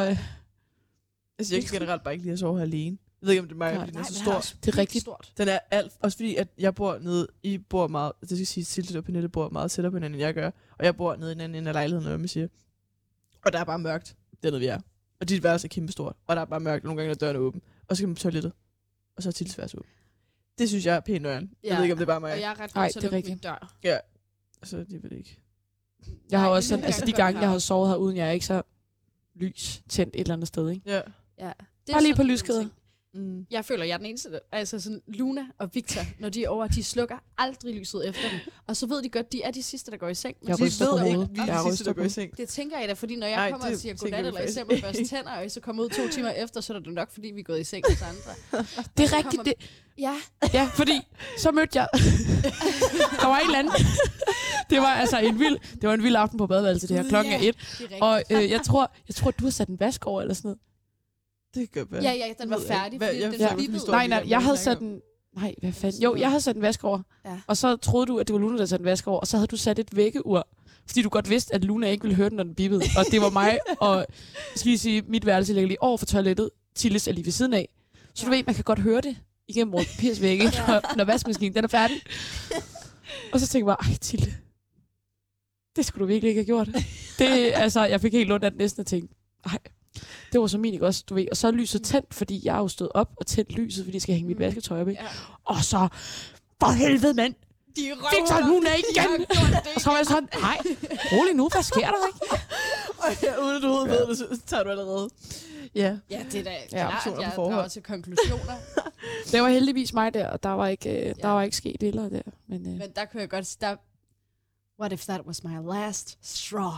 Altså, jeg kan generelt bare ikke lide at sove her alene. Jeg ved ikke, om det er mig, fordi den er så stor. det er rigtigt. Stort. Den er alt, også fordi, at jeg bor nede, I bor meget, det skal sige, Silde og Pernille bor meget tættere på hinanden, end jeg gør. Og jeg bor nede i en anden ende af lejligheden, når jeg siger. Og der er bare mørkt, dernede vi er. Og dit værelse er kæmpestort, og der er bare mørkt, og nogle gange er døren åben. Og så kan man på toilettet, og så er Tildes værelse åben. Det synes jeg er pænt nøjeren. Jeg ved ikke, om det er bare mig. Og jeg er ret Nej, godt til at det er lukke min rigtigt. dør. Ja, så det ved jeg ikke. Jeg har Nej, også sådan, nogle altså de gange gange, jeg har sovet her uden, jeg er ikke så lys tændt et eller andet sted, ikke? Ja. Ja. Det er Bare lige sådan på en lyskæder. ting. Mm. Jeg føler, jeg er den eneste, altså sådan Luna og Victor, når de er over, de slukker aldrig lyset efter dem. Og så ved de godt, de er de sidste, der går i seng. Men Jeg de ryster på ved ikke, hovedet. Vi er Jeg de sidste, ryster der går i på seng. det tænker jeg da, fordi når jeg Nej, kommer og det siger tænker godnat, vi eller i faktisk eksempel børste ikke. tænder, og I så kommer ud 2 timer efter, så er det nok, fordi vi er gået i seng hos andre. Det er rigtigt, det. Ja. Ja, fordi så mødte jeg... der var en eller anden... det var altså en vild aften på badeværelset, det her. Klokken er 1. Det er rigtigt. Og jeg tror, du har sat en vask over eller sådan noget. Det kan være. Ja, den var færdig, fordi den jeg var vippet. forstår Nej, ikke, hvad jeg du havde snakker sat en... Nej, hvad fanden? Jo, jeg havde sat en vask over. Ja. Og så troede du, at det var Luna, der satte en vask over. Og så havde du sat et vækkeur. Fordi du godt vidste, at Luna ikke ville høre den, når den bippede. Og det var mig, og skal lige sige, mit værelse ligger lige over for toilettet. Tilles er lige ved siden af. Så du ved, man kan godt høre det igennem vores papirsvægge, når vaskemaskinen den er færdig. Og så tænkte jeg bare, ej Tilde, det skulle du virkelig ikke have gjort. Det, altså, jeg fik helt ondt af den næsten og tænkte, ej, det var så min, ikke også, du ved. Og så er lyset tændt, fordi jeg har jo stået op og tændt lyset, fordi jeg skal hænge mit vasketøj op, ikke? Ja. Og så, for helvede, mand! De Victor, Luna igen! Og så var jeg sådan, nej, rolig nu, hvad sker der, ikke? Og ja, uden at du ved det, så tager du allerede. Ja. Ja, det er da klart, ambitioner jeg på forhold. drager til konklusioner. Det var heldigvis mig der, og der var ikke sket eller der. Men, Men der kunne jeg godt sige, what if that was my last straw?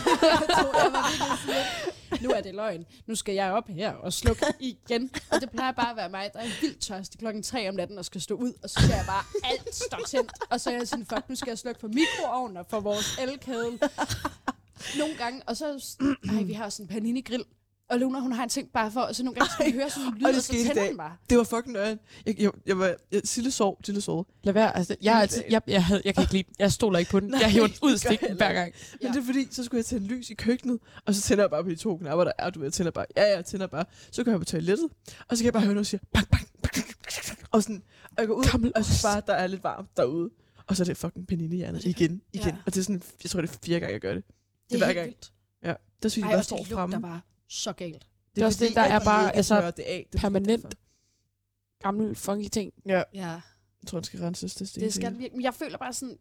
Nu er det løgn. Nu skal jeg op her og slukke igen. Og det plejer bare at være mig, der er vildt tørstig 3:00 om natten og skal stå ud. Og så ser jeg bare alt stå tændt. Og så er jeg sådan, fuck, nu skal jeg slukke for mikroovnen og for vores elkedel. Nogle gange, og så, vi har sådan en panini-grill. Og Luna, hun har en ting bare for, så nogle gange skal vi høre sådan en lyd, og det og så skete i tænder dag. den bare. Det var fucking nøjeren. Sille sov. lad være, altså, jeg kan ikke lide, jeg stoler ikke på den. Jeg hiver den ud af stikken hver gang. Men det er fordi, så skulle jeg tænde lys i køkkenet, og så tænder jeg bare på de 2 knapper, der er. Du ved, jeg tænder bare. Jeg tænder bare. Så går jeg på toilettet, og så kan jeg bare høre noget, der siger bang, bang, bang, bang, og sådan, og jeg går ud, og jeg synes bare, der er lidt varmt derude. Og så er det fucking panini-hjernet igen. Ja. Og det er sådan, jeg tror, det er 4 gange, jeg gør det. Det er hver helt gang. vildt. Ja, der synes jeg Ej, bare og står det fremme. lugter bare så galt. Det er også det, der er bare altså, det af. Det er permanent derfor. gammel funky ting. Ja, Ja. jeg tror, den skal renses. Det skal virkelig. Men jeg føler bare sådan,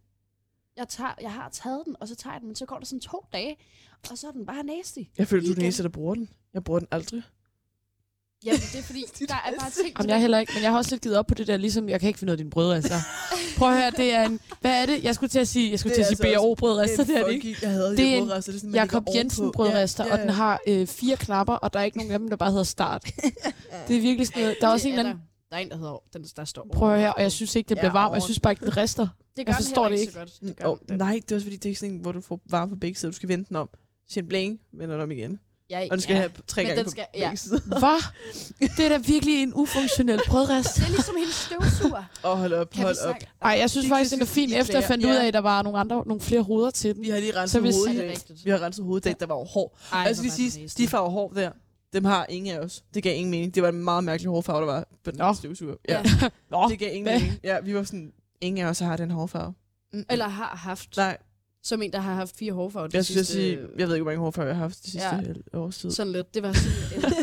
jeg har taget den, og så tager jeg den, men så går der sådan 2 dage, og så er den bare nasty. Jeg føler, du er den Igen. eneste, der bruger den. Jeg bruger den aldrig. Jamen, det er fordi, der er bare ting Jamen, jeg heller ikke, men jeg har også lidt givet op på det der, ligesom, jeg kan ikke finde ud af dine brødrester. Prøv at høre, det er en, hvad er det? Jeg skulle til at sige B&O-brødrester, det er det ikke. Jeg havde Det de er en brødrester. Det er sådan, man Jakob lægger Jensen ovenpå. brødrester, Ja, og den har 4 knapper, og der er ikke nogen af dem, der bare hedder start. Det er virkelig sådan noget. Der er også en eller anden, Der er en, der hedder, der står prøv at høre, og jeg synes ikke, det bliver varmt, jeg synes bare ikke, den rister. Det gør jeg den forstår heller det ikke så godt. Det gør Oh, den da. nej, det er også fordi, det er ikke sådan en, hvor du får varme på begge sider. Du skal vente den om. Siger bling, vender den om igen. Ja, Og du skal have 3 Men gange den på skal- begge ja. sider. Hvad? Det er da virkelig en ufunktionel brødrest. Det er ligesom hendes støvsuger. Hold op, Kan vi hold op. snakke? Ej, jeg synes Det faktisk, kan den er fin, I efter jeg fandt klager. ud af, Ja. at der var nogle flere hoveder til den. Vi har lige Så renset vil hovedet. sige- Er det i dag. rigtigt? Vi har renset hovedet i dag, der var jo hår. Ej, Jeg skal hvor lige var sige, det næste. de farver hår der, dem har ingen af os. Det gav ingen mening. Det var en meget mærkelig hårfarve, der var på den Nå. støvsuger. Ja. Nå, Det gav ingen hvad? mening. Ja, vi var sådan, ingen af os har den hårfarve. Eller har haft. Nej, Som en, der har haft 4 hårfarver de jeg synes, sidste... jeg ved ikke, hvor mange hårfarver jeg har haft de sidste års tid. Sådan lidt. Det var sådan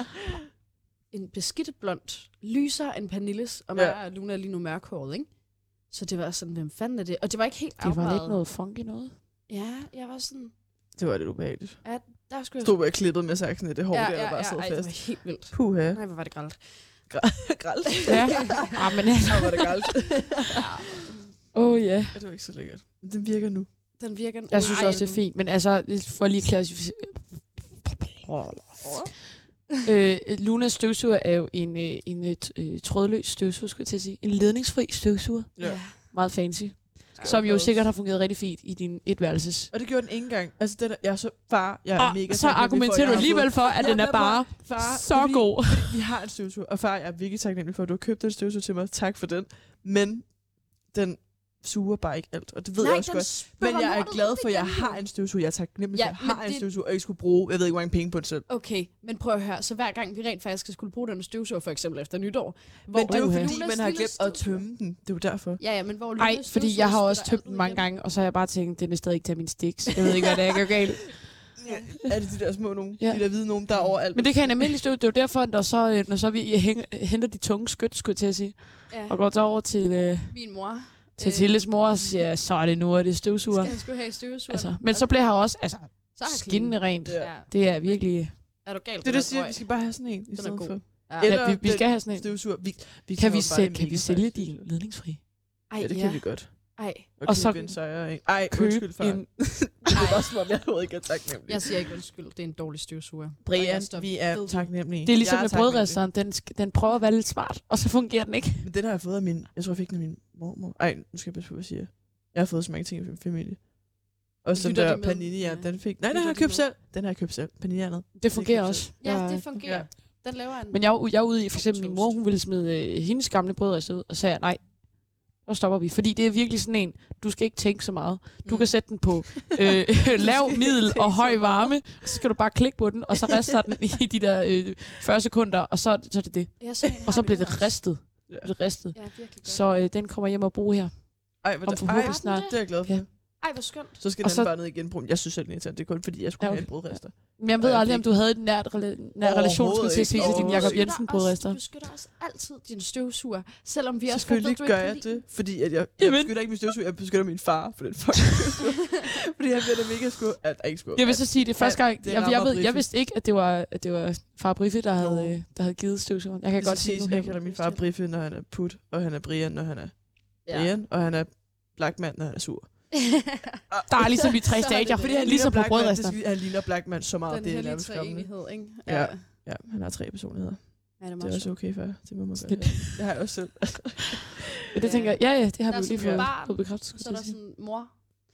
en beskidt blond, lysere end Pernilles, og mig og Luna er lige nu mørkhåret, ikke? Så det var sådan, hvem fanden er det? Og det var ikke helt det var afvejet. lidt noget funky noget. Ja, jeg var sådan... Det var lidt ubehageligt. Der skulle jeg... Stod jeg klippet med saksen i det hår, der bare sad ej, det var fast. helt vildt. Puha. Nej, hvor var det gralt. Gralt. Ja, men Hvor var det galt. ja. Ja, det var ikke så lækkert. Men den virker nu. Den virker... Jeg synes Ej, også, det er fint. Men altså, for lige klassificere... Lunas støvsuger er jo en trådløs støvsuger, skulle jeg til at sige. En ledningsfri støvsuger. Ja. Meget fancy. Som jo sikkert har fungeret rigtig fint i din etværelses. Og det gjorde den ikke engang. Altså, jeg er mega så argumenterer du alligevel for, at den er bare så god. Vi har en støvsuger, og far, jeg er virkelig taknemmelig for, at du har købt den støvsuger til mig. Tak for den. Men den suger bare ikke alt, og det ved jeg også godt. Men jeg er glad for, at jeg har en støvsuger. Jeg er taknemmelig for, at jeg har en støvsuger, og ikke skulle bruge, jeg ved ikke, hvor mange penge på den selv. Okay, men prøv at høre. Så hver gang vi rent faktisk skulle bruge den støvsuger, for eksempel efter nytår. Men det er jo fordi, man har glemt at tømme den. Det er jo derfor. Ja, men hvor Nej, fordi jeg har også tømt den mange gange, og så har jeg bare tænkt, den er stadig ikke til min stiks. Jeg ved ikke, hvad det er, jeg gør galt. Er det de der små nogen? Ja. De der hvide nogen, der er overalt. Men det kan en almindelig støv. Det er jo derfor, når så vi henter de tunge skyt, skulle jeg til at sige, og går over til min mor. Til Tilles mor og siger, så er det nu, at det støvsuger. Skal jeg sgu have støvsuger? Altså, men så bliver her også skinnende rent. Ja. Det er virkelig... Er du galt? Det siger, vi skal bare have sådan en i stedet for. Ja, vi skal have sådan en. Støvsuger. Kan vi sælge de ledningsfri? Ja, det kan vi godt. Og så købe en sejr, ikke? Undskyld, far. Det er også, som om jeg overhovedet ikke er taknemmelig. Jeg siger ikke undskyld, det er en dårlig støvsuger. Brian, vi er taknemmelige. Det er ligesom med brødresteren. Den prøver at være lidt smart, og så fungerer den ikke. Men den har jeg fået af jeg tror, jeg fik den af min mormor. Ej, nu skal jeg passe på, hvad jeg siger. Jeg har fået så mange ting i min familie. Og så den der panini, den fik... Nej, den har jeg købt selv. Den har jeg købt selv. Panini. Det fungerer også. Ja, det fungerer. Den laver en. Men jeg er ude i, for eksempel min mor, hun ville smide hendes gamle brødrester ud, og sagde, nej, så stopper vi. Fordi det er virkelig sådan en, du skal ikke tænke så meget. Du kan sætte den på lav, middel og høj varme, og så skal du bare klikke på den, og så rister den i de der 40 sekunder, og så er det det. Ja, og så bliver det ristet. Ja, virkelig godt. Så den kommer hjem og bruge her. Ej, det er jeg glad for. Ja. Ej, hvor skønt. Så skal den bare ned igen. Jeg synes selv, det er kun fordi, jeg skulle have en brødrester. Men jeg ved aldrig, om du havde et nær relation til at sige til din Jacob Jensen brødrester. Du beskytter også altid din støvsuger, selvom vi også selvfølgelig gør jeg det, fordi at jeg beskytter ikke min støvsuger, jeg beskytter min far for den fucking støvsuger. Fordi han bliver da mega skud, at ikke skud. Jeg vil så sige, det første gang, jeg vidste ikke, at det var far Briffe, der havde givet støvsugeren. Jeg kan godt sige, jeg kalder min far Briffe, når han er Put, og han er Brian, når han er Brian, og han er Blackman, når han er sur. Der er ligesom de 3 stadier, fordi han ligesom på brødrester. Han ligner Blackman så meget, det er nærmest skræmmende. Ikke? Ja, han har 3 personligheder. Ja, det er også okay for det må man gøre. Det har jeg også selv. Det tænker jeg, ja, det har vi lige fået bekræftet. Så er der sådan mor.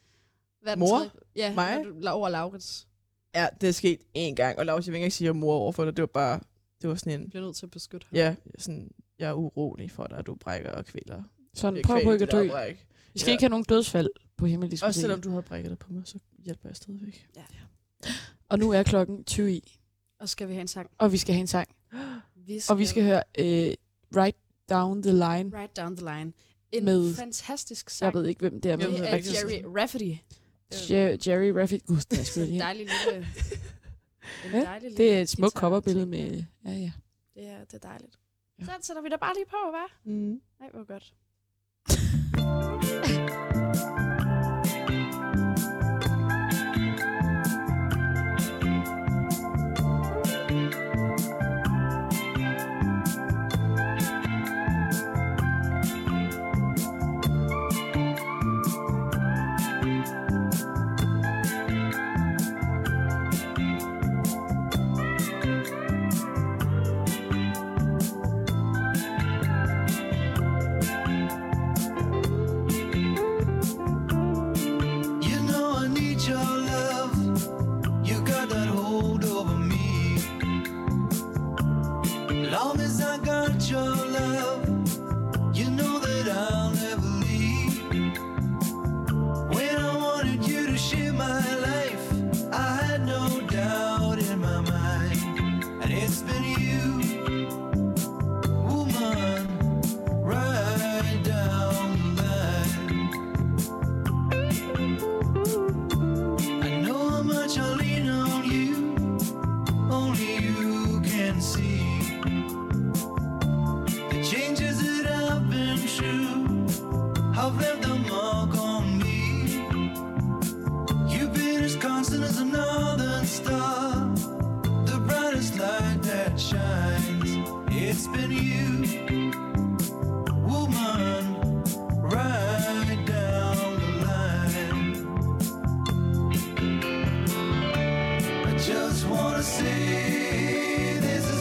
Mor? Ja, mig? Over Laurits. Ja, det er sket én gang, og Laurits, jeg vil ikke sige mor overfor dig, det var sådan en... Du bliver nødt til at beskytte ham. Ja, sådan, jeg er urolig for dig, at du brækker og kvæler. Sådan, prøv på ikke at dø. Vi skal ikke have nogen dødsfald på himmeldiskotek. Også selvom du havde brækket dig på mig, så hjælper jeg stadigvæk. Ja. Og nu er klokken 20 i. Og skal vi have en sang. Og vi skal have en sang. Og vi skal høre Right Down the Line. Right Down the Line. En med, fantastisk sang. Jeg ved ikke, hvem det er. Det er Jerry Rafferty. Jerry Rafferty. Gud, det er sgu en dejlig lille... det er et smukt coverbillede med... Ja. Det er dejligt. Så sætter vi da bare lige på, hva'? Nej, hvor godt. Just wanna say this is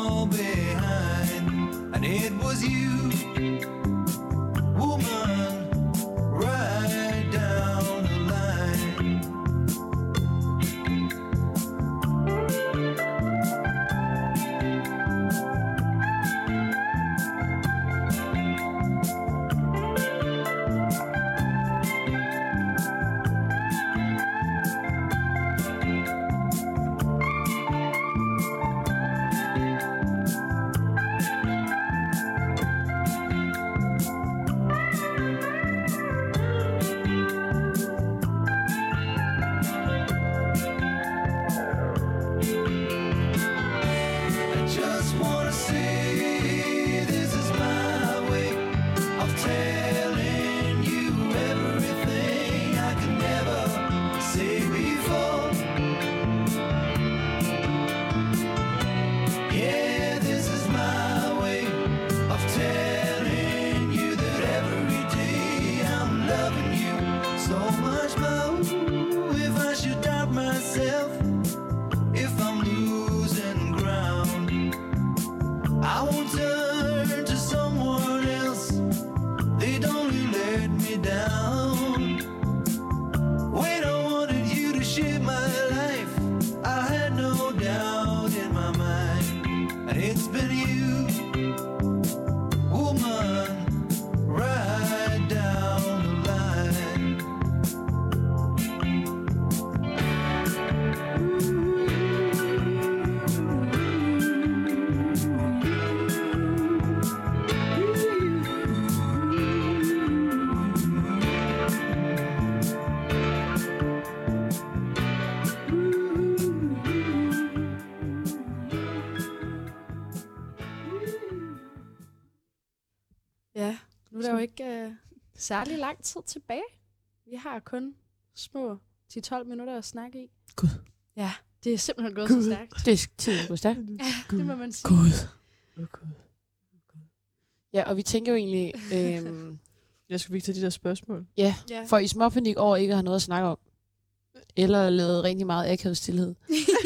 all behind. And it was you, woman, right down the line. I just wanna say this is my way of telling you everything I could never say before. Yeah, this is my way of telling you that every day I'm loving you so much more. If I should doubt myself, if I'm losing ground, I won't turn to someone else. They'd only let me down. When I wanted you to share my life, I had no doubt in my mind. And it's been you, woman, right down the line. Ja, nu er der jo ikke særlig lang tid tilbage. Vi har kun små 10-12 minutter at snakke i. Gud. Ja, det er simpelthen gået Gud. så stærkt. Det er tiden på stærkt. Ja, det må man sige. Gud. Okay. Ja, og vi tænker jo egentlig, Jeg skulle ikke tage de der spørgsmål. ja, Ja. for i småpanik over ikke at have noget at snakke om, eller lavet rigtig meget akavet stillhed,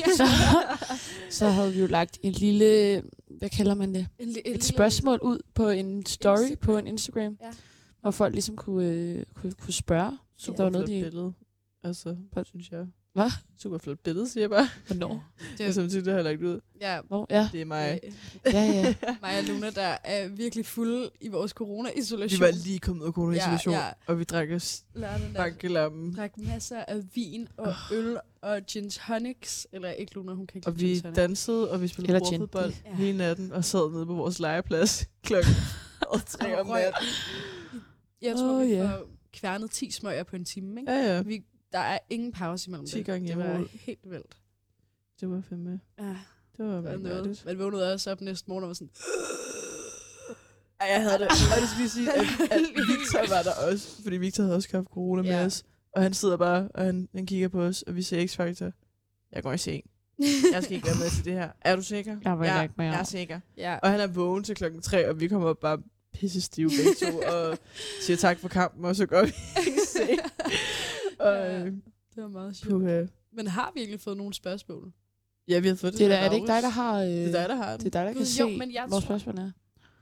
så havde vi jo lagt en lille, hvad kalder man det? Et spørgsmål ud på en story Instagram. på en Instagram, Ja. hvor folk ligesom kunne spørge. Så der var noget, de... billede. Altså, synes jeg. Hvad? Super flot billede, siger jeg bare. Hvornår? Det Jeg synes, det har jeg lagt ud. Ja, Nå, ja. Det er mig. Ja. mig og Luna, der er virkelig fulde i vores Vi corona-isolation. var lige kommet ud af corona-isolation, Ja, ja. og vi drak os Lørdag nat. bankelammen. Drak masser af vin og øl og gin tonics. Eller ikke Luna, hun kan ikke Og lide vi gin tonic. dansede, og vi spillede Eller gin. bordfodbold Ja. hele natten, og sad nede på vores legeplads klokken 3 om Og røg. natten. Jeg tror, vi ja. får kværnet 10 smøger på en time, ikke? Ja, ja. Der er ingen pause imellem 10 det. gange Det var hjemme. helt vildt. Det var fandme. Ja, Det var det var noget. mærkeligt. Man vågnede også op næste morgen og var sådan... Ej, jeg havde det. Og det skal lige sige, at Victor var der også, fordi Victor havde også haft corona med Ja. os. Og han sidder bare, og han kigger på os, og vi ser X-Factor. Jeg går i seng. Jeg skal ikke være med til det her. Er du sikker? Jeg var ja, ikke med. jeg er sikker. Ja. Og han er vågen til klokken 3, og vi kommer bare pissestive begge to, og siger tak for kampen, og så går vi i seng. Og, Ja. Det var meget sjovt. puha. Men har vi egentlig fået nogle spørgsmål? Ja, vi har fået det. Det fra er det ikke dig, der Laurits. har... Det er dig, der har det den. er dig, der Gud, kan se, jo, men jeg hvor tror- spørgsmålet er.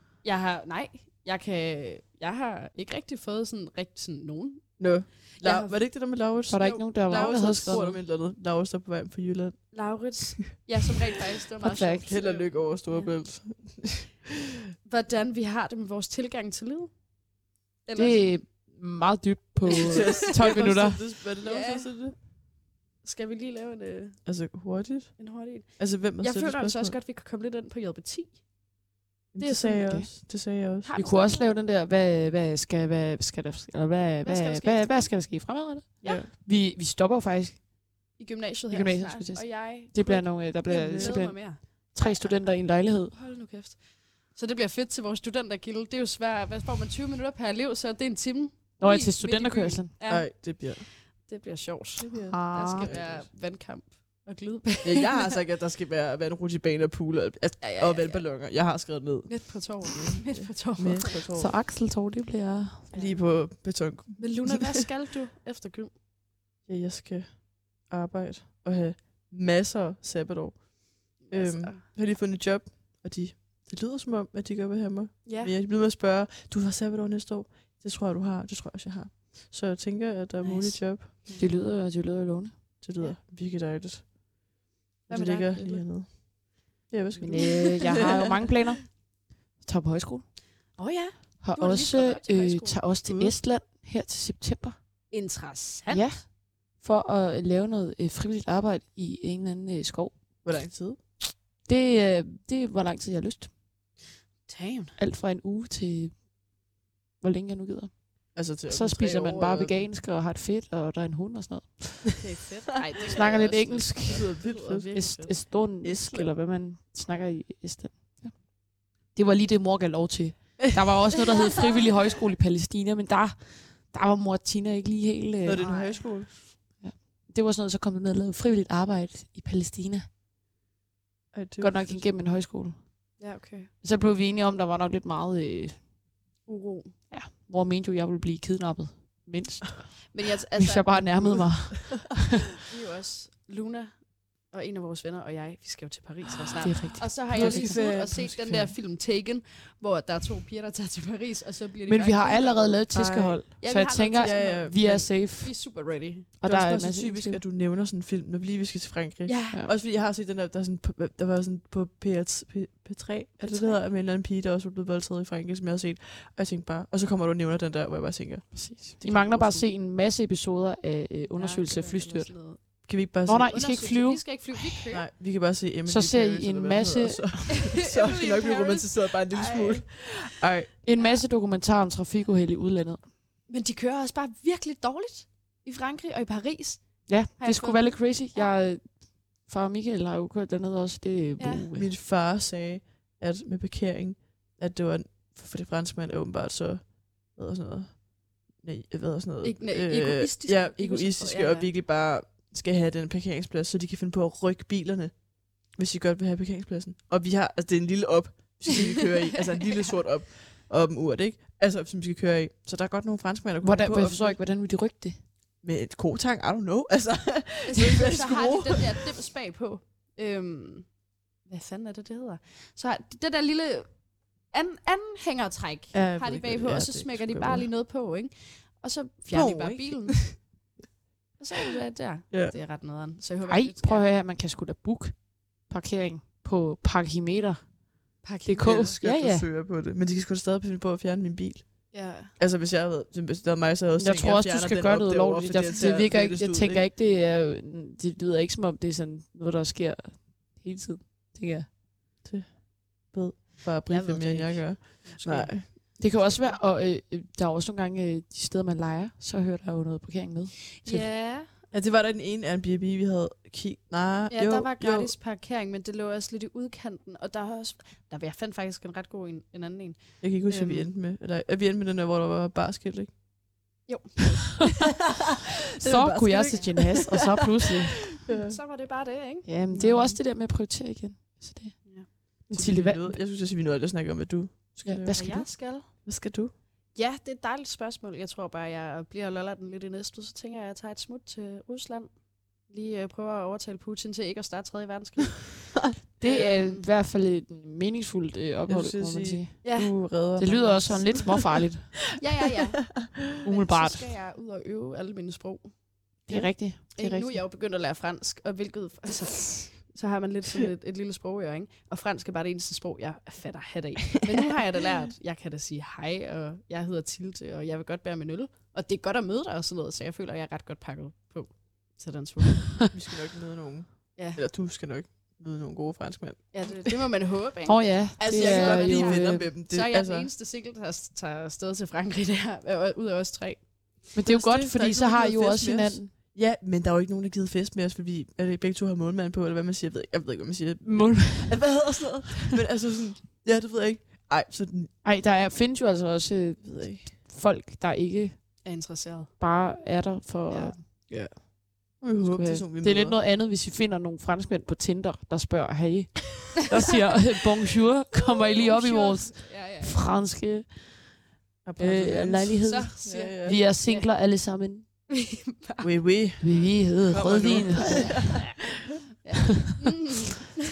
Jeg har ikke rigtig fået sådan nogen. Nå. Jeg har- Var det ikke det der med Laurits? Var der Jo, ikke nogen, der var Laurits der havde havde spurgt skrevet om et eller andet. Laurits er på vej fra Jylland. Laurits. Ja, som rent faktisk. Det var meget Fun fact. sjovt. Held og lykke over Storebælt. Hvordan vi har det med vores tilgang til livet. Eller Det er meget dybt på 12 minutter. Var det Laurits, Ja. der sagde det? skal vi lige lave Altså hurtigt? en hurtig en? Altså hvem har Jeg stillet føler altså også spørgsmål? godt, at vi kan komme lidt ind på JB10. Jamen, det er det sagde jeg sådan, også. Det sagde jeg også. Har Vi vi kunne også snakket lave den der, hvad skal der ske, eller hvad skal der ske fremadrettet? Ja. Vi stopper jo faktisk. i gymnasiet I her gymnasiet, snart, skulle jeg til og jeg... Det bliver nogle, der jeg bliver glæder simpelthen mig mere. 3 studenter i en lejlighed. Hold nu kæft. Så det bliver fedt til vores studentergilde. Det er jo svært. Hvad får man 20 minutter per elev, så det er en time. Nå, Lige til midt i studenterkørslen. byen. Ja, Nej, det bliver... det bliver sjovt. Det bliver... Der Ah. skal være vandkamp og glidebane. Ja, jeg har sagt, at der skal være vandrutsjebane og pool og, og vandballoner. Jeg har skrevet ned. Midt på torvet. Midt på torvet. Med på torvet. Så Axeltorv, det bliver... Lige på beton. Men Luna, hvad skal du efter gym? Ja, jeg skal arbejde og have masser af sabbatår. Jeg har lige fundet et job, Og det lyder som om, at de gør, hvad her mig. Ja. Men jeg er blevet med at spørge, du har sabbatår næste år? Det tror jeg, du har. Det tror jeg også, jeg har. Så jeg tænker, at der er muligt job. Det lyder lovende. Det lyder virkelig dejligt. Hvad Det med dig, ligger Pelle? lige hernede. Ja, hvad skal Men du? jeg har jo mange planer. Jeg tager på højskole. Åh ja. Har Du har lige skrevet op til højskole. tager også til Estland her til september. Interessant. Ja. For at lave noget frivilligt arbejde i en eller anden skov. Hvor lang tid? Det er, hvor lang tid jeg har lyst. Damn. Alt fra en uge til, hvor længe jeg nu gider. Altså til Så spiser man bare vegansk og har det fedt, og der er en hund og sådan noget. Det er fedt. Ej, det Snakker er lidt også engelsk. Det lyder vildt fedt. Estonisk, Estland. eller hvad man snakker i Estland. Ja. Det var lige det, mor gav lov til. Der var også noget, der hed frivillig højskole i Palæstina, men der var mor Tina ikke lige helt... Nå, det er en højskole. Det var sådan noget, så kom du ned og lavede frivilligt arbejde i Palæstina. Ej, det Godt nok igennem en højskole. Ja, okay. Så blev vi enige om, der var nok lidt meget... Uro. Mor mente jo, jeg ville blive kidnappet. Mindst. Men jeg, Hvis jeg bare nærmede mig. Vi er jo også Luna og en af vores venner og jeg, vi skal jo til Paris snart. Det er rigtigt. Og så har Det er jeg lige rigtigt. siddet og set den der film Taken, hvor der er 2 piger, der tager til Paris, og så bliver de Men bare vi har kidnappet. allerede lavet et tæskehold. Ja, Så vi jeg har tænker, lavet et tæskehold. vi er Men safe. Vi er super ready. Og det der er er også bare masse så typisk, at du nævner sådan en film, når vi skal til Frankrig. Ja. Også fordi jeg har set den der var sådan på P3, er det det hedder, med en eller anden pige, der også var blevet voldtaget i Frankrig, som jeg har set. Og jeg tænkte bare, og så kommer du og nævner den der, hvor jeg bare tænker, Præcis. I mangler bare at se en masse episoder af undersøgelse af flystyrt. kan vi ikke bare Nå se... nej, I skal ikke flyve. Vi skal ikke flyve, vi kører. Nej, vi kan bare se Emily Så ser I Paris, en eller hvad den masse- hedder, så er vi nok blive romantiseret bare en lille smule. Ej, En masse dokumentarer om trafikuheld i udlandet. Men de kører også bare virkelig dårligt i Frankrig og i Paris. Ja, jeg det skulle fået- være lidt crazy. Jeg, far Michael har jo kørt dernede også. Det Ja. min far sagde, at med parkering, at det var for det franskmænd er åbenbart så, hvad er sådan noget? Nej, hvad er sådan noget? Ikke- egoistiske. Ja, egoistiske, Ja, ja. og virkelig bare skal have den parkeringsplads, så de kan finde på at rykke bilerne, hvis de godt vil have parkeringspladsen. Og vi har, altså det er en lille op, hvis vi kører i, altså en lille sort op en urt, ikke? Altså, som vi skal køre i. Så der er godt nogle franskmænd, der Hvordan, på jeg forstår ikke, hvordan vil de rykke det? med et kotang, I don't know. Altså, Så har de den der dims bagpå. Hvad fanden er det hedder? Så har det der lille anhængertræk har de bagpå, og så smækker de bare lige noget på, ikke? Og så fjerner de bare ikke? bilen. Og så er det der. Ja. Det er ret nederen. Så jeg håber, Nej, ikke, det sker. prøv at høre her. Man kan sgu da book parkering på Parkimeter. DK. Jeg skal Ja, ja. søge på det. Men de kan sgu da stadig finde på at fjerne min bil. Ja. Altså, hvis jeg havde hvis det var mig, så havde jeg også Jeg tænkt, tror også, du fjerner skal den gøre op noget derovre, lovligt. fordi Det virker ikke, føles jeg ud, tænker ikke, det lyder ikke som om, det er sådan noget, der sker hele tiden. Tænker jeg. Bare Jeg briefe ved mere, det end jeg ikke. gør. Måske. Nej. Det kan også være, og der er også nogle gange de steder, man leger, så hører der jo noget parkering med. til. Ja, Ja, det var der den ene Airbnb, vi havde Nej, ja jo, der var jo. gratis parkering, men det lå også lidt i udkanten, og der var også, jeg fandt faktisk en ret god en anden en. Jeg kan ikke huske, hvad vi endte med. Eller, vi endte med den der, hvor der var barskilt, ikke? Jo. Så kunne jeg se Jen Hass, og så pludselig. Så var det bare det, ikke? Jamen, det er jo også det der med at prioritere igen. Så det. Ja. Men Tilly, hvad, Jeg synes, at vi nu aldrig snakke om, hvad du skal Ja, lave. hvad skal Og du? jeg skal. Hvad skal du? Ja, det er et dejligt spørgsmål. Jeg tror bare, jeg bliver loller den lidt i næste, så tænker jeg, at jeg tager et smut til Rusland. Lige prøver at overtale Putin til ikke at starte 3. verdenskrig. Det er i hvert fald et meningsfuldt ophold, skulle må man sige. sige. Ja, Du redder Det lyder også sådan lidt småfarligt, ja. umiddelbart. Så skal jeg ud og øve alle mine sprog. Det er rigtigt. Det er Nu er rigtigt. jeg jo begyndt at lære fransk, og hvilket... Altså, så har man lidt sådan et lille sprogøre, ikke? Og fransk er bare det eneste sprog, jeg fatter hat af. Men nu har jeg da lært, jeg kan da sige hej, og jeg hedder Tilde, og jeg vil godt bære min øl. Og det er godt at møde dig og sådan noget, så jeg føler, at jeg er ret godt pakket på til den tur. Vi skal nok møde nogen. Ja. Eller du skal nok møde nogle gode franskmænd. Ja, det må man håbe, ikke? Ja, Altså, det jeg kan er godt blive jo, venner med dem. Det, Så er jeg altså, den eneste single, der tager afsted til Frankrig der, ud af os 3. Men det er jo også godt, det. Der er fordi ikke så nogen, har der I jo gider også fest med os. hinanden. Ja, men der er jo ikke nogen, der gider fest med os, fordi begge to har målmand på, eller hvad man siger. Jeg ved ikke, hvad man siger. Hvad hedder sådan noget? Men altså sådan, ja, det ved jeg ikke. Ej, sådan, Ej, findes jo altså også ved jeg ikke. folk, der ikke Er interesseret. bare er der for... Ja. Ja. Vi håber, det er sådan, vi Det er lidt møder. noget andet, hvis I finder nogle franskmænd på Tinder, der spørger, hey, der siger, bonjour, kommer I lige op i vores Ja. franske Appartement. lejlighed? Så siger Ja, ja. Vi er singler alle sammen. Oui, oui. Vi hedder Kommer nu. rødvin. Ja.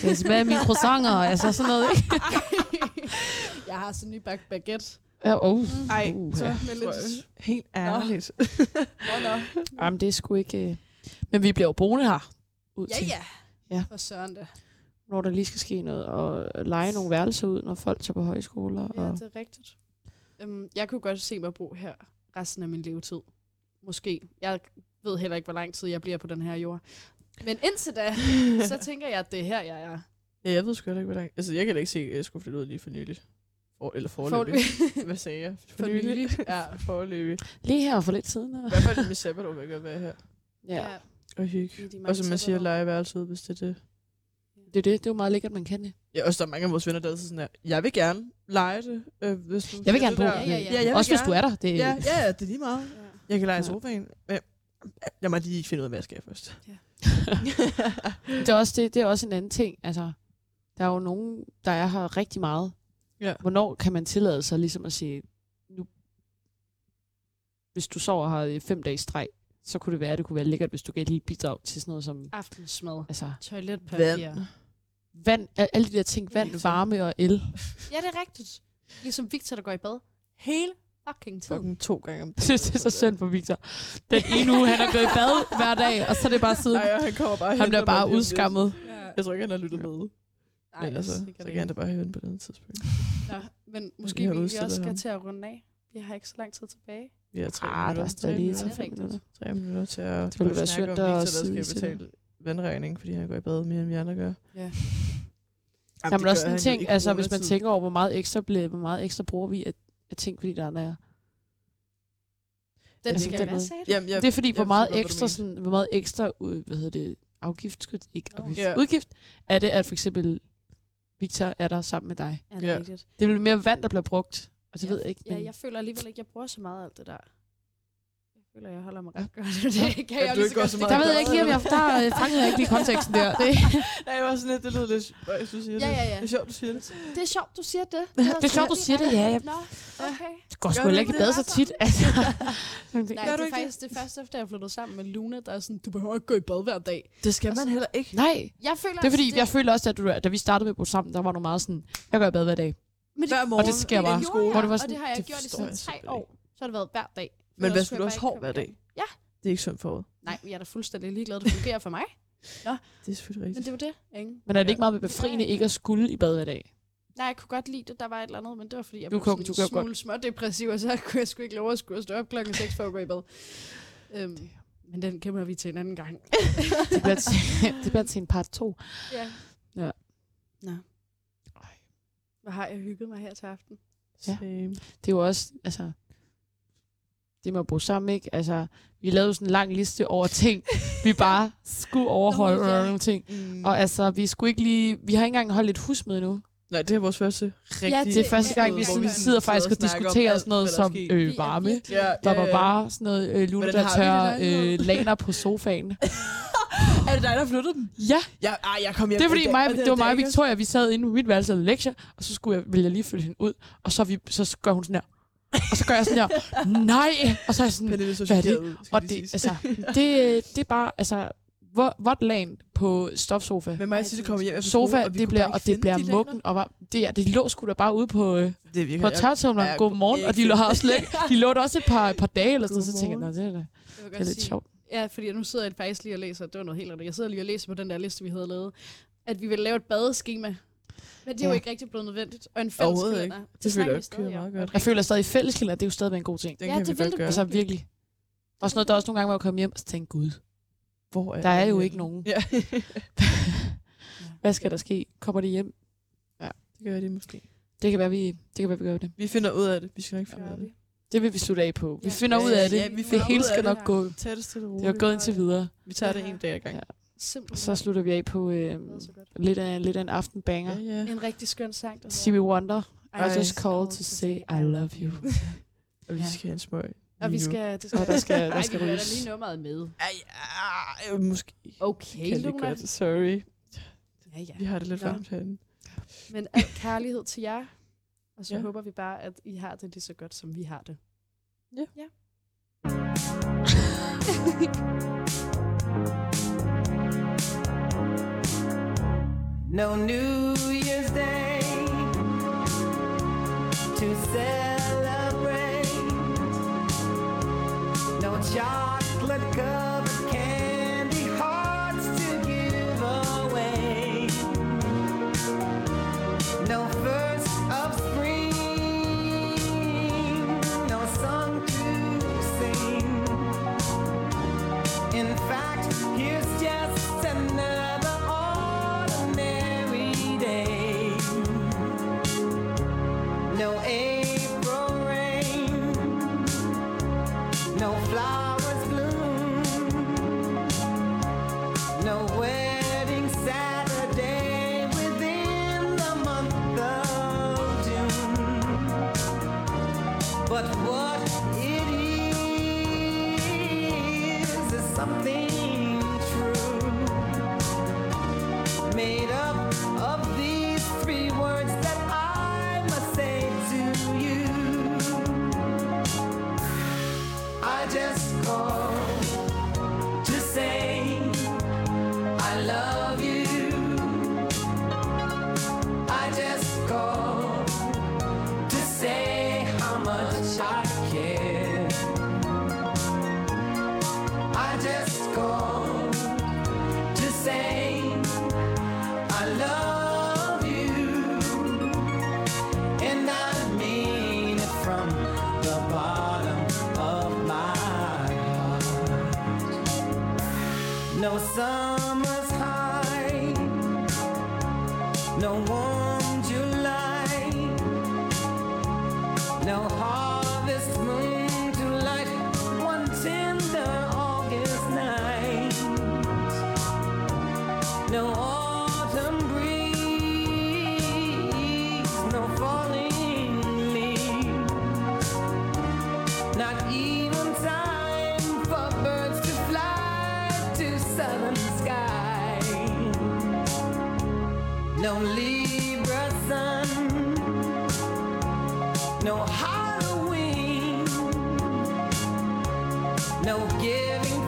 Hvad er mine croissanter? Altså sådan noget, ikke? Jeg har sådan en ny baguette. Ja, Ej, Så ja. med lidt... Helt ærligt. Nå. Jamen, det er sgu ikke... Men vi bliver jo boende her. Ud til, Ja. For søren da. når der lige skal ske noget, og lege nogle værelser ud, når folk tager på højskoler. Ja, Og... det er rigtigt. Jeg kunne godt se mig bo her resten af min levetid. Måske. Jeg ved heller ikke, hvor lang tid jeg bliver på den her jord. Men indtil da, så tænker jeg, at det er her, jeg er. Ja, jeg ved sgu heller ikke, hvordan... Altså, jeg kan da ikke se, at jeg skulle flytte ud lige for nyligt. Eller forløbig. Hvad sagde jeg? For nylig. Ja, forløbig. Lige her for lidt siden. I hvert fald med sabbatår vil jeg godt være her. Ja. Og hygge. Og som man siger, legeværelse ud, hvis det er det. Det er det. Det er jo meget lækkert, man kan det. Ja, også der er mange af vores venner, der er sådan her. Jeg vil gerne lege det, hvis du... Jeg vil gerne bo. Ja, også hvis du er der. Det... Ja, det er lige meget. Ja. Jeg kan lege i sofaen. Men jeg må lige finde ud af, hvad jeg skal først. Ja. Det er også en anden ting. Altså, der er jo nogen, der er her rigtig meget. Ja. Hvornår kan man tillade sig ligesom at sige, nu, hvis du sover her i 5 dage streg, så kunne det være, det kunne være lækkert, hvis du gav et lille bidrag til sådan noget som... Aftensmad. Altså, toiletpapir. Vand, alle de der ting, vand, varme og el. Ja, det er rigtigt. Ligesom Victor, der går i bad. Hele fucking tiden. Fucking 2 gange om dagen. Det er så synd for Victor. Den ene uge, han er gået i bad hver dag, og så er det bare siden. Ej, han kommer bare han bliver bare udskammet. Ja. Jeg tror ikke, han har lyttet med. Nej, altså, så kan han da bare høre på den tidspunkt. Ja, men måske vi også skal til at runde af. Vi har ikke så lang tid tilbage. Vi har 3 minutter. Der er stadig lige 3 minutter til at det ville være synd at der skal betale vandregning, fordi han går i bad mere, end vi andre gør. Ja. Jamen også en ting, altså hvis man tænker over, hvor meget ekstra bruger vi af ting, fordi der er... Den skal være sat. Det er fordi, hvor meget ekstra afgift, udgift, er det, at for eksempel Victor er der sammen med dig. Ja, det er rigtigt. Det er vel mere vand, der bliver brugt, og det ved jeg ikke. Ja, jeg føler alligevel ikke, jeg bruger så meget af alt det der. Jeg føler, jeg holder mig ret godt. Det kan jeg jo lige så godt se. Der ved jeg ikke lige, om jeg fangede jeg ikke lige konteksten der. Nej, jeg var sådan lidt, det lød lidt, jeg synes, du siger det. Ja. Det er sjovt, du siger det. Det er sjovt, du siger det. Det er sjovt, du siger det, ja. Nå, okay. Det går sgu heller ikke i bad så tit. Nej, det er faktisk det første, efter jeg flyttede sammen med Luna, der er sådan, du behøver ikke gå i bad hver dag. Det skal man heller ikke. Nej, jeg føler, det er fordi, jeg føler også, at da vi startede med at bo sammen, der var du meget sådan, jeg går i bad hver dag. Hver morgen. Og det sker bare. Og det har jeg gjort i sådan 3 år. Så har det været hver dag. Men hvad skal du også hår hver dag? Ja. Det er ikke sundt for året. Nej, jeg er da fuldstændig ligeglad. Det fungerer for mig. Ja. Det er selvfølgelig rigtigt. Men det var det, ikke? Men er det ikke meget befriende ikke at skulle i bad hver dag? Nej, jeg kunne godt lide det. Der var et eller andet, men det var fordi, jeg blev sådan en smule smådepressiv, og så kunne jeg sgu ikke lov at skulle stå op 6 for at gå i bad. Men den kæmper vi til en anden gang. det bliver til en part 2. Ja. Nå. Hvor har jeg hygget mig her til aften? Ja. Det er jo også, altså... Det må bo sammen, ikke? Altså, vi lavede sådan en lang liste over ting, vi bare skulle overholde nogle ting. Og altså, vi har ikke engang holdt et husmøde nu. Nej, det er vores første rigtige... det er første gang, vi sidder faktisk og diskuterer sådan noget som varme. Der var bare sådan noget Luna, der tør laner på sofaen. Er det dig, der flyttede dem? Ja. Jeg kom hjem. Det er fordi det var mig og Victoria, vi sad inde på mit værelse og havde lektier, og så ville jeg lige følge hende ud, og så gør hun sådan her. Og så gør jeg sådan her, nej! Og så er jeg sådan, hvad er det? Og det er bare, altså, vådt lagen på stofsofa. Men mig siger, kommer hjem sofa, det bliver muggen, og det lå sgu da bare ude på tørtøvlen, god morgen, og de lå der også et par dage, eller sådan, så tænker jeg, det er lidt sjovt. Ja, fordi nu sidder jeg faktisk lige og læser, det var noget helt andet. Jeg sidder lige og læser på den der liste, vi havde lavet, at vi ville lave et badeskema. Men det er jo ikke rigtig blevet nødvendigt. Og en fælleskalender. Det føler jeg også meget godt. Jeg føler stadig, fælleskalender, det er jo stadig en god ting. Ja, det vil det gøre. Altså virkelig. Også noget, der også nogle gange var at komme hjem og tænke, gud, hvor er der er jo ikke nogen. Ja. Hvad skal der ske? Kommer de hjem? Ja, det gør de måske. Det kan være, vi gør det. Vi finder ud af det. Vi skal ikke finde ud af det. Det vil vi slutte af på. Vi finder ud af det. Ja, det hele skal nok gå. Det er gået indtil videre. Vi tager det en dag ad gang. Og så slutter vi af på lidt af en aftenbanger. Ja. En rigtig skøn sang. Stevie Wonder. I just called to say I love you. Og vi skal have en smøg. Og vi skal... der skal vi ryges. Lige nummeret med. Måske. Okay, Luna. Sorry. Ja. Vi har det lidt varmt herinde. Men al kærlighed til jer. Og så håber vi bare, at I har det lige så godt, som vi har det. Ja. No New Year's Day to celebrate. No chocolate covered candy hearts to give away. No first of spring, no song to sing. In fact, here's just another ordinary day. No April rain, no flowers bloom, no wedding Saturday within the month of June. But what it is something true, made up of these three words that I must say to you. I just called to say I love you. I just called to say how much I care. I just called to say I love you, and I mean it from the bottom of my heart. No summer's high, no warm July, no harvest moon to light one tender August night. No autumn breeze, no falling leaves, not even time for birds to fly to southern skies. No Libra sun, no Halloween, no giving